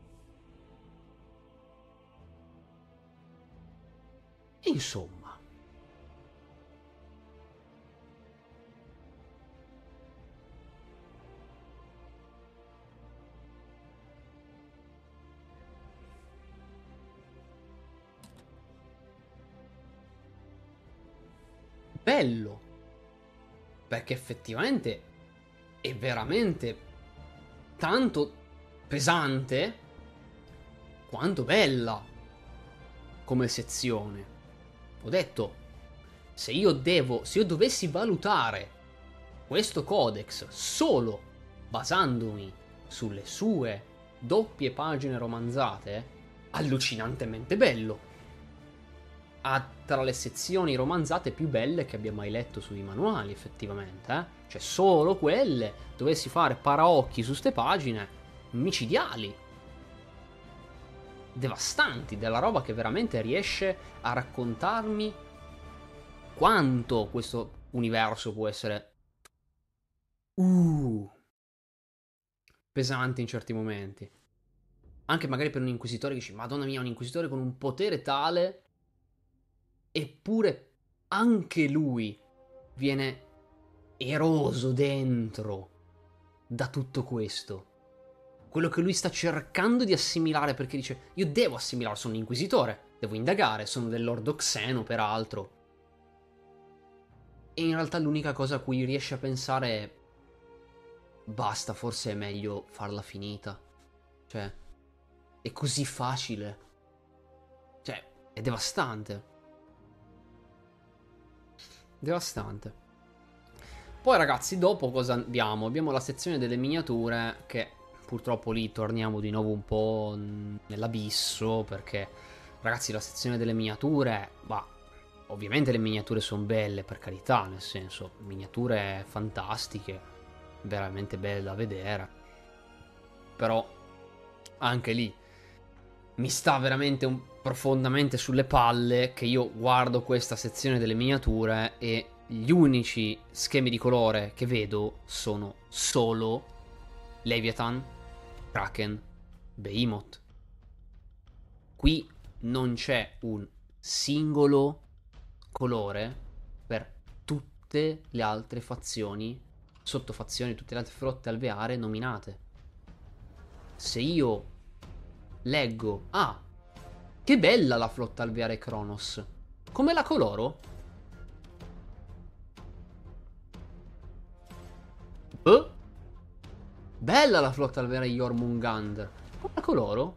bello, perché effettivamente è veramente tanto pesante quanto bella come sezione. Ho detto, se io dovessi valutare questo codex solo basandomi sulle sue doppie pagine romanzate, allucinantemente bello. Ha tra le sezioni romanzate più belle che abbia mai letto sui manuali, effettivamente, eh? Cioè, solo quelle, dovessi fare paraocchi su ste pagine, micidiali, devastanti, della roba che veramente riesce a raccontarmi quanto questo universo può essere pesante in certi momenti. Anche magari per un inquisitore che dici, Madonna mia, un inquisitore con un potere tale, eppure anche lui viene eroso dentro da tutto questo. Quello che lui sta cercando di assimilare, perché dice, io devo assimilare, sono un inquisitore, devo indagare, sono del Lord Xeno peraltro. E in realtà l'unica cosa a cui riesce a pensare è, basta, forse è meglio farla finita. Cioè, è così facile. Cioè, è devastante. Devastante. Poi ragazzi, dopo cosa abbiamo? Abbiamo la sezione delle miniature, che purtroppo lì torniamo di nuovo un po' nell'abisso, perché ragazzi la sezione delle miniature, bah, ovviamente le miniature sono belle, per carità, nel senso, miniature fantastiche, veramente belle da vedere, però anche lì mi sta veramente profondamente sulle palle che io guardo questa sezione delle miniature e gli unici schemi di colore che vedo sono solo Leviathan, Kraken, Behemoth. Qui non c'è un singolo colore per tutte le altre fazioni, sottofazioni, tutte le altre flotte alveare nominate. Se io leggo, ah, che bella la flotta alveare Kronos, come la coloro? Bella la flotta alveare Jormungandr, come la coloro?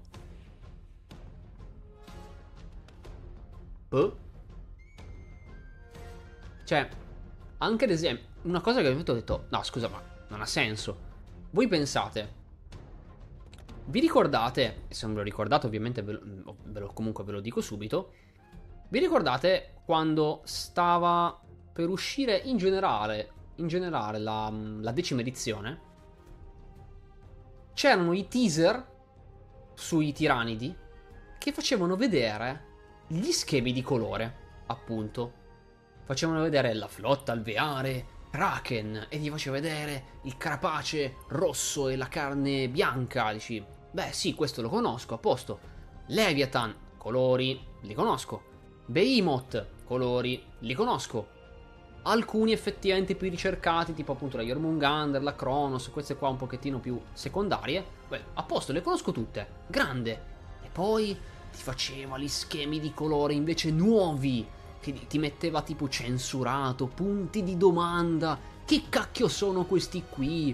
Cioè, anche ad esempio, una cosa che ho detto, no scusa, ma non ha senso. Voi pensate, vi ricordate, e se non ve lo ricordate ovviamente comunque ve lo dico subito, vi ricordate quando stava per uscire in generale la 10ª edizione? C'erano i teaser sui tiranidi che facevano vedere gli schemi di colore, appunto. Facevano vedere la flotta alveare Kraken e ti faceva vedere il carapace rosso e la carne bianca. Dici, beh sì, questo lo conosco, a posto. Leviathan, colori, li conosco. Behemoth, colori, li conosco. Alcuni effettivamente più ricercati, tipo appunto la Jormungandr, la Kronos, queste qua un pochettino più secondarie. Beh, a posto, le conosco tutte. Grande. E poi ti faceva gli schemi di colore invece nuovi, che ti metteva tipo censurato, punti di domanda. Che cacchio sono questi qui?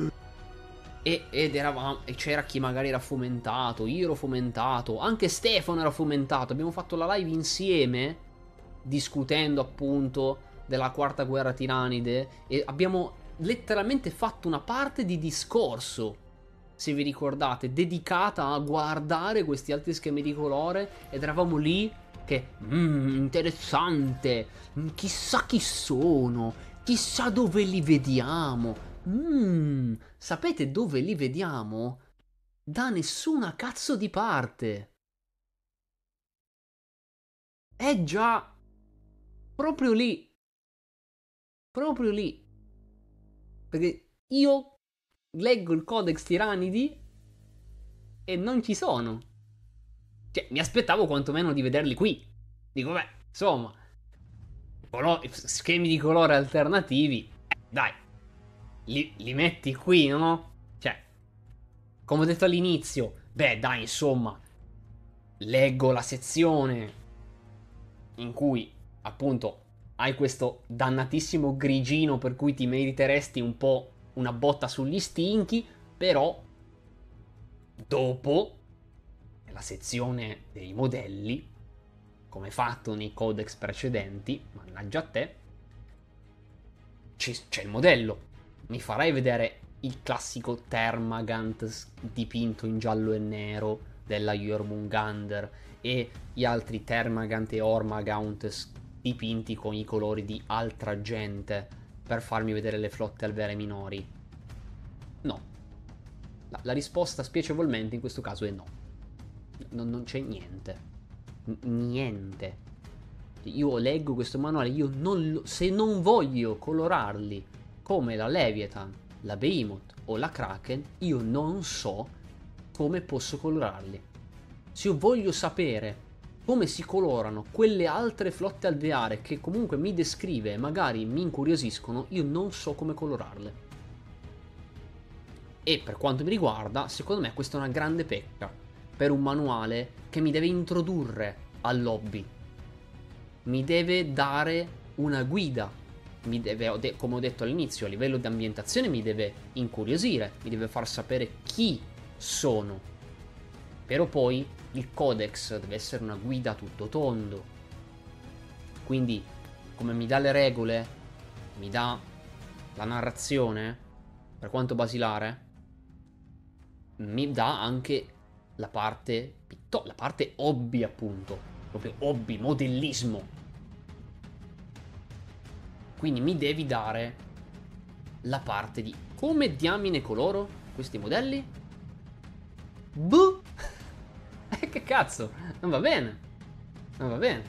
E c'era chi magari era fomentato, io ero fomentato, anche Stefano era fomentato. Abbiamo fatto la live insieme, discutendo appunto della quarta guerra tiranide, e abbiamo letteralmente fatto una parte di discorso, se vi ricordate, dedicata a guardare questi altri schemi di colore, ed eravamo lì che interessante, chissà chi sono, chissà dove li vediamo. Sapete dove li vediamo? Da nessuna cazzo di parte. È già proprio lì. Proprio lì. Perché io leggo il Codex Tiranidi e non ci sono. Cioè, mi aspettavo quantomeno di vederli qui. Dico, beh, insomma, schemi di colore alternativi. Dai, li metti qui, no? Cioè, come ho detto all'inizio, beh, dai, insomma, leggo la sezione in cui, appunto, hai questo dannatissimo grigino per cui ti meriteresti un po' una botta sugli stinchi, però dopo, nella sezione dei modelli, come fatto nei codex precedenti, mannaggia a te, c'è il modello. Mi farai vedere il classico Termagant dipinto in giallo e nero della Jormungandr e gli altri Termagant e Ormagaunt dipinti con i colori di altra gente per farmi vedere le flotte alveare minori? No. La risposta spiacevolmente in questo caso è no. Non c'è niente. Niente. Io leggo questo manuale, se non voglio colorarli come la Leviathan, la Behemoth o la Kraken, io non so come posso colorarli. Se io voglio sapere come si colorano quelle altre flotte alveare che comunque mi descrive e magari mi incuriosiscono, io non so come colorarle. E per quanto mi riguarda, secondo me questa è una grande pecca per un manuale che mi deve introdurre all'hobby. Mi deve dare una guida, come ho detto all'inizio, a livello di ambientazione mi deve incuriosire, mi deve far sapere chi sono. Però poi il codex deve essere una guida a tutto tondo. Quindi, come mi dà le regole, mi dà la narrazione, per quanto basilare, mi dà anche la parte la parte hobby, appunto, proprio hobby, modellismo. Quindi mi devi dare la parte di come diamine coloro questi modelli. Buh. Che cazzo, non va bene, non va bene.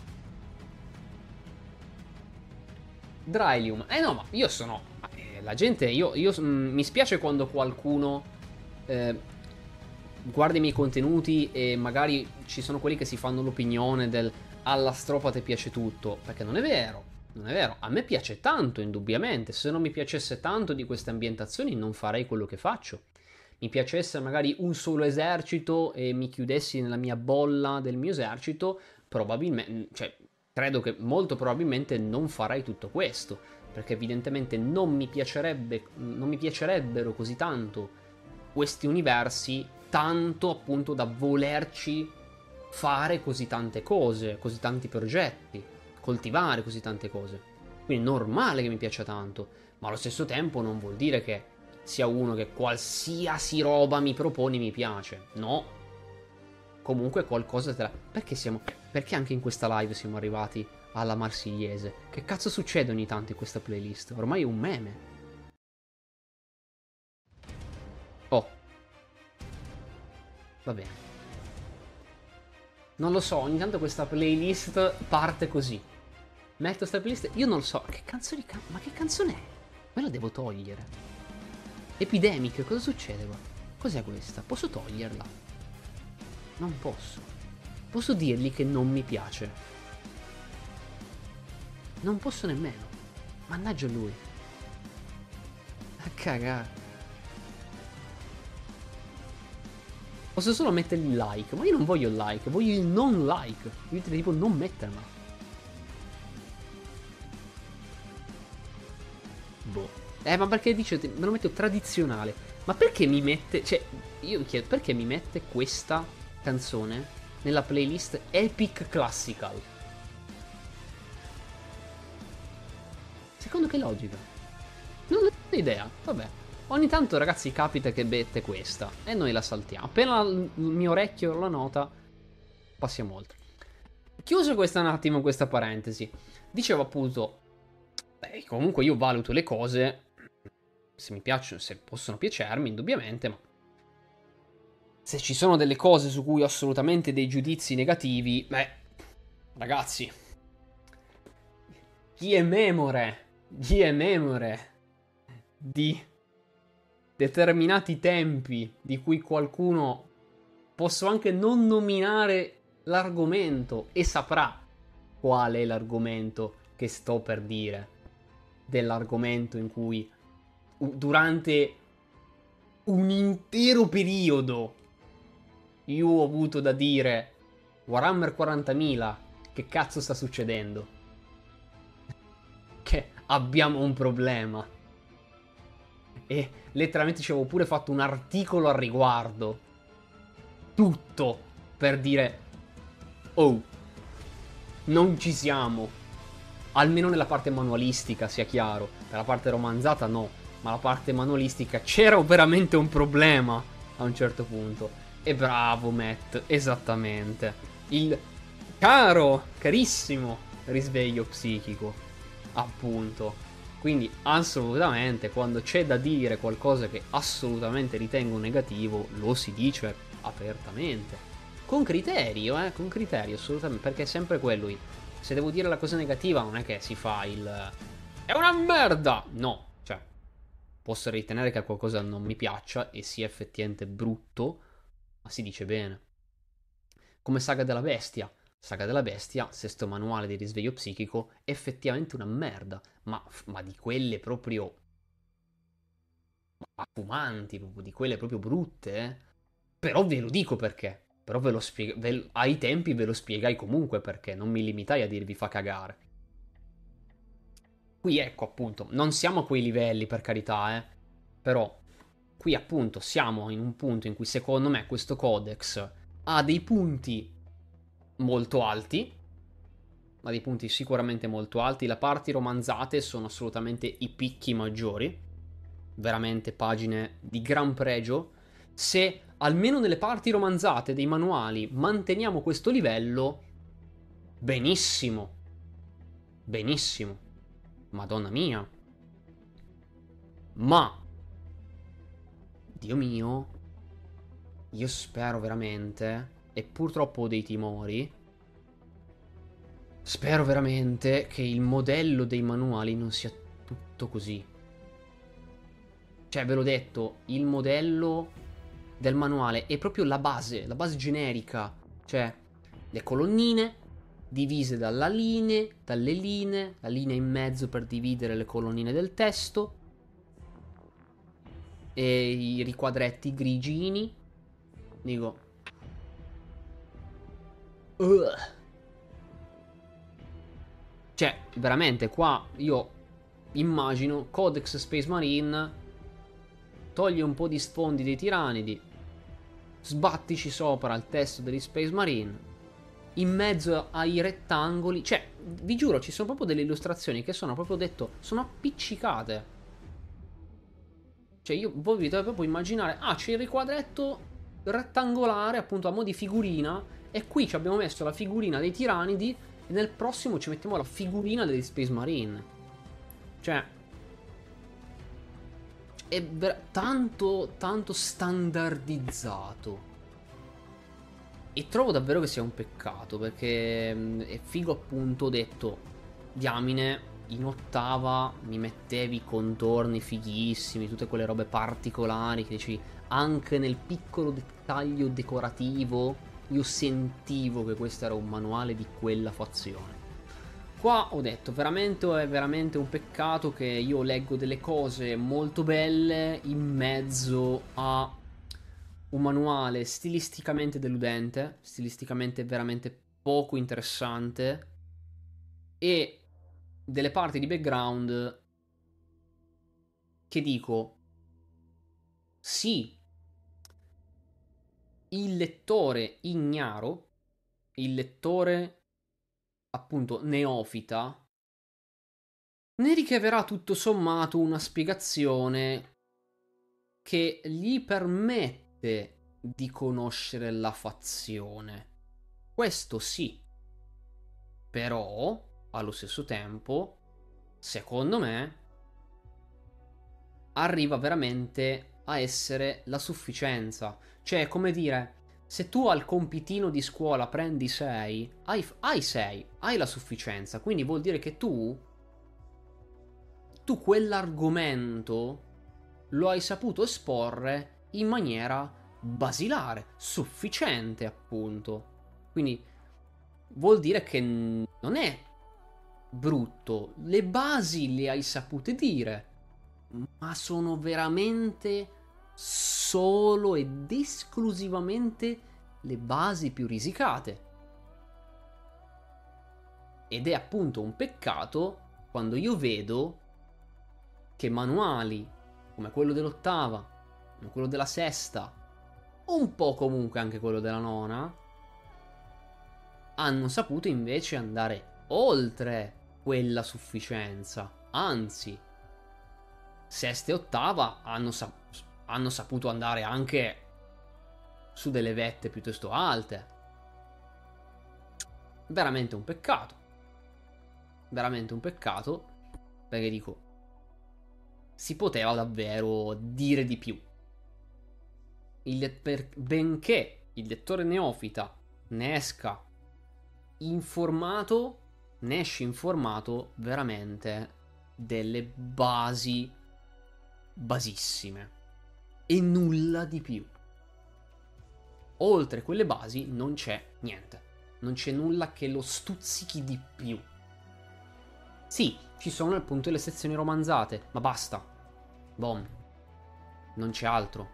Drylium, no, ma io sono la gente, mi spiace quando qualcuno guardi i miei contenuti e magari ci sono quelli che si fanno l'opinione del alla strofa ti piace tutto, perché non è vero. Non è vero, a me piace tanto, indubbiamente. Se non mi piacesse tanto di queste ambientazioni non farei quello che faccio. Mi piacesse magari un solo esercito e mi chiudessi nella mia bolla del mio esercito, probabilmente, cioè, credo che molto probabilmente non farei tutto questo, perché evidentemente non mi piacerebbero così tanto questi universi, tanto appunto da volerci fare così tante cose, così tanti progetti, coltivare così tante cose. Quindi è normale che mi piaccia tanto, ma allo stesso tempo non vuol dire che sia uno che qualsiasi roba mi proponi mi piace. No. Comunque qualcosa te la... Perché anche in questa live siamo arrivati alla marsigliese? Che cazzo succede ogni tanto in questa playlist? Ormai è un meme. Oh. Va bene. Non lo so, ogni tanto questa playlist parte così. Metto questa playlist... Io non lo so, che canzone ma che canzone è? Me la devo togliere. Epidemic, cosa succede qua? Cos'è questa? Posso toglierla? Non posso. Posso dirgli che non mi piace. Non posso nemmeno. Mannaggia lui. A cagare. Posso solo mettergli il like. Ma io non voglio il like, voglio il non like. Io ti tipo non mettermela. Boh. Ma perché dice, me lo metto tradizionale. Ma perché mi mette, cioè, io mi chiedo, perché mi mette questa canzone nella playlist Epic Classical? Secondo che logica? Non ho idea, vabbè. Ogni tanto, ragazzi, capita che mette questa e noi la saltiamo. Appena il mio orecchio la nota, passiamo oltre. Chiuso questa un attimo, questa parentesi. Dicevo appunto, comunque io valuto le cose... Se mi piacciono, se possono piacermi, indubbiamente, ma se ci sono delle cose su cui ho assolutamente dei giudizi negativi, beh, ragazzi, chi è memore di determinati tempi di cui qualcuno posso anche non nominare l'argomento e saprà qual è l'argomento che sto per dire, dell'argomento in cui durante un intero periodo io ho avuto da dire Warhammer 40.000, che cazzo sta succedendo? Che abbiamo un problema. E letteralmente ci avevo pure fatto un articolo al riguardo. Tutto per dire oh, non ci siamo. Almeno nella parte manualistica, sia chiaro. Per la parte romanzata no. Ma la parte manualistica c'era veramente un problema a un certo punto. E bravo Matt, esattamente. Il carissimo risveglio psichico, appunto. Quindi assolutamente quando c'è da dire qualcosa che assolutamente ritengo negativo, lo si dice apertamente. Con criterio, assolutamente, perché è sempre quello. Se devo dire la cosa negativa non è che si fa il... È una merda! No. Posso ritenere che qualcosa non mi piaccia e sia effettivamente brutto, ma si dice bene. Come Saga della Bestia. Saga della Bestia, sesto manuale di risveglio psichico, è effettivamente una merda, ma di quelle proprio... Ma fumanti, proprio, di quelle proprio brutte, eh. Però ve lo dico perché. Però ve lo spiego... ai tempi ve lo spiegai comunque perché, non mi limitai a dirvi fa cagare. Qui ecco appunto, non siamo a quei livelli per carità, però qui appunto siamo in un punto in cui secondo me questo codex ha dei punti molto alti, ha dei punti sicuramente molto alti, le parti romanzate sono assolutamente i picchi maggiori, veramente pagine di gran pregio. Se almeno nelle parti romanzate dei manuali manteniamo questo livello, benissimo, benissimo. Madonna mia. Ma, Dio mio, io spero veramente, e purtroppo ho dei timori, spero veramente che il modello dei manuali non sia tutto così. Cioè, ve l'ho detto, il modello del manuale è proprio la base generica, cioè le colonnine divise dalle linee, la linea in mezzo per dividere le colonnine del testo e i riquadretti grigini. Dico, cioè, veramente qua io immagino Codex Space Marine, togli un po' di sfondi dei tiranidi, sbattici sopra il testo degli Space Marine, in mezzo ai rettangoli, cioè, vi giuro, ci sono proprio delle illustrazioni che sono proprio detto, sono appiccicate. Cioè, voi vi dovete proprio immaginare, c'è il riquadretto rettangolare, appunto, a mo' di figurina, e qui ci abbiamo messo la figurina dei tiranidi, e nel prossimo ci mettiamo la figurina degli Space Marine. Cioè, è tanto, tanto standardizzato. E trovo davvero che sia un peccato, perché è figo, appunto, detto, diamine, in ottava mi mettevi contorni fighissimi, tutte quelle robe particolari che dici, anche nel piccolo dettaglio decorativo io sentivo che questo era un manuale di quella fazione. Qua ho detto, veramente è veramente un peccato che io leggo delle cose molto belle in mezzo a un manuale stilisticamente deludente, stilisticamente veramente poco interessante, e delle parti di background che dico, sì, il lettore ignaro, il lettore appunto neofita, ne ricaverà tutto sommato una spiegazione che gli permette di conoscere la fazione. Questo sì. Però, allo stesso tempo, secondo me, arriva veramente a essere la sufficienza. Cioè, come dire, se tu al compitino di scuola prendi 6, hai 6, hai la sufficienza. Quindi vuol dire che tu quell'argomento lo hai saputo esporre in maniera basilare, sufficiente, appunto. Quindi vuol dire che non è brutto, le basi le hai sapute dire, ma sono veramente solo ed esclusivamente le basi più risicate. Ed è appunto un peccato quando io vedo che manuali come quello dell'ottava, come quello della sesta, un po' comunque anche quello della nona, hanno saputo invece andare oltre quella sufficienza. Anzi, sesta e ottava hanno saputo andare anche su delle vette piuttosto alte. Veramente un peccato. Veramente un peccato. Perché dico, si poteva davvero dire di più. Benché il lettore neofita ne esca informato, ne esce informato veramente delle basi basissime e nulla di più. Oltre quelle basi non c'è niente, non c'è nulla che lo stuzzichi di più. Sì, ci sono appunto le sezioni romanzate, ma basta. Boom. Non c'è altro.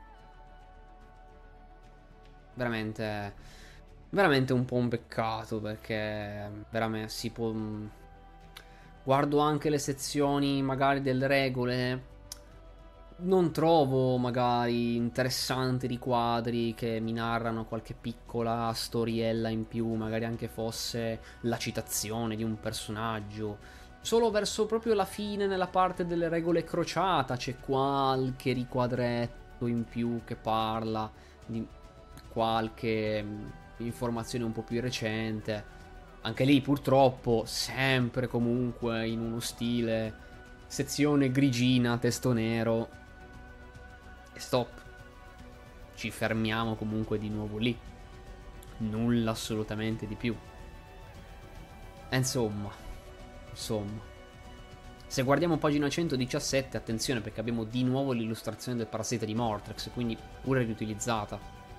Veramente, veramente un po' un peccato, perché veramente si può. Guardo anche le sezioni magari delle regole, non trovo magari interessanti riquadri che mi narrano qualche piccola storiella in più, magari anche fosse la citazione di un personaggio. Solo verso proprio la fine, nella parte delle regole crociata, c'è qualche riquadretto in più che parla di qualche informazione un po' più recente. Anche lì purtroppo sempre comunque in uno stile sezione grigina, testo nero e stop. Ci fermiamo comunque di nuovo lì. Nulla assolutamente di più. E insomma. Se guardiamo pagina 117, attenzione perché abbiamo di nuovo l'illustrazione del parassita di Mortrex, quindi pure riutilizzata.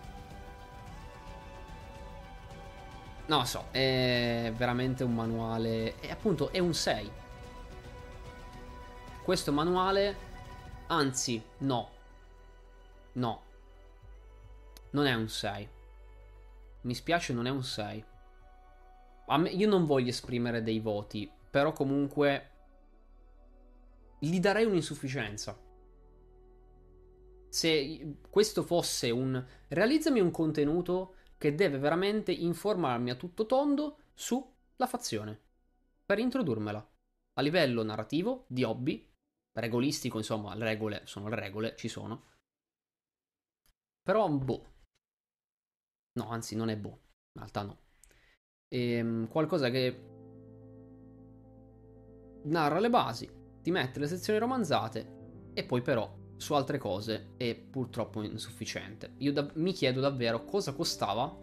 Non lo so, è veramente un manuale, e appunto è un 6. Questo manuale, anzi, no, non è un 6. Mi spiace, non è un 6. Io non voglio esprimere dei voti, però comunque gli darei un'insufficienza. Se questo fosse un... realizzami un contenuto che deve veramente informarmi a tutto tondo sulla fazione, per introdurmela, a livello narrativo, di hobby, regolistico, insomma, le regole sono le regole, ci sono. Però, boh. No, anzi, non è boh. In realtà no. Qualcosa che narra le basi, ti mette le sezioni romanzate e poi però su altre cose è purtroppo insufficiente. Io mi chiedo davvero cosa costava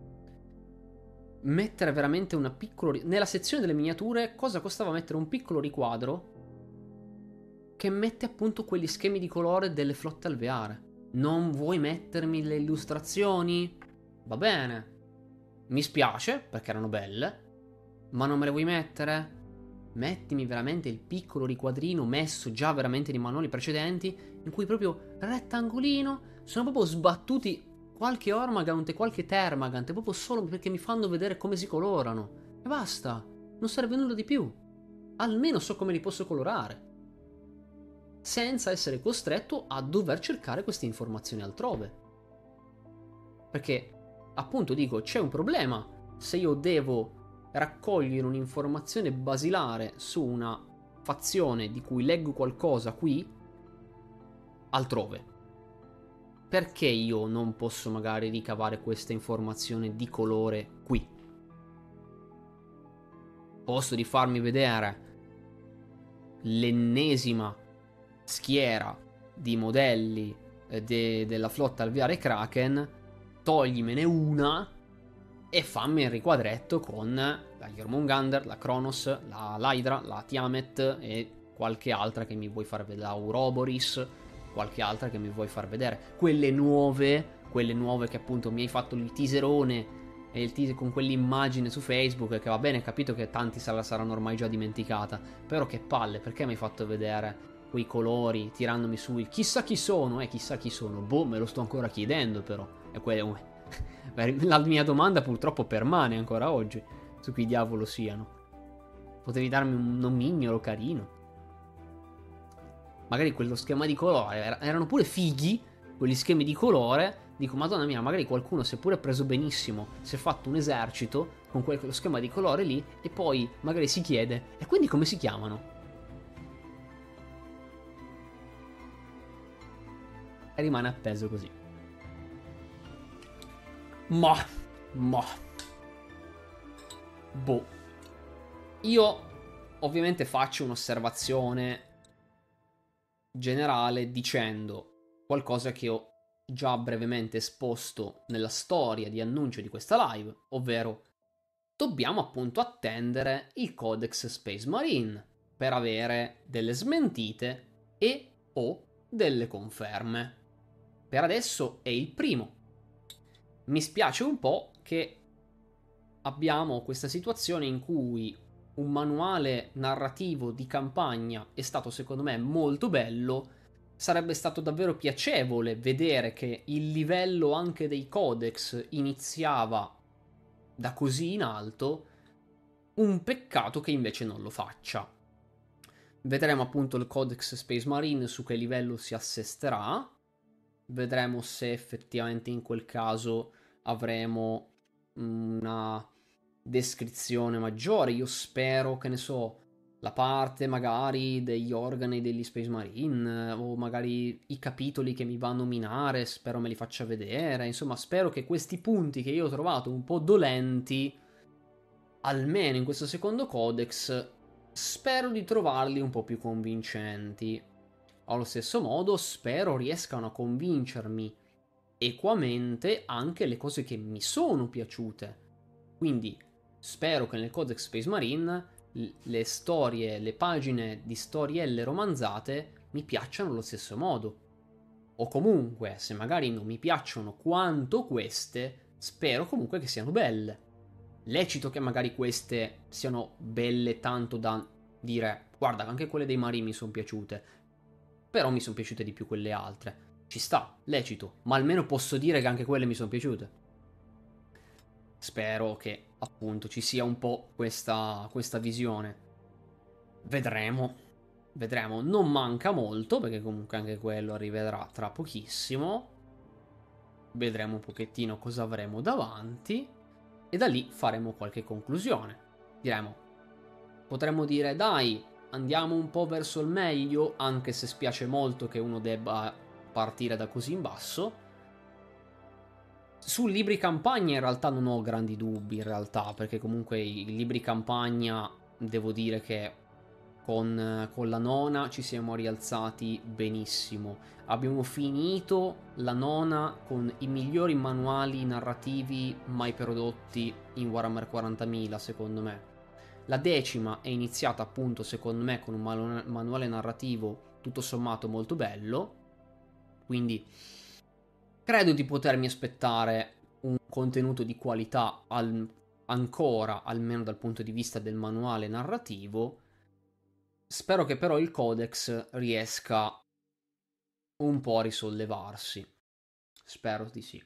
mettere veramente una piccola... nella sezione delle miniature cosa costava mettere un piccolo riquadro che mette appunto quegli schemi di colore delle flotte alveare. Non vuoi mettermi le illustrazioni? Va bene. Mi spiace perché erano belle, ma non me le vuoi mettere? Mettimi veramente il piccolo riquadrino messo già veramente nei manuali precedenti, in cui proprio rettangolino sono proprio sbattuti qualche Ormagant e qualche Termagant, proprio solo perché mi fanno vedere come si colorano. E basta, non serve nulla di più. Almeno so come li posso colorare, senza essere costretto a dover cercare queste informazioni altrove. Perché, appunto dico, c'è un problema se io devo raccogliere un'informazione basilare su una fazione di cui leggo qualcosa qui altrove. Perché io non posso magari ricavare questa informazione di colore qui? Posto di farmi vedere l'ennesima schiera di modelli della flotta alveare Kraken, toglimene una e fammi il riquadretto con la Jormungandr, la Kronos, la Hydra, la Tiamat e qualche altra che mi vuoi far vedere, la Ouroboros, qualche altra che mi vuoi far vedere. Quelle nuove che appunto mi hai fatto il teaserone e il teaser con quell'immagine su Facebook, che va bene, capito che tanti saranno ormai già dimenticata, però che palle, perché mi hai fatto vedere quei colori tirandomi su il chissà chi sono, chissà chi sono, boh, me lo sto ancora chiedendo però, e quello la mia domanda purtroppo permane ancora oggi su chi diavolo siano. Potevi darmi un nomignolo carino. Magari quello schema di colore erano pure fighi, quegli schemi di colore. Dico, madonna mia, magari qualcuno si è pure preso benissimo, si è fatto un esercito con quello schema di colore lì e poi magari si chiede, e quindi come si chiamano? E rimane appeso così. Ma boh. Io ovviamente faccio un'osservazione generale dicendo qualcosa che ho già brevemente esposto nella storia di annuncio di questa live, ovvero dobbiamo appunto attendere il Codex Space Marine per avere delle smentite e o delle conferme. Per adesso è il primo. Mi spiace un po' che abbiamo questa situazione in cui un manuale narrativo di campagna è stato secondo me molto bello. Sarebbe stato davvero piacevole vedere che il livello anche dei codex iniziava da così in alto. Un peccato che invece non lo faccia. Vedremo appunto il Codex Space Marine su che livello si assesterà. Vedremo se effettivamente in quel caso avremo una descrizione maggiore. Io spero, che ne so, la parte magari degli organi degli Space Marine o magari i capitoli che mi va a nominare, spero me li faccia vedere. Insomma, spero che questi punti che io ho trovato un po' dolenti, almeno in questo secondo codex, spero di trovarli un po' più convincenti. Allo stesso modo spero riescano a convincermi equamente anche le cose che mi sono piaciute. Quindi spero che nel Codex Space Marine le storie, le pagine di storielle romanzate mi piacciono allo stesso modo. O comunque, se magari non mi piacciono quanto queste, spero comunque che siano belle. Lecito che magari queste siano belle tanto da dire, guarda, anche quelle dei Marini mi sono piaciute, però mi sono piaciute di più quelle altre. Ci sta, lecito, ma almeno posso dire che anche quelle mi sono piaciute. Spero che appunto ci sia un po' questa visione. Vedremo. Vedremo. Non manca molto, perché comunque anche quello arriverà tra pochissimo. Vedremo un pochettino cosa avremo davanti. E da lì faremo qualche conclusione. Potremmo dire, dai, andiamo un po' verso il meglio, anche se spiace molto che uno debba partire da così in basso. Su libri campagna in realtà non ho grandi dubbi, in realtà, perché comunque i libri campagna, devo dire che con la nona ci siamo rialzati benissimo. Abbiamo finito la nona con i migliori manuali narrativi mai prodotti in Warhammer 40.000, secondo me. La decima è iniziata appunto, secondo me, con un manuale narrativo tutto sommato molto bello, quindi credo di potermi aspettare un contenuto di qualità ancora, almeno dal punto di vista del manuale narrativo. Spero che però il codex riesca un po' a risollevarsi. Spero di sì.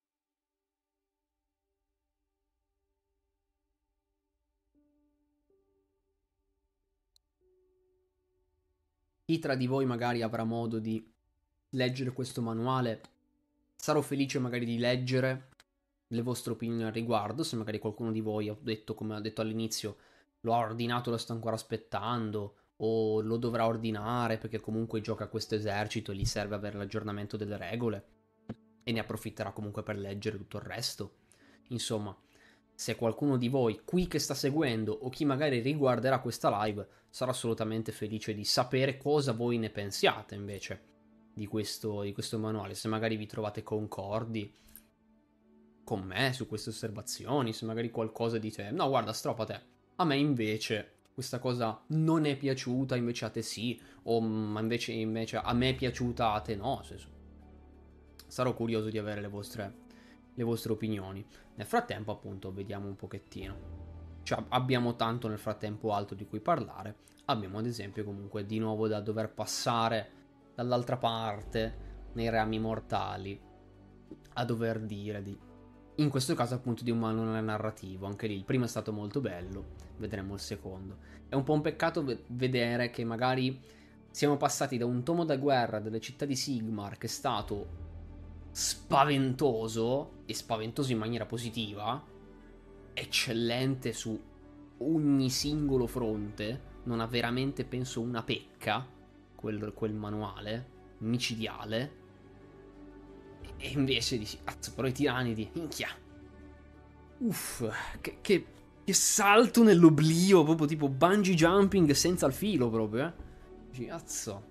Chi tra di voi magari avrà modo di leggere questo manuale, sarò felice magari di leggere le vostre opinioni al riguardo. Se magari qualcuno di voi ha detto, come ha detto all'inizio, lo ha ordinato, lo sta ancora aspettando, o lo dovrà ordinare perché comunque gioca a questo esercito e gli serve avere l'aggiornamento delle regole e ne approfitterà comunque per leggere tutto il resto. Insomma, se qualcuno di voi qui che sta seguendo o chi magari riguarderà questa live, sarò assolutamente felice di sapere cosa voi ne pensiate invece di questo manuale. Se magari vi trovate concordi con me su queste osservazioni, se magari qualcosa dite, no guarda, strofa te, a me invece questa cosa non è piaciuta, invece a te sì, o ma invece a me è piaciuta, a te no. Sarò curioso di avere le vostre opinioni. Nel frattempo, appunto, vediamo un pochettino. Cioè, abbiamo tanto nel frattempo altro di cui parlare. Abbiamo ad esempio comunque di nuovo da dover passare dall'altra parte, nei rami mortali, a dover dire di... In questo caso appunto di un manuale narrativo. Anche lì il primo è stato molto bello, vedremo il secondo. È un po' un peccato vedere che magari siamo passati da un tomo da guerra delle città di Sigmar che è stato spaventoso, e spaventoso in maniera positiva, eccellente su ogni singolo fronte, non ha veramente, penso, una pecca quel manuale micidiale, e invece dici, cazzo, però i tiranidi, minchia, uff, che salto nell'oblio, proprio tipo bungee jumping senza il filo proprio, dici, cazzo.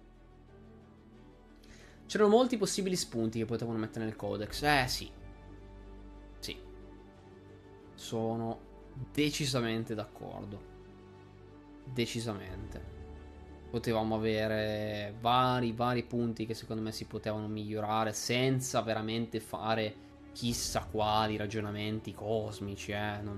C'erano molti possibili spunti che potevano mettere nel codex. Sì. Sì. Sono decisamente d'accordo. Decisamente. Potevamo avere vari punti che secondo me si potevano migliorare senza veramente fare chissà quali ragionamenti cosmici,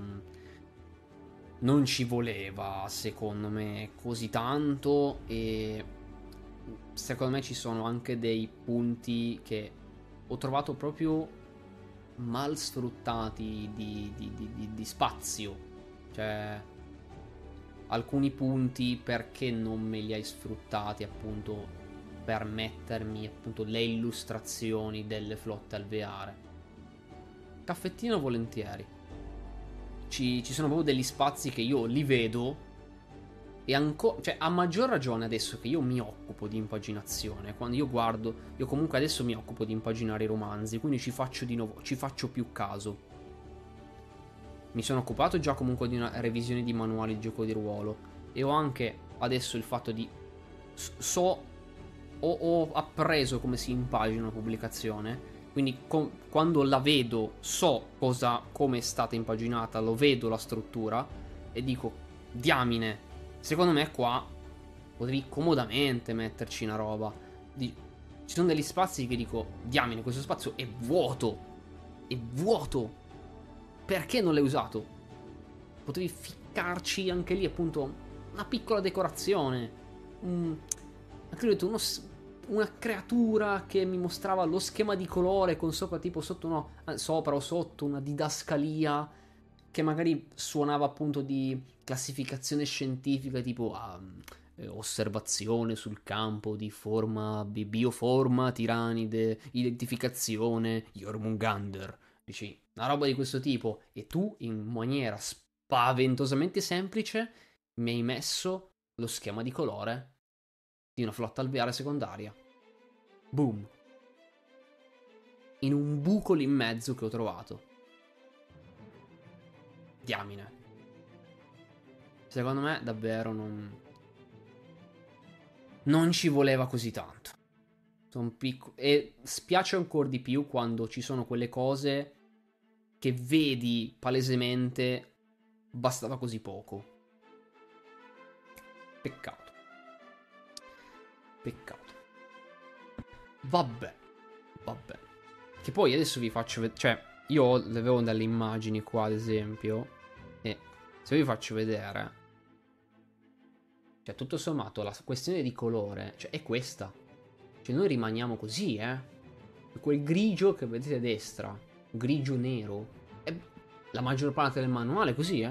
non ci voleva, secondo me, così tanto, e secondo me ci sono anche dei punti che ho trovato proprio mal sfruttati di spazio. Cioè, alcuni punti perché non me li hai sfruttati appunto per mettermi appunto le illustrazioni delle flotte alveare. Caffettino volentieri. Ci sono proprio degli spazi che io li vedo. E ancora, cioè, a maggior ragione adesso che io mi occupo di impaginazione, quando io guardo, io comunque adesso mi occupo di impaginare i romanzi, quindi ci faccio più caso. Mi sono occupato già comunque di una revisione di manuali di gioco di ruolo, e ho anche adesso il fatto di ho appreso come si impagina una pubblicazione, quindi quando la vedo so come è stata impaginata, lo vedo la struttura e dico, diamine, secondo me qua potevi comodamente metterci una roba. Ci sono degli spazi che dico, diamine, questo spazio è vuoto. È vuoto. Perché non l'hai usato? Potevi ficcarci anche lì, appunto, una piccola decorazione. Anche lui ha detto, una creatura che mi mostrava lo schema di colore con sopra, tipo sotto, no, sopra o sotto, una didascalia che magari suonava appunto di classificazione scientifica, tipo osservazione sul campo di forma, bioforma, tiranide, identificazione, Jormungandr. Dici, una roba di questo tipo. E tu, in maniera spaventosamente semplice, mi hai messo lo schema di colore di una flotta alveare secondaria. Boom. In un buco lì in mezzo che ho trovato. Diamine. Secondo me davvero non ci voleva così tanto. E spiace ancora di più quando ci sono quelle cose che vedi palesemente bastava così poco. Peccato. Peccato. Vabbè. Che poi adesso vi faccio vedere. Cioè, io le avevo delle immagini qua, ad esempio. E se vi faccio vedere. Cioè, tutto sommato, la questione di colore, cioè, è questa. Cioè, noi rimaniamo così, Quel grigio che vedete a destra, grigio nero, è la maggior parte del manuale è così,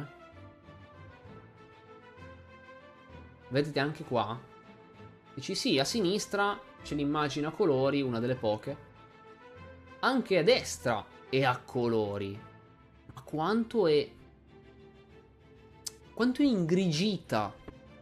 Vedete anche qua? Dici sì, a sinistra c'è l'immagine a colori, una delle poche. Anche a destra è a colori. Ma quanto è ingrigita.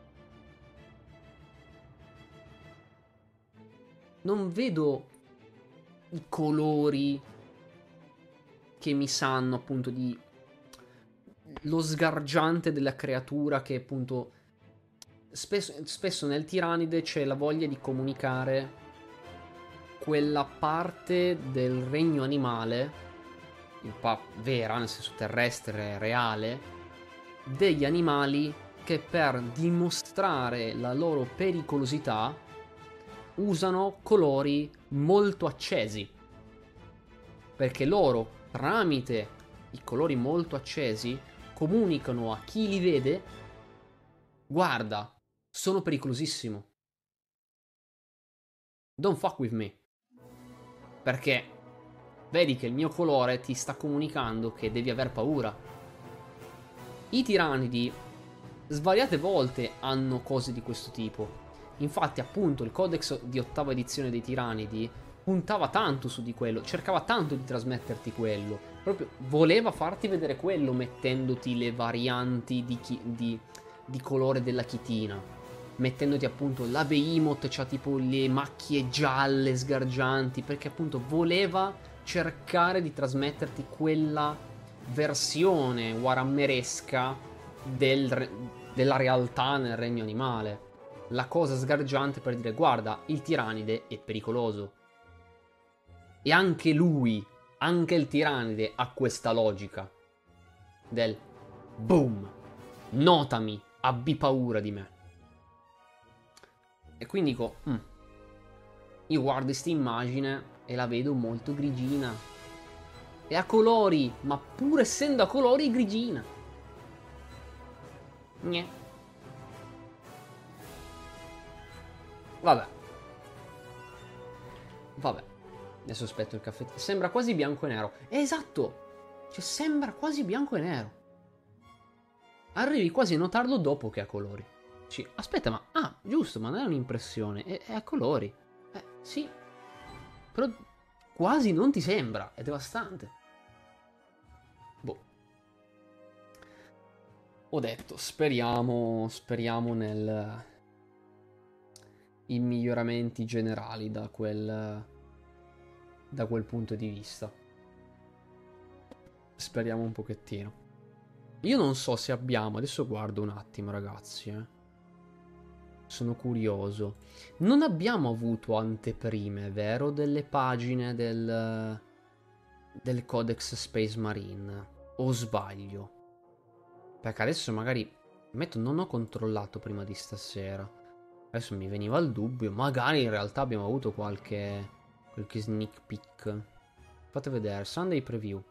Non vedo i colori che mi sanno appunto di lo sgargiante della creatura che appunto spesso nel tiranide c'è la voglia di comunicare quella parte del regno animale vera, nel senso terrestre, reale, degli animali che per dimostrare la loro pericolosità usano colori molto accesi, perché loro tramite i colori molto accesi comunicano a chi li vede: guarda, sono pericolosissimo, don't fuck with me, perché vedi che il mio colore ti sta comunicando che devi aver paura. I tiranidi svariate volte hanno cose di questo tipo. Infatti, appunto, il codex di ottava edizione dei tiranidi puntava tanto su di quello, cercava tanto di trasmetterti quello. Proprio voleva farti vedere quello, mettendoti le varianti di colore della chitina. Mettendoti appunto la Behemoth, c'ha tipo le macchie gialle sgargianti, perché appunto voleva cercare di trasmetterti quella versione warhammeresca della realtà nel regno animale. La cosa sgargiante per dire: guarda, il tiranide è pericoloso. E anche lui, anche il tiranide ha questa logica del boom, notami, abbi paura di me. E quindi dico, io guardo questa immagine e la vedo molto grigina. È a colori, ma pur essendo a colori grigina. Gne. Vabbè. Adesso aspetto il caffè. Sembra quasi bianco e nero. Esatto. Cioè, sembra quasi bianco e nero. Arrivi quasi a notarlo dopo che è a colori. Aspetta, ma... Ah, giusto, ma non è un'impressione. È a colori. Sì. Però quasi non ti sembra. È devastante. Boh. Ho detto, speriamo i miglioramenti generali da quel punto di vista. Speriamo un pochettino. Io non so se abbiamo, adesso guardo un attimo ragazzi, sono curioso. Non abbiamo avuto anteprime, vero? Delle pagine del Codex Space Marine. O sbaglio? Perché adesso magari Ammetto, non ho controllato prima di stasera. Adesso mi veniva il dubbio. Magari in realtà abbiamo avuto qualche sneak peek. Fate vedere. Sunday preview.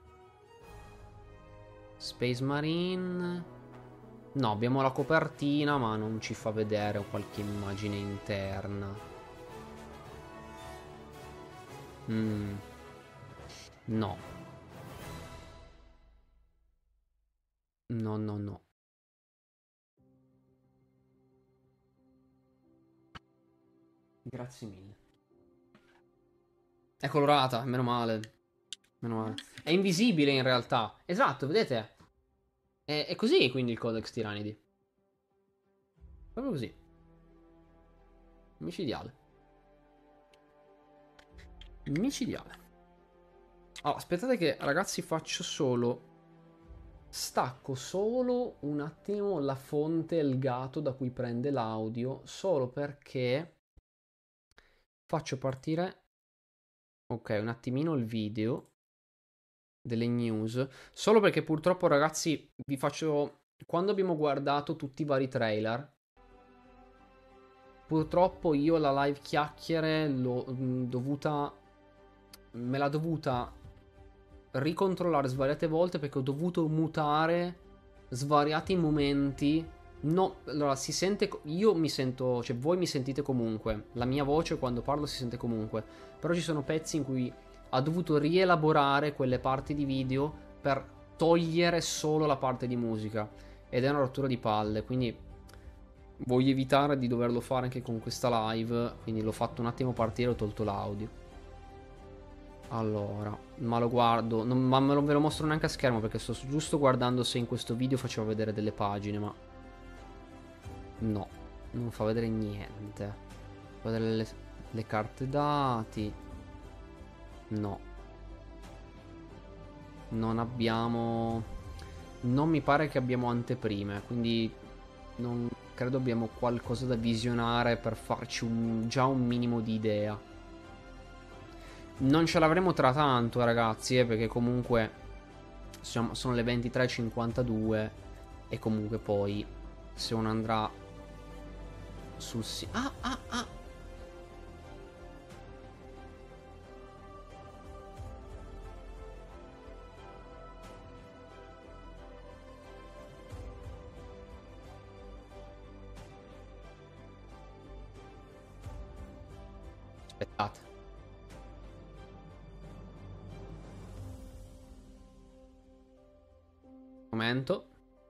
Space Marine. No, abbiamo la copertina, ma non ci fa vedere qualche immagine interna. No. No, no, no. Grazie mille. È colorata, meno male. Meno male. È invisibile in realtà. Esatto, vedete? È così quindi il Codex Tiranidi. Proprio così. Micidiale. Micidiale. Allora, aspettate che ragazzi faccio solo... Stacco solo un attimo la fonte Elgato da cui prende l'audio. Solo perché... Faccio partire... Ok, un attimino il video delle news. Solo perché purtroppo ragazzi vi faccio... Quando abbiamo guardato tutti i vari trailer... Purtroppo io la live chiacchiere l'ho dovuta... Me l'ha dovuta ricontrollare svariate volte perché ho dovuto mutare svariati momenti. No, allora si sente... Io mi sento... Cioè voi mi sentite comunque. La mia voce quando parlo si sente comunque. Però ci sono pezzi in cui ha dovuto rielaborare quelle parti di video per togliere solo la parte di musica. Ed è una rottura di palle, quindi voglio evitare di doverlo fare anche con questa live. Quindi l'ho fatto un attimo partire e ho tolto l'audio. Allora, ma lo guardo, ma ve lo mostro neanche a schermo perché sto giusto guardando se in questo video faceva vedere delle pagine, ma no, non fa vedere niente. Fa vedere le carte dati. No, non abbiamo... Non mi pare che abbiamo anteprime, quindi non credo abbiamo qualcosa da visionare per farci già un minimo di idea. Non ce l'avremo tra tanto, ragazzi, perché comunque sono le 23:52 e comunque poi se uno andrà sul sito... Ah! Aspettate. Momento.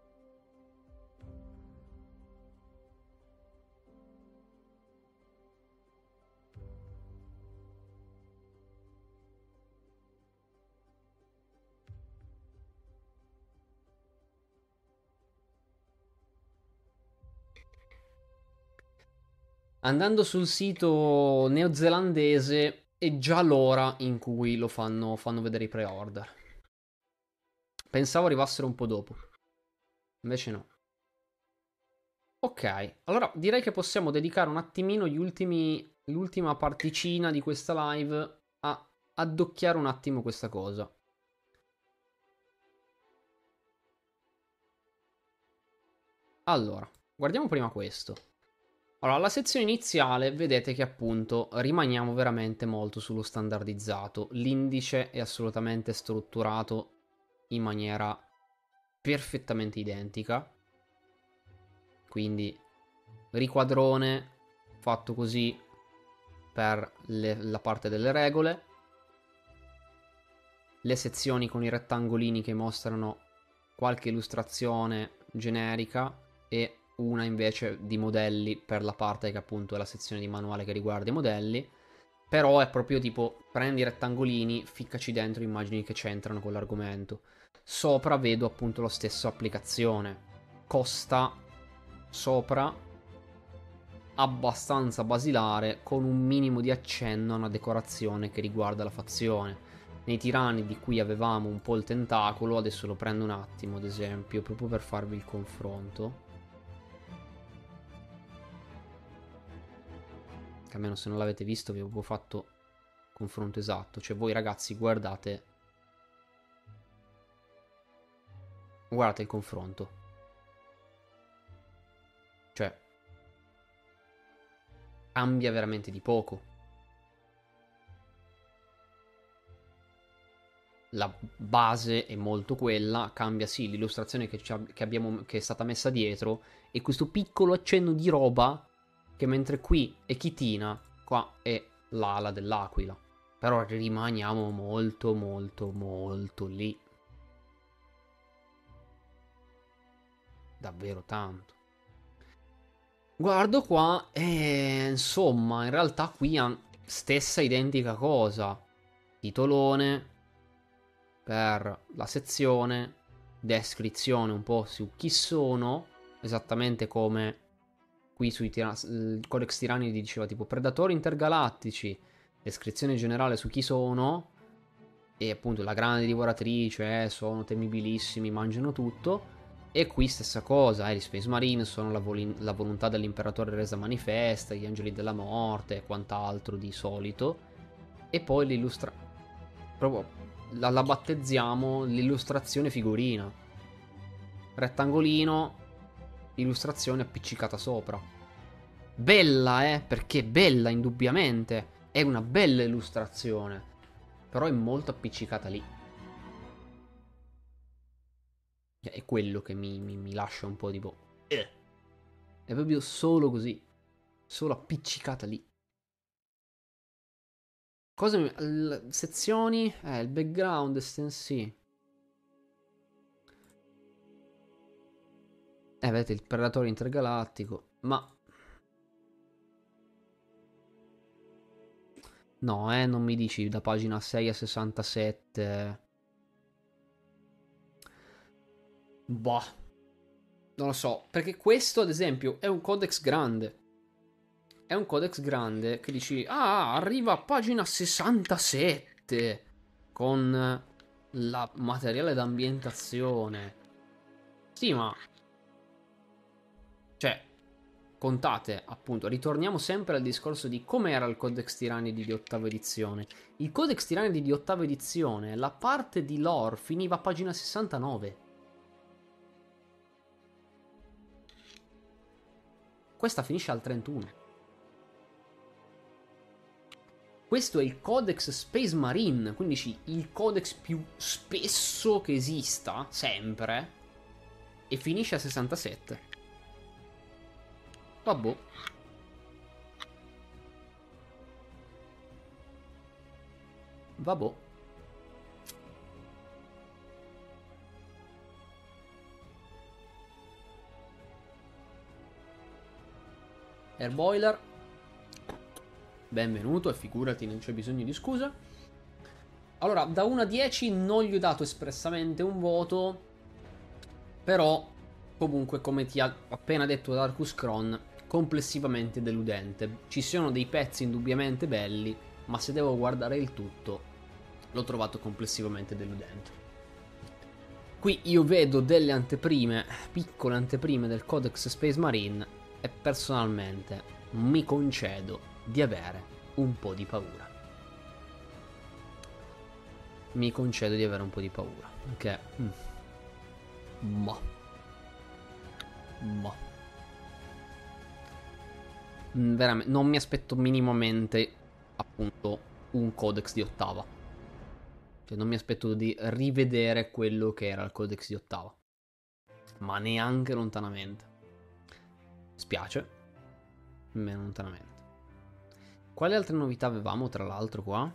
Andando sul sito neozelandese è già l'ora in cui fanno vedere i pre-order. Pensavo arrivassero un po' dopo. Invece no. Ok, allora direi che possiamo dedicare un attimino l'ultima particina di questa live a addocchiare un attimo questa cosa. Allora, guardiamo prima questo. Allora, la sezione iniziale vedete che appunto rimaniamo veramente molto sullo standardizzato. L'indice è assolutamente strutturato in maniera perfettamente identica. Quindi riquadrone fatto così per la parte delle regole. Le sezioni con i rettangolini che mostrano qualche illustrazione generica e una invece di modelli per la parte che appunto è la sezione di manuale che riguarda i modelli. Però è proprio tipo prendi i rettangolini, ficcaci dentro immagini che c'entrano con l'argomento. Sopra vedo appunto la stessa applicazione. Costa sopra abbastanza basilare con un minimo di accenno a una decorazione che riguarda la fazione. Nei tiranni di cui avevamo un po' il tentacolo, adesso lo prendo un attimo ad esempio proprio per farvi il confronto, che almeno se non l'avete visto vi avevo fatto confronto esatto. Cioè voi ragazzi guardate il confronto. cambia veramente di poco. La base è molto quella, cambia sì l'illustrazione che è stata messa dietro e questo piccolo accenno di roba che mentre qui è chitina, qua è l'ala dell'aquila. Però rimaniamo molto molto molto lì. Davvero tanto. Guardo qua e insomma, in realtà qui stessa identica cosa. Titolone per la sezione, descrizione un po' su chi sono, esattamente come qui sui il Codex Tiranidi diceva tipo predatori intergalattici, descrizione generale su chi sono, e appunto la grande divoratrice, sono temibilissimi, mangiano tutto. E qui stessa cosa, gli Space Marine sono la volontà dell'imperatore resa manifesta, gli angeli della morte e quant'altro di solito. E poi proprio la battezziamo l'illustrazione figurina. Rettangolino, illustrazione appiccicata sopra. Bella, perché bella, indubbiamente. È una bella illustrazione. Però è molto appiccicata lì. È quello che mi lascia un po' tipo... È proprio solo così. Solo appiccicata lì. Sezioni? Il background, sì. Vedete il predatore intergalattico. Ma... No, non mi dici da pagina 6 a 67. Boh. Non lo so. Perché questo, ad esempio, è un codex grande. È un codex grande che dici... Ah, arriva a pagina 67. Con la materiale d'ambientazione. Sì, ma... Cioè, contate, appunto, ritorniamo sempre al discorso di com'era il Codex Tiranidi di ottava edizione. Il Codex Tiranidi di ottava edizione, la parte di lore finiva a pagina 69. Questa finisce al 31. Questo è il Codex Space Marine, quindi il codex più spesso che esista, sempre, e finisce a 67. Vabbè. Vabbè. Air Boiler, benvenuto e figurati, non c'è bisogno di scusa. Allora, da 1 a 10 non gli ho dato espressamente un voto, però comunque come ti ha appena detto Darkus Kron, complessivamente deludente. Ci sono dei pezzi indubbiamente belli, ma se devo guardare il tutto l'ho trovato complessivamente deludente. Qui io vedo delle anteprime, piccole anteprime del Codex Space Marine e personalmente mi concedo di avere un po' di paura. Mi concedo di avere un po' di paura, perché... Boh. Veramente, non mi aspetto minimamente, appunto, un codex di ottava. Cioè, non mi aspetto di rivedere quello che era il codex di ottava. Ma neanche lontanamente. Spiace. Ma lontanamente. Quali altre novità avevamo, tra l'altro, qua?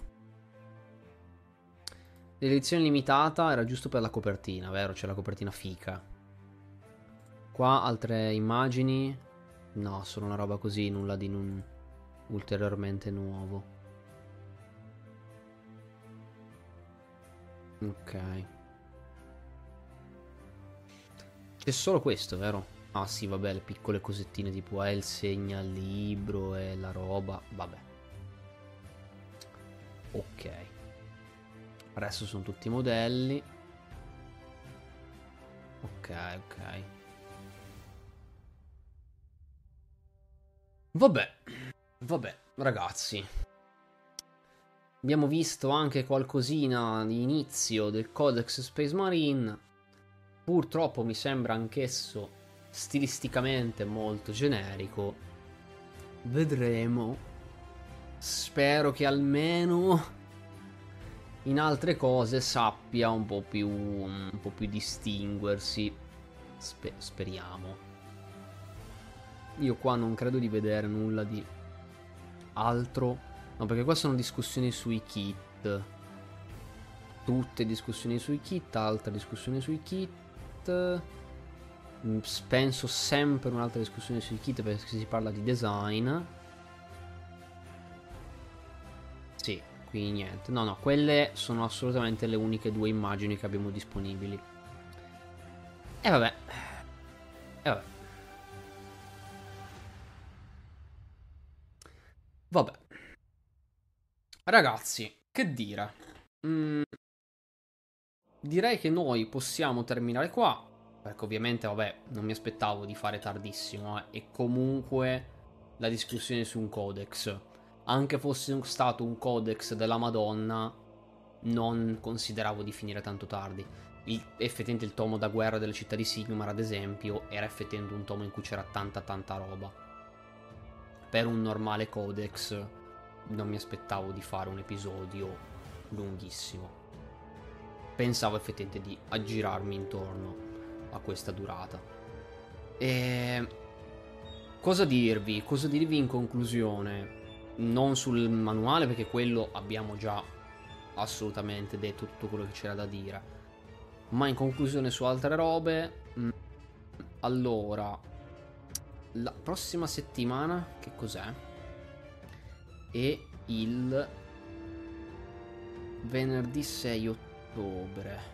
L'edizione limitata era giusto per la copertina, vero? C'è la copertina fica. Qua altre immagini. No, solo una roba così, nulla di ulteriormente nuovo. Ok. C'è solo questo, vero? Ah sì, vabbè, le piccole cosettine tipo il segnalibro e la roba. Vabbè. Ok. Adesso sono tutti modelli. Ok, ok. Vabbè, ragazzi. Abbiamo visto anche qualcosina di inizio del Codex Space Marine. Purtroppo mi sembra anch'esso stilisticamente molto generico. Vedremo. Spero che almeno in altre cose sappia un po' più distinguersi. Speriamo. Io qua non credo di vedere nulla di altro. No, perché qua sono discussioni sui kit. Tutte discussioni sui kit, altre discussioni sui kit. Penso sempre un'altra discussione sui kit perché si parla di design. Sì, quindi niente. No, quelle sono assolutamente le uniche due immagini che abbiamo disponibili. E vabbè. Vabbè. Ragazzi, che dire? Direi che noi possiamo terminare qua. Perché ovviamente, vabbè, non mi aspettavo di fare tardissimo. E comunque la discussione su un codex. Anche fosse stato un codex della Madonna, non consideravo di finire tanto tardi. Effettivamente il tomo da guerra delle città di Sigmar, ad esempio, era effettivamente un tomo in cui c'era tanta roba. Per un normale codex non mi aspettavo di fare un episodio lunghissimo. Pensavo effettivamente di aggirarmi intorno a questa durata. E cosa dirvi? Cosa dirvi in conclusione? Non sul manuale, perché quello abbiamo già assolutamente detto tutto quello che c'era da dire. Ma in conclusione su altre robe. Allora, la prossima settimana, che cos'è? È il venerdì 6 ottobre.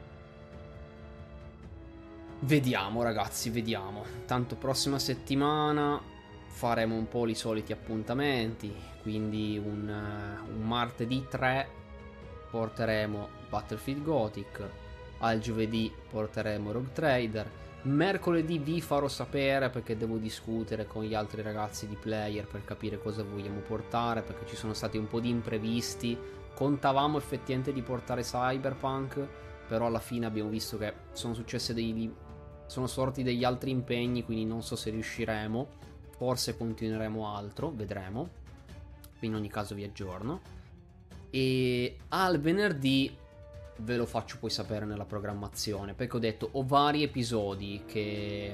Vediamo ragazzi, vediamo. Tanto prossima settimana faremo un po' i soliti appuntamenti. Quindi un martedì 3 porteremo Battlefield Gothic. Al giovedì porteremo Rogue Trader. Mercoledì vi farò sapere perché devo discutere con gli altri ragazzi di Player per capire cosa vogliamo portare, perché ci sono stati un po' di imprevisti. Contavamo effettivamente di portare Cyberpunk, però alla fine abbiamo visto che sono sorti degli altri impegni, quindi non so se riusciremo. Forse continueremo altro, vedremo. In ogni caso vi aggiorno. E al venerdì ve lo faccio poi sapere nella programmazione, perché ho detto ho vari episodi che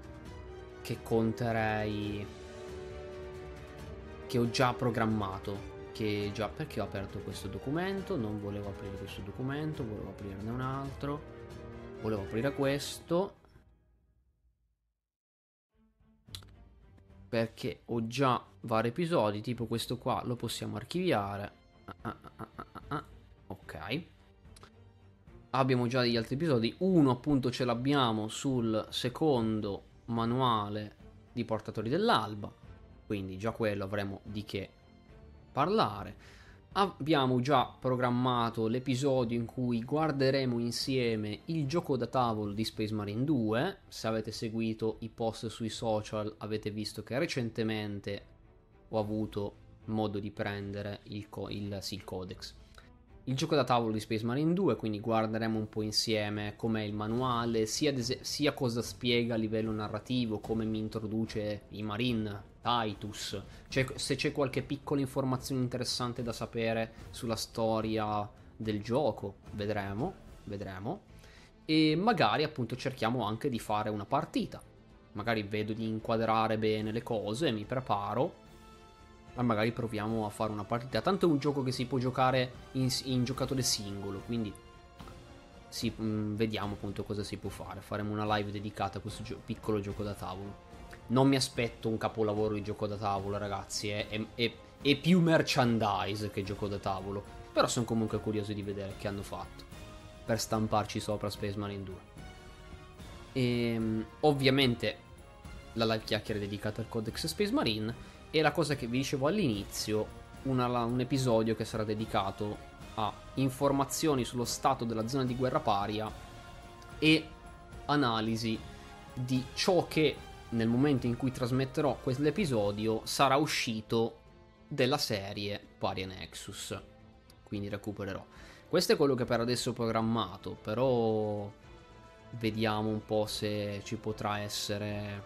conterei, che ho già programmato. Perché ho aperto questo documento? Non volevo aprire questo documento, volevo aprirne un altro. Volevo aprire questo perché ho già vari episodi, tipo questo qua lo possiamo archiviare. Ok. Abbiamo già degli altri episodi. Uno appunto ce l'abbiamo sul secondo manuale di Portatori dell'Alba, quindi già quello avremo di che parlare. Abbiamo già programmato l'episodio in cui guarderemo insieme il gioco da tavolo di Space Marine 2. Se avete seguito i post sui social avete visto che recentemente ho avuto modo di prendere il codex. Il gioco da tavolo di Space Marine 2, quindi guarderemo un po' insieme com'è il manuale, sia cosa spiega a livello narrativo, come mi introduce i Marine, Titus, se c'è qualche piccola informazione interessante da sapere sulla storia del gioco, vedremo. E magari appunto cerchiamo anche di fare una partita. Magari vedo di inquadrare bene le cose, mi preparo. Ma magari proviamo a fare una partita. Tanto è un gioco che si può giocare in giocatore singolo, quindi vediamo appunto cosa si può fare. Faremo una live dedicata a questo piccolo gioco da tavolo. Non mi aspetto un capolavoro di gioco da tavolo, ragazzi. È più merchandise che gioco da tavolo. Però sono comunque curioso di vedere che hanno fatto per stamparci sopra Space Marine 2. Ovviamente la live chiacchiera è dedicata al Codex Space Marine. E la cosa che vi dicevo all'inizio, un episodio che sarà dedicato a informazioni sullo stato della zona di guerra paria e analisi di ciò che nel momento in cui trasmetterò quell'episodio sarà uscito della serie Paria Nexus. Quindi recupererò. Questo è quello che per adesso ho programmato, però vediamo un po' se ci potrà essere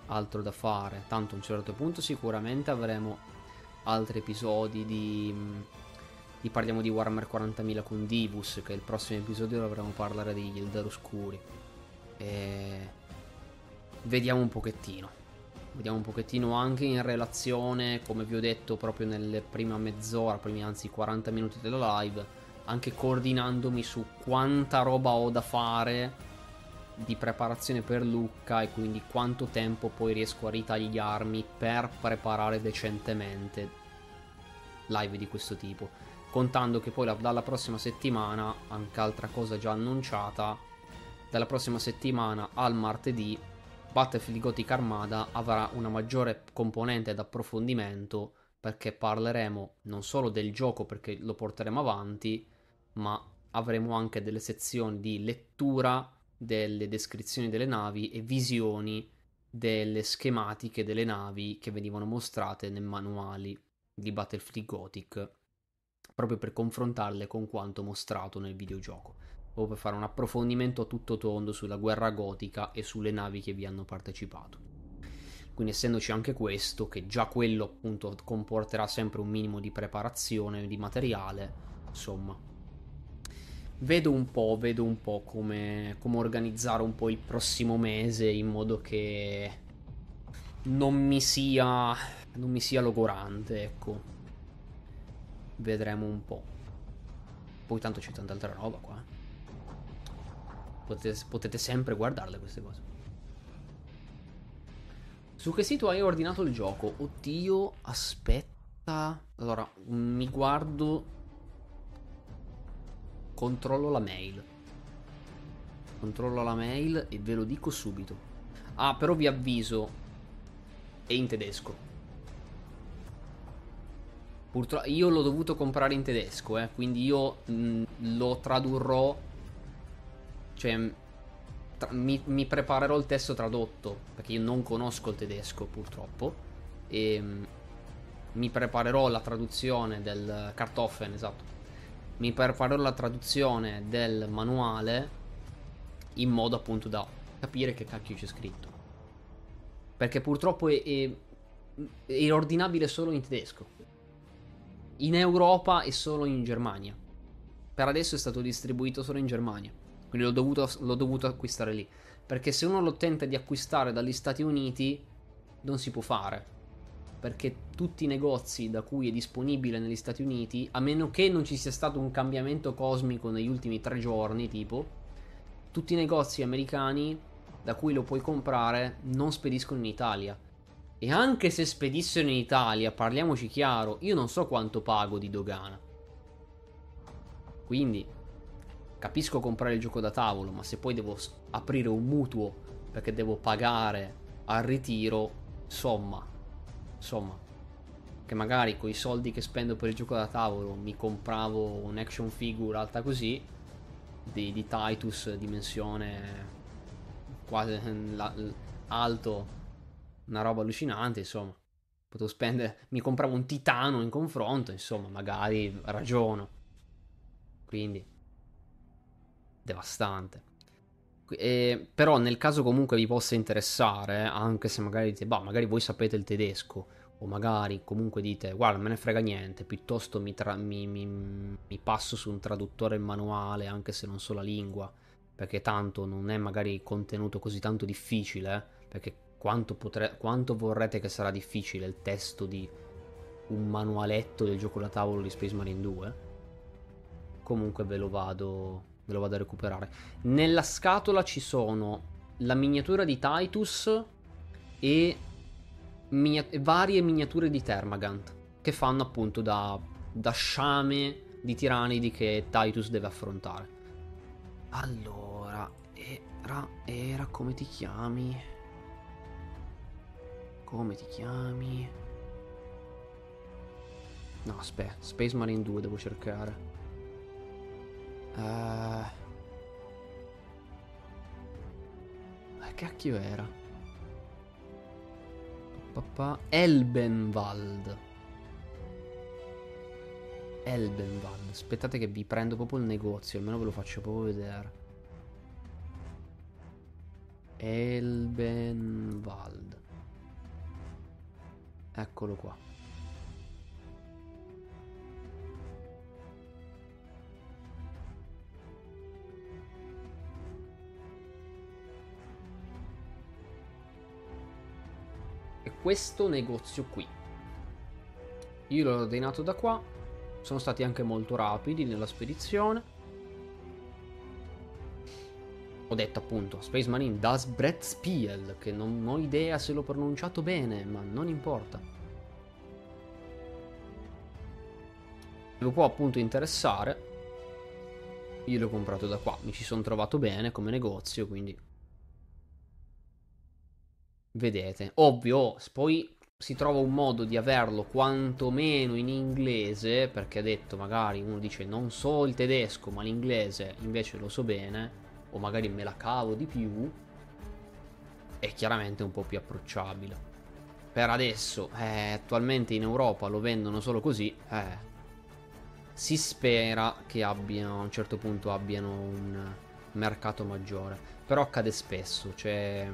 altro da fare. Tanto a un certo punto sicuramente avremo altri episodi di parliamo di Warhammer 40.000 con Divus, che il prossimo episodio dovremo parlare degli Eldar Oscuri. E vediamo un pochettino. Vediamo un pochettino anche in relazione, come vi ho detto proprio nelle prima mezz'ora, anzi 40 minuti della live, anche coordinandomi su quanta roba ho da fare di preparazione per Lucca e quindi quanto tempo poi riesco a ritagliarmi per preparare decentemente live di questo tipo, contando che poi dalla prossima settimana, anche altra cosa già annunciata, dalla prossima settimana al martedì Battlefield Gothic Armada avrà una maggiore componente d'approfondimento, perché parleremo non solo del gioco perché lo porteremo avanti, ma avremo anche delle sezioni di lettura delle descrizioni delle navi e visioni delle schematiche delle navi che venivano mostrate nei manuali di Battlefield Gothic, proprio per confrontarle con quanto mostrato nel videogioco, o per fare un approfondimento a tutto tondo sulla guerra gotica e sulle navi che vi hanno partecipato. Quindi essendoci anche questo, che già quello appunto comporterà sempre un minimo di preparazione di materiale, insomma, vedo un po' come organizzare un po' il prossimo mese in modo che non mi sia logorante, ecco. Vedremo un po'. Poi tanto c'è tanta altra roba qua. Potete sempre guardarle queste cose. Su che sito hai ordinato il gioco? Oddio, aspetta. Allora, mi guardo. Controllo la mail. Controllo la mail e ve lo dico subito. Ah, però vi avviso. È in tedesco. Purtroppo io l'ho dovuto comprare in tedesco, quindi io lo tradurrò. Cioè, mi preparerò il testo tradotto, perché io non conosco il tedesco purtroppo. E mi preparerò la traduzione del Kartoffeln, esatto. Mi preparerò la traduzione del manuale in modo appunto da capire che cacchio c'è scritto. Perché purtroppo è ordinabile solo in tedesco. In Europa e solo in Germania. Per adesso è stato distribuito solo in Germania. Quindi l'ho dovuto acquistare lì. Perché se uno lo tenta di acquistare dagli Stati Uniti, non si può fare. Perché tutti i negozi da cui è disponibile negli Stati Uniti, a meno che non ci sia stato un cambiamento cosmico negli ultimi 3 giorni, tipo, tutti i negozi americani da cui lo puoi comprare non spediscono in Italia. E anche se spedissero in Italia, parliamoci chiaro, io non so quanto pago di dogana. Quindi capisco comprare il gioco da tavolo, ma se poi devo aprire un mutuo perché devo pagare al ritiro, insomma, che magari con i soldi che spendo per il gioco da tavolo mi compravo un action figure alta così di Titus dimensione quasi alto, una roba allucinante, insomma. Potevo spendere, mi compravo un titano in confronto, insomma, magari ragiono. Quindi devastante. Però nel caso comunque vi possa interessare, anche se magari dite, bah, magari voi sapete il tedesco, o magari comunque dite, guarda, me ne frega niente, piuttosto mi passo su un traduttore manuale, anche se non so la lingua, perché tanto non è magari contenuto così tanto difficile, perché quanto vorrete che sarà difficile il testo di un manualetto del gioco da tavolo di Space Marine 2? Comunque ve lo vado a recuperare. Nella scatola ci sono la miniatura di Titus e varie miniature di Termagant, che fanno appunto da sciame di tiranidi che Titus deve affrontare. Allora, era come ti chiami? Come ti chiami? No, aspetta, Space Marine 2 devo cercare. Cacchio era? Elbenwald. Aspettate che vi prendo proprio il negozio, almeno ve lo faccio proprio vedere. Elbenwald. Eccolo qua. E questo negozio qui. Io l'ho ordinato da qua. Sono stati anche molto rapidi nella spedizione. Ho detto appunto Space Marine Das Brettspiel, che non ho idea se l'ho pronunciato bene, ma non importa. Lo può appunto interessare. Io l'ho comprato da qua, mi ci sono trovato bene come negozio, quindi vedete. Ovvio, poi si trova un modo di averlo quantomeno in inglese, perché ha detto magari uno dice non so il tedesco, ma l'inglese invece lo so bene, o magari me la cavo di più, è chiaramente un po' più approcciabile. Per adesso, attualmente in Europa lo vendono solo così, si spera che a un certo punto abbiano un mercato maggiore. Però accade spesso, cioè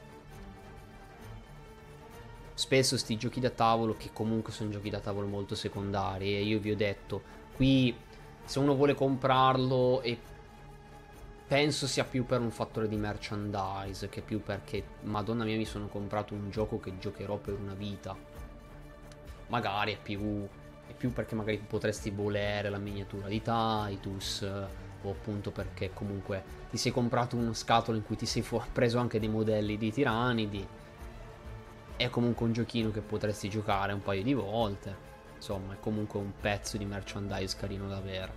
spesso sti giochi da tavolo, che comunque sono giochi da tavolo molto secondari, e io vi ho detto, qui se uno vuole comprarlo, e penso sia più per un fattore di merchandise che più perché, madonna mia, mi sono comprato un gioco che giocherò per una vita. Magari è più perché magari potresti volere la miniatura di Titus, o appunto perché comunque ti sei comprato uno scatolo in cui ti sei preso anche dei modelli di tiranidi. È comunque un giochino che potresti giocare un paio di volte. Insomma, è comunque un pezzo di merchandise carino da avere.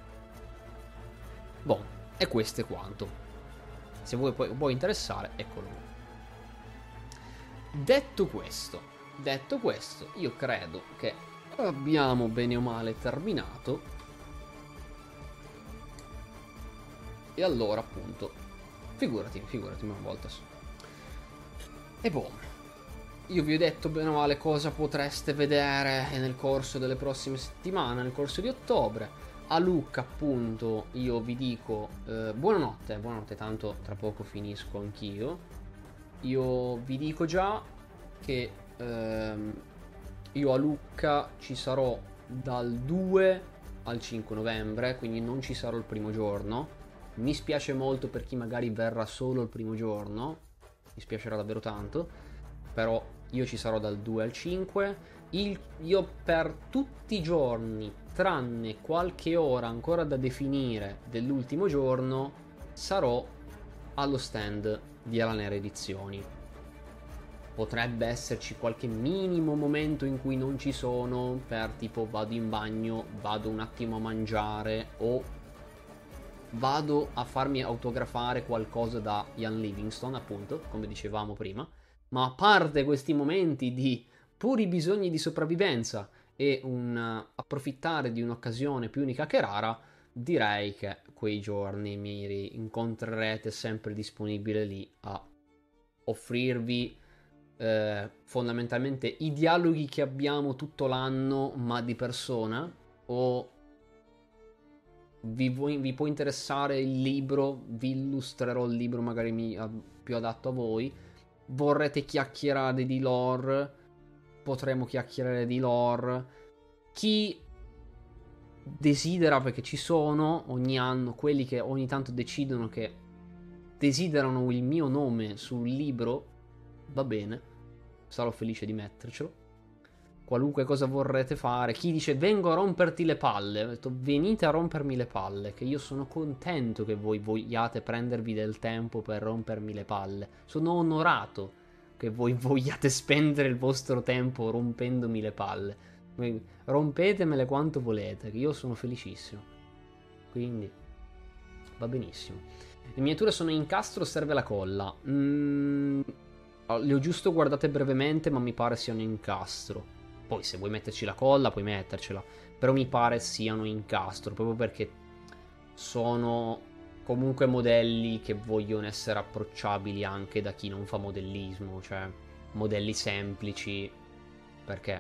Boh, e questo è quanto. Se vuoi interessare, eccolo qua. Detto questo, io credo che abbiamo bene o male terminato. E allora appunto, figurati una volta su. E boh, io vi ho detto bene o male cosa potreste vedere nel corso delle prossime settimane, nel corso di ottobre. A Lucca appunto io vi dico buonanotte, tanto tra poco finisco anch'io. Io vi dico già che io a Lucca ci sarò dal 2 al 5 novembre, quindi non ci sarò il primo giorno. Mi spiace molto per chi magari verrà solo il primo giorno, mi spiacerà davvero tanto, però io ci sarò dal 2 al 5. Io per tutti i giorni, tranne qualche ora ancora da definire dell'ultimo giorno, sarò allo stand di Alanera Edizioni. Potrebbe esserci qualche minimo momento in cui non ci sono, per tipo vado in bagno, vado un attimo a mangiare o vado a farmi autografare qualcosa da Ian Livingstone, appunto, come dicevamo prima. Ma a parte questi momenti di puri bisogni di sopravvivenza e un approfittare di un'occasione più unica che rara, direi che quei giorni mi incontrerete sempre disponibile lì a offrirvi fondamentalmente i dialoghi che abbiamo tutto l'anno, ma di persona, o vi può interessare il libro, vi illustrerò il libro magari più adatto a voi. Vorrete chiacchierare di lore, potremo chiacchierare di lore. Chi desidera, perché ci sono ogni anno quelli che ogni tanto decidono che desiderano il mio nome sul libro, va bene, sarò felice di mettercelo. Qualunque cosa vorrete fare. Chi dice vengo a romperti le palle, ho detto venite a rompermi le palle, che io sono contento che voi vogliate prendervi del tempo per rompermi le palle. Sono onorato che voi vogliate spendere il vostro tempo rompendomi le palle. Rompetemele quanto volete, che io sono felicissimo. Quindi va benissimo. Le miniature sono in incastro, serve la colla. Le ho giusto guardate brevemente, ma mi pare siano in incastro. Poi se vuoi metterci la colla puoi mettercela, però mi pare siano incastro, proprio perché sono comunque modelli che vogliono essere approcciabili anche da chi non fa modellismo, cioè modelli semplici, perché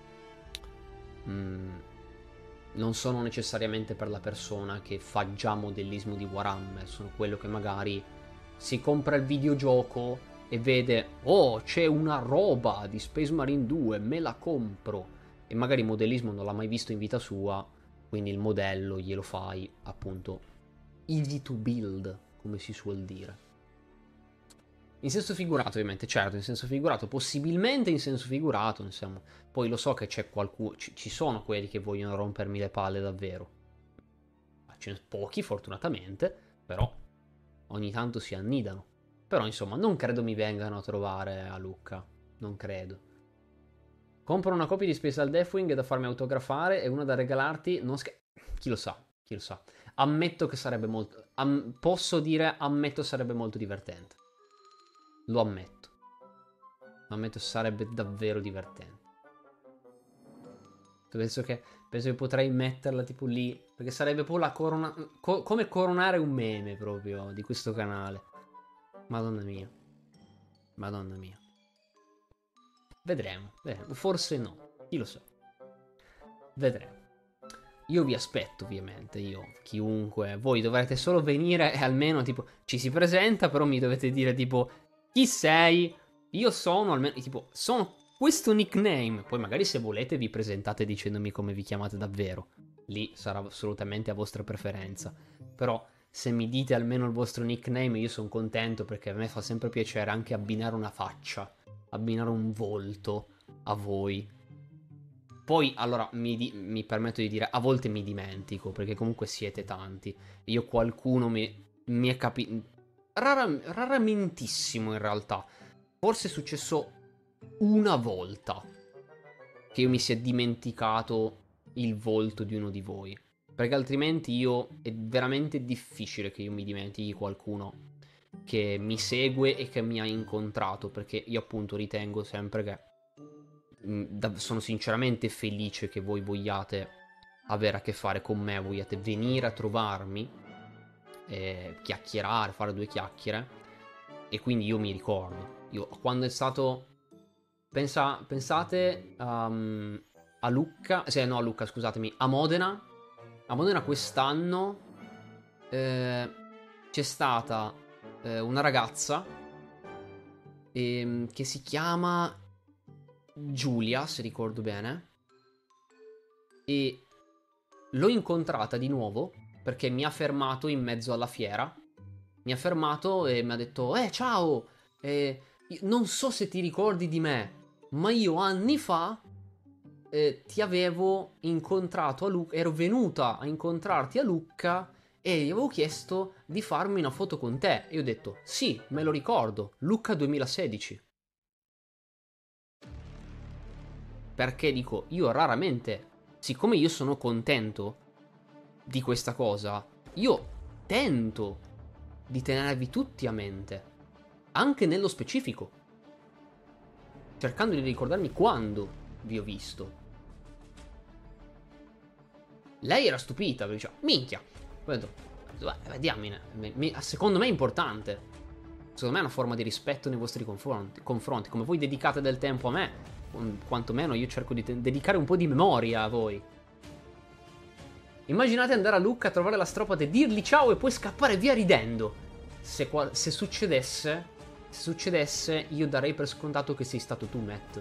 non sono necessariamente per la persona che fa già modellismo di Warhammer, sono quello che magari si compra il videogioco e vede, oh, c'è una roba di Space Marine 2, me la compro. E magari il modellismo non l'ha mai visto in vita sua, quindi il modello glielo fai, appunto, easy to build, come si suol dire. In senso figurato, ovviamente, certo, in senso figurato, possibilmente in senso figurato, insomma. Poi lo so che c'è qualcuno, ci sono quelli che vogliono rompermi le palle davvero. Ce ne sono pochi, fortunatamente, però ogni tanto si annidano. Però, insomma, non credo mi vengano a trovare a Lucca, non credo. Compro una copia di Special Deathwing da farmi autografare e una da regalarti, non chi lo sa, chi lo sa. Ammetto che sarebbe molto, posso dire, ammetto sarebbe molto divertente. Lo ammetto. Lo ammetto, sarebbe davvero divertente. Penso che potrei metterla tipo lì. Perché sarebbe poi la corona. Come coronare un meme proprio di questo canale. Madonna mia. Madonna mia. Vedremo. Forse no. Chi lo sa. Vedremo. Io vi aspetto, ovviamente. Io, chiunque. Voi dovrete solo venire e almeno tipo. Ci si presenta, però mi dovete dire tipo. Chi sei? Io sono almeno. Tipo. Sono questo nickname. Poi magari se volete vi presentate dicendomi come vi chiamate davvero. Lì sarà assolutamente a vostra preferenza. Però se mi dite almeno il vostro nickname io sono contento, perché a me fa sempre piacere anche abbinare una faccia, abbinare un volto a voi. Poi allora mi permetto di dire, a volte mi dimentico, perché comunque siete tanti. Io qualcuno mi è capito. Raramentissimo in realtà. Forse è successo una volta che io mi sia dimenticato il volto di uno di voi. Perché altrimenti è veramente difficile che io mi dimentichi qualcuno che mi segue e che mi ha incontrato. Perché io appunto ritengo sempre che sono sinceramente felice che voi vogliate avere a che fare con me, vogliate venire a trovarmi, chiacchierare, fare due chiacchiere. E quindi io mi ricordo. Io quando è stato. Pensate a Lucca. No, a Lucca, scusatemi. A Modena. A Modena quest'anno c'è stata una ragazza che si chiama Giulia, se ricordo bene. E l'ho incontrata di nuovo perché mi ha fermato in mezzo alla fiera. Mi ha fermato e mi ha detto: ciao! Non so se ti ricordi di me, ma io anni fa ti avevo incontrato a Lucca. Ero venuta a incontrarti a Lucca e gli avevo chiesto di farmi una foto con te. E io ho detto: sì, me lo ricordo, Lucca 2016. Perché dico, io raramente, siccome io sono contento di questa cosa, io tento di tenervi tutti a mente, anche nello specifico, cercando di ricordarmi quando vi ho visto. Lei era stupita, perché diceva, minchia. Poi ho detto, diamine, secondo me è importante. Secondo me è una forma di rispetto nei vostri confronti. Come voi dedicate del tempo a me, quantomeno io cerco di dedicare un po' di memoria a voi. Immaginate andare a Lucca a trovare la stropate, dirgli ciao e poi scappare via ridendo. Se succedesse, io darei per scontato che sei stato tu, Matt.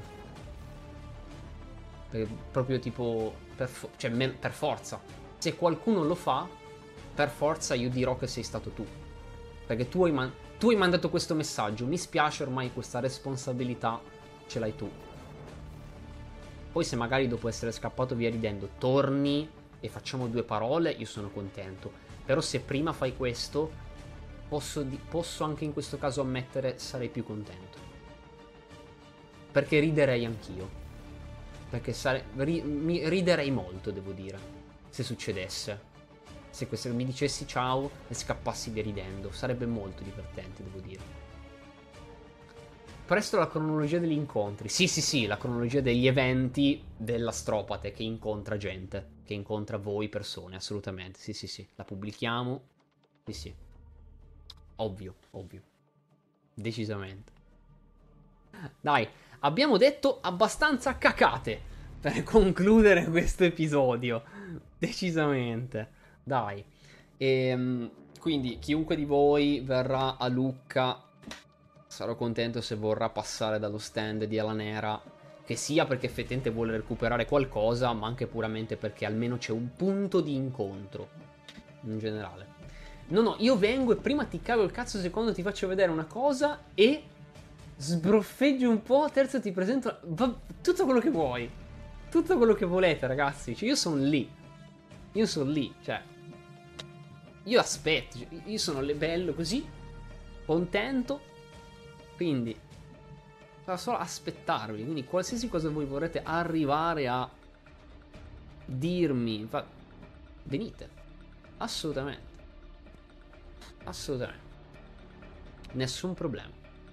Proprio tipo per forza. Se qualcuno lo fa, per forza io dirò che sei stato tu. Perché tu hai mandato questo messaggio. Mi spiace, ormai questa responsabilità ce l'hai tu. Poi se magari dopo essere scappato via ridendo torni e facciamo due parole, io sono contento. Però se prima fai questo, posso anche in questo caso ammettere sarei più contento. Perché riderei anch'io. Perché riderei molto, devo dire, se succedesse. Se mi dicessi ciao e scappassi via ridendo. Sarebbe molto divertente, devo dire. Presto la cronologia degli incontri. Sì, la cronologia degli eventi della Stropate che incontra gente. Che incontra voi persone, assolutamente. Sì. La pubblichiamo. Sì. Ovvio. Decisamente. Dai, abbiamo detto abbastanza cacate per concludere questo episodio. Decisamente. Dai. Quindi chiunque di voi verrà a Lucca sarò contento se vorrà passare dallo stand di Alanera, che sia perché effettivamente vuole recuperare qualcosa, ma anche puramente perché almeno c'è un punto di incontro, in generale. No, io vengo e prima ti cago il cazzo, secondo ti faccio vedere una cosa e sbroffeggio un po', terzo ti presento tutto quello che vuoi. Tutto quello che volete, ragazzi. Cioè, io sono lì. Io sono lì, cioè. Io aspetto, cioè, io sono bello così, contento. Quindi sarà solo aspettarvi. Quindi qualsiasi cosa voi vorrete arrivare a dirmi, venite. Assolutamente. Assolutamente. Nessun problema.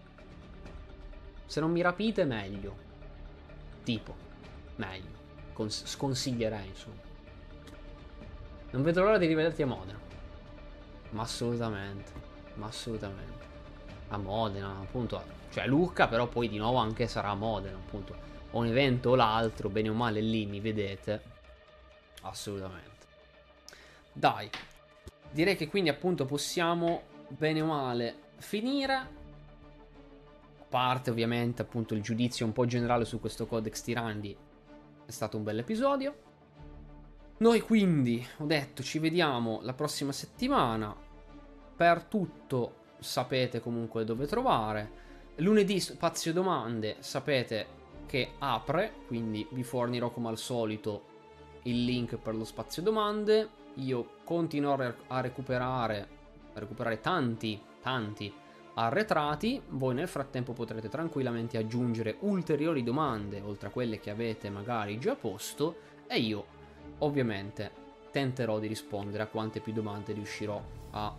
Se non mi rapite, meglio. Tipo, meglio. Sconsiglierei, insomma. Non vedo l'ora di rivederti a Modena. Ma assolutamente. Ma assolutamente. A Modena, appunto. Cioè Lucca, però poi di nuovo anche sarà a Modena, appunto. Un evento o l'altro, bene o male lì mi vedete. Assolutamente. Dai. Direi che quindi appunto possiamo, bene o male, finire. A parte ovviamente appunto il giudizio un po' generale su questo Codex Tirandi. È stato un bel episodio. Noi quindi, ho detto, ci vediamo la prossima settimana. Per tutto sapete comunque dove trovare. Lunedì spazio domande, sapete che apre, quindi vi fornirò come al solito il link per lo spazio domande. Io continuerò a recuperare tanti arretrati. Voi nel frattempo potrete tranquillamente aggiungere ulteriori domande oltre a quelle che avete magari già posto, e io ovviamente tenterò di rispondere a quante più domande riuscirò a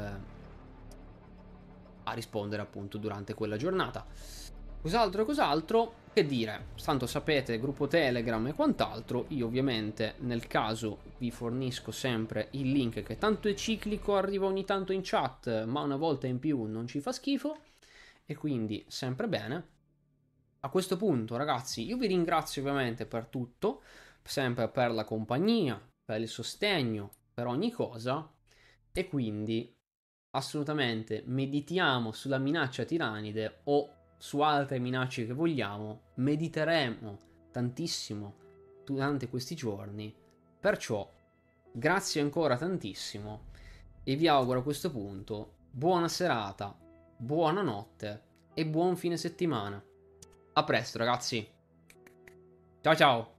rispondere appunto durante quella giornata. Cos'altro? Che dire, tanto sapete, gruppo Telegram e quant'altro. Io ovviamente nel caso vi fornisco sempre il link, che tanto è ciclico, arriva ogni tanto in chat, ma una volta in più non ci fa schifo, e quindi sempre bene. A questo punto, ragazzi, io vi ringrazio ovviamente per tutto, sempre per la compagnia, per il sostegno, per ogni cosa, e quindi assolutamente meditiamo sulla minaccia tiranide o su altre minacce che vogliamo, mediteremo tantissimo durante questi giorni. Perciò grazie ancora tantissimo e vi auguro a questo punto buona serata, buonanotte e buon fine settimana. A presto, ragazzi. Ciao ciao.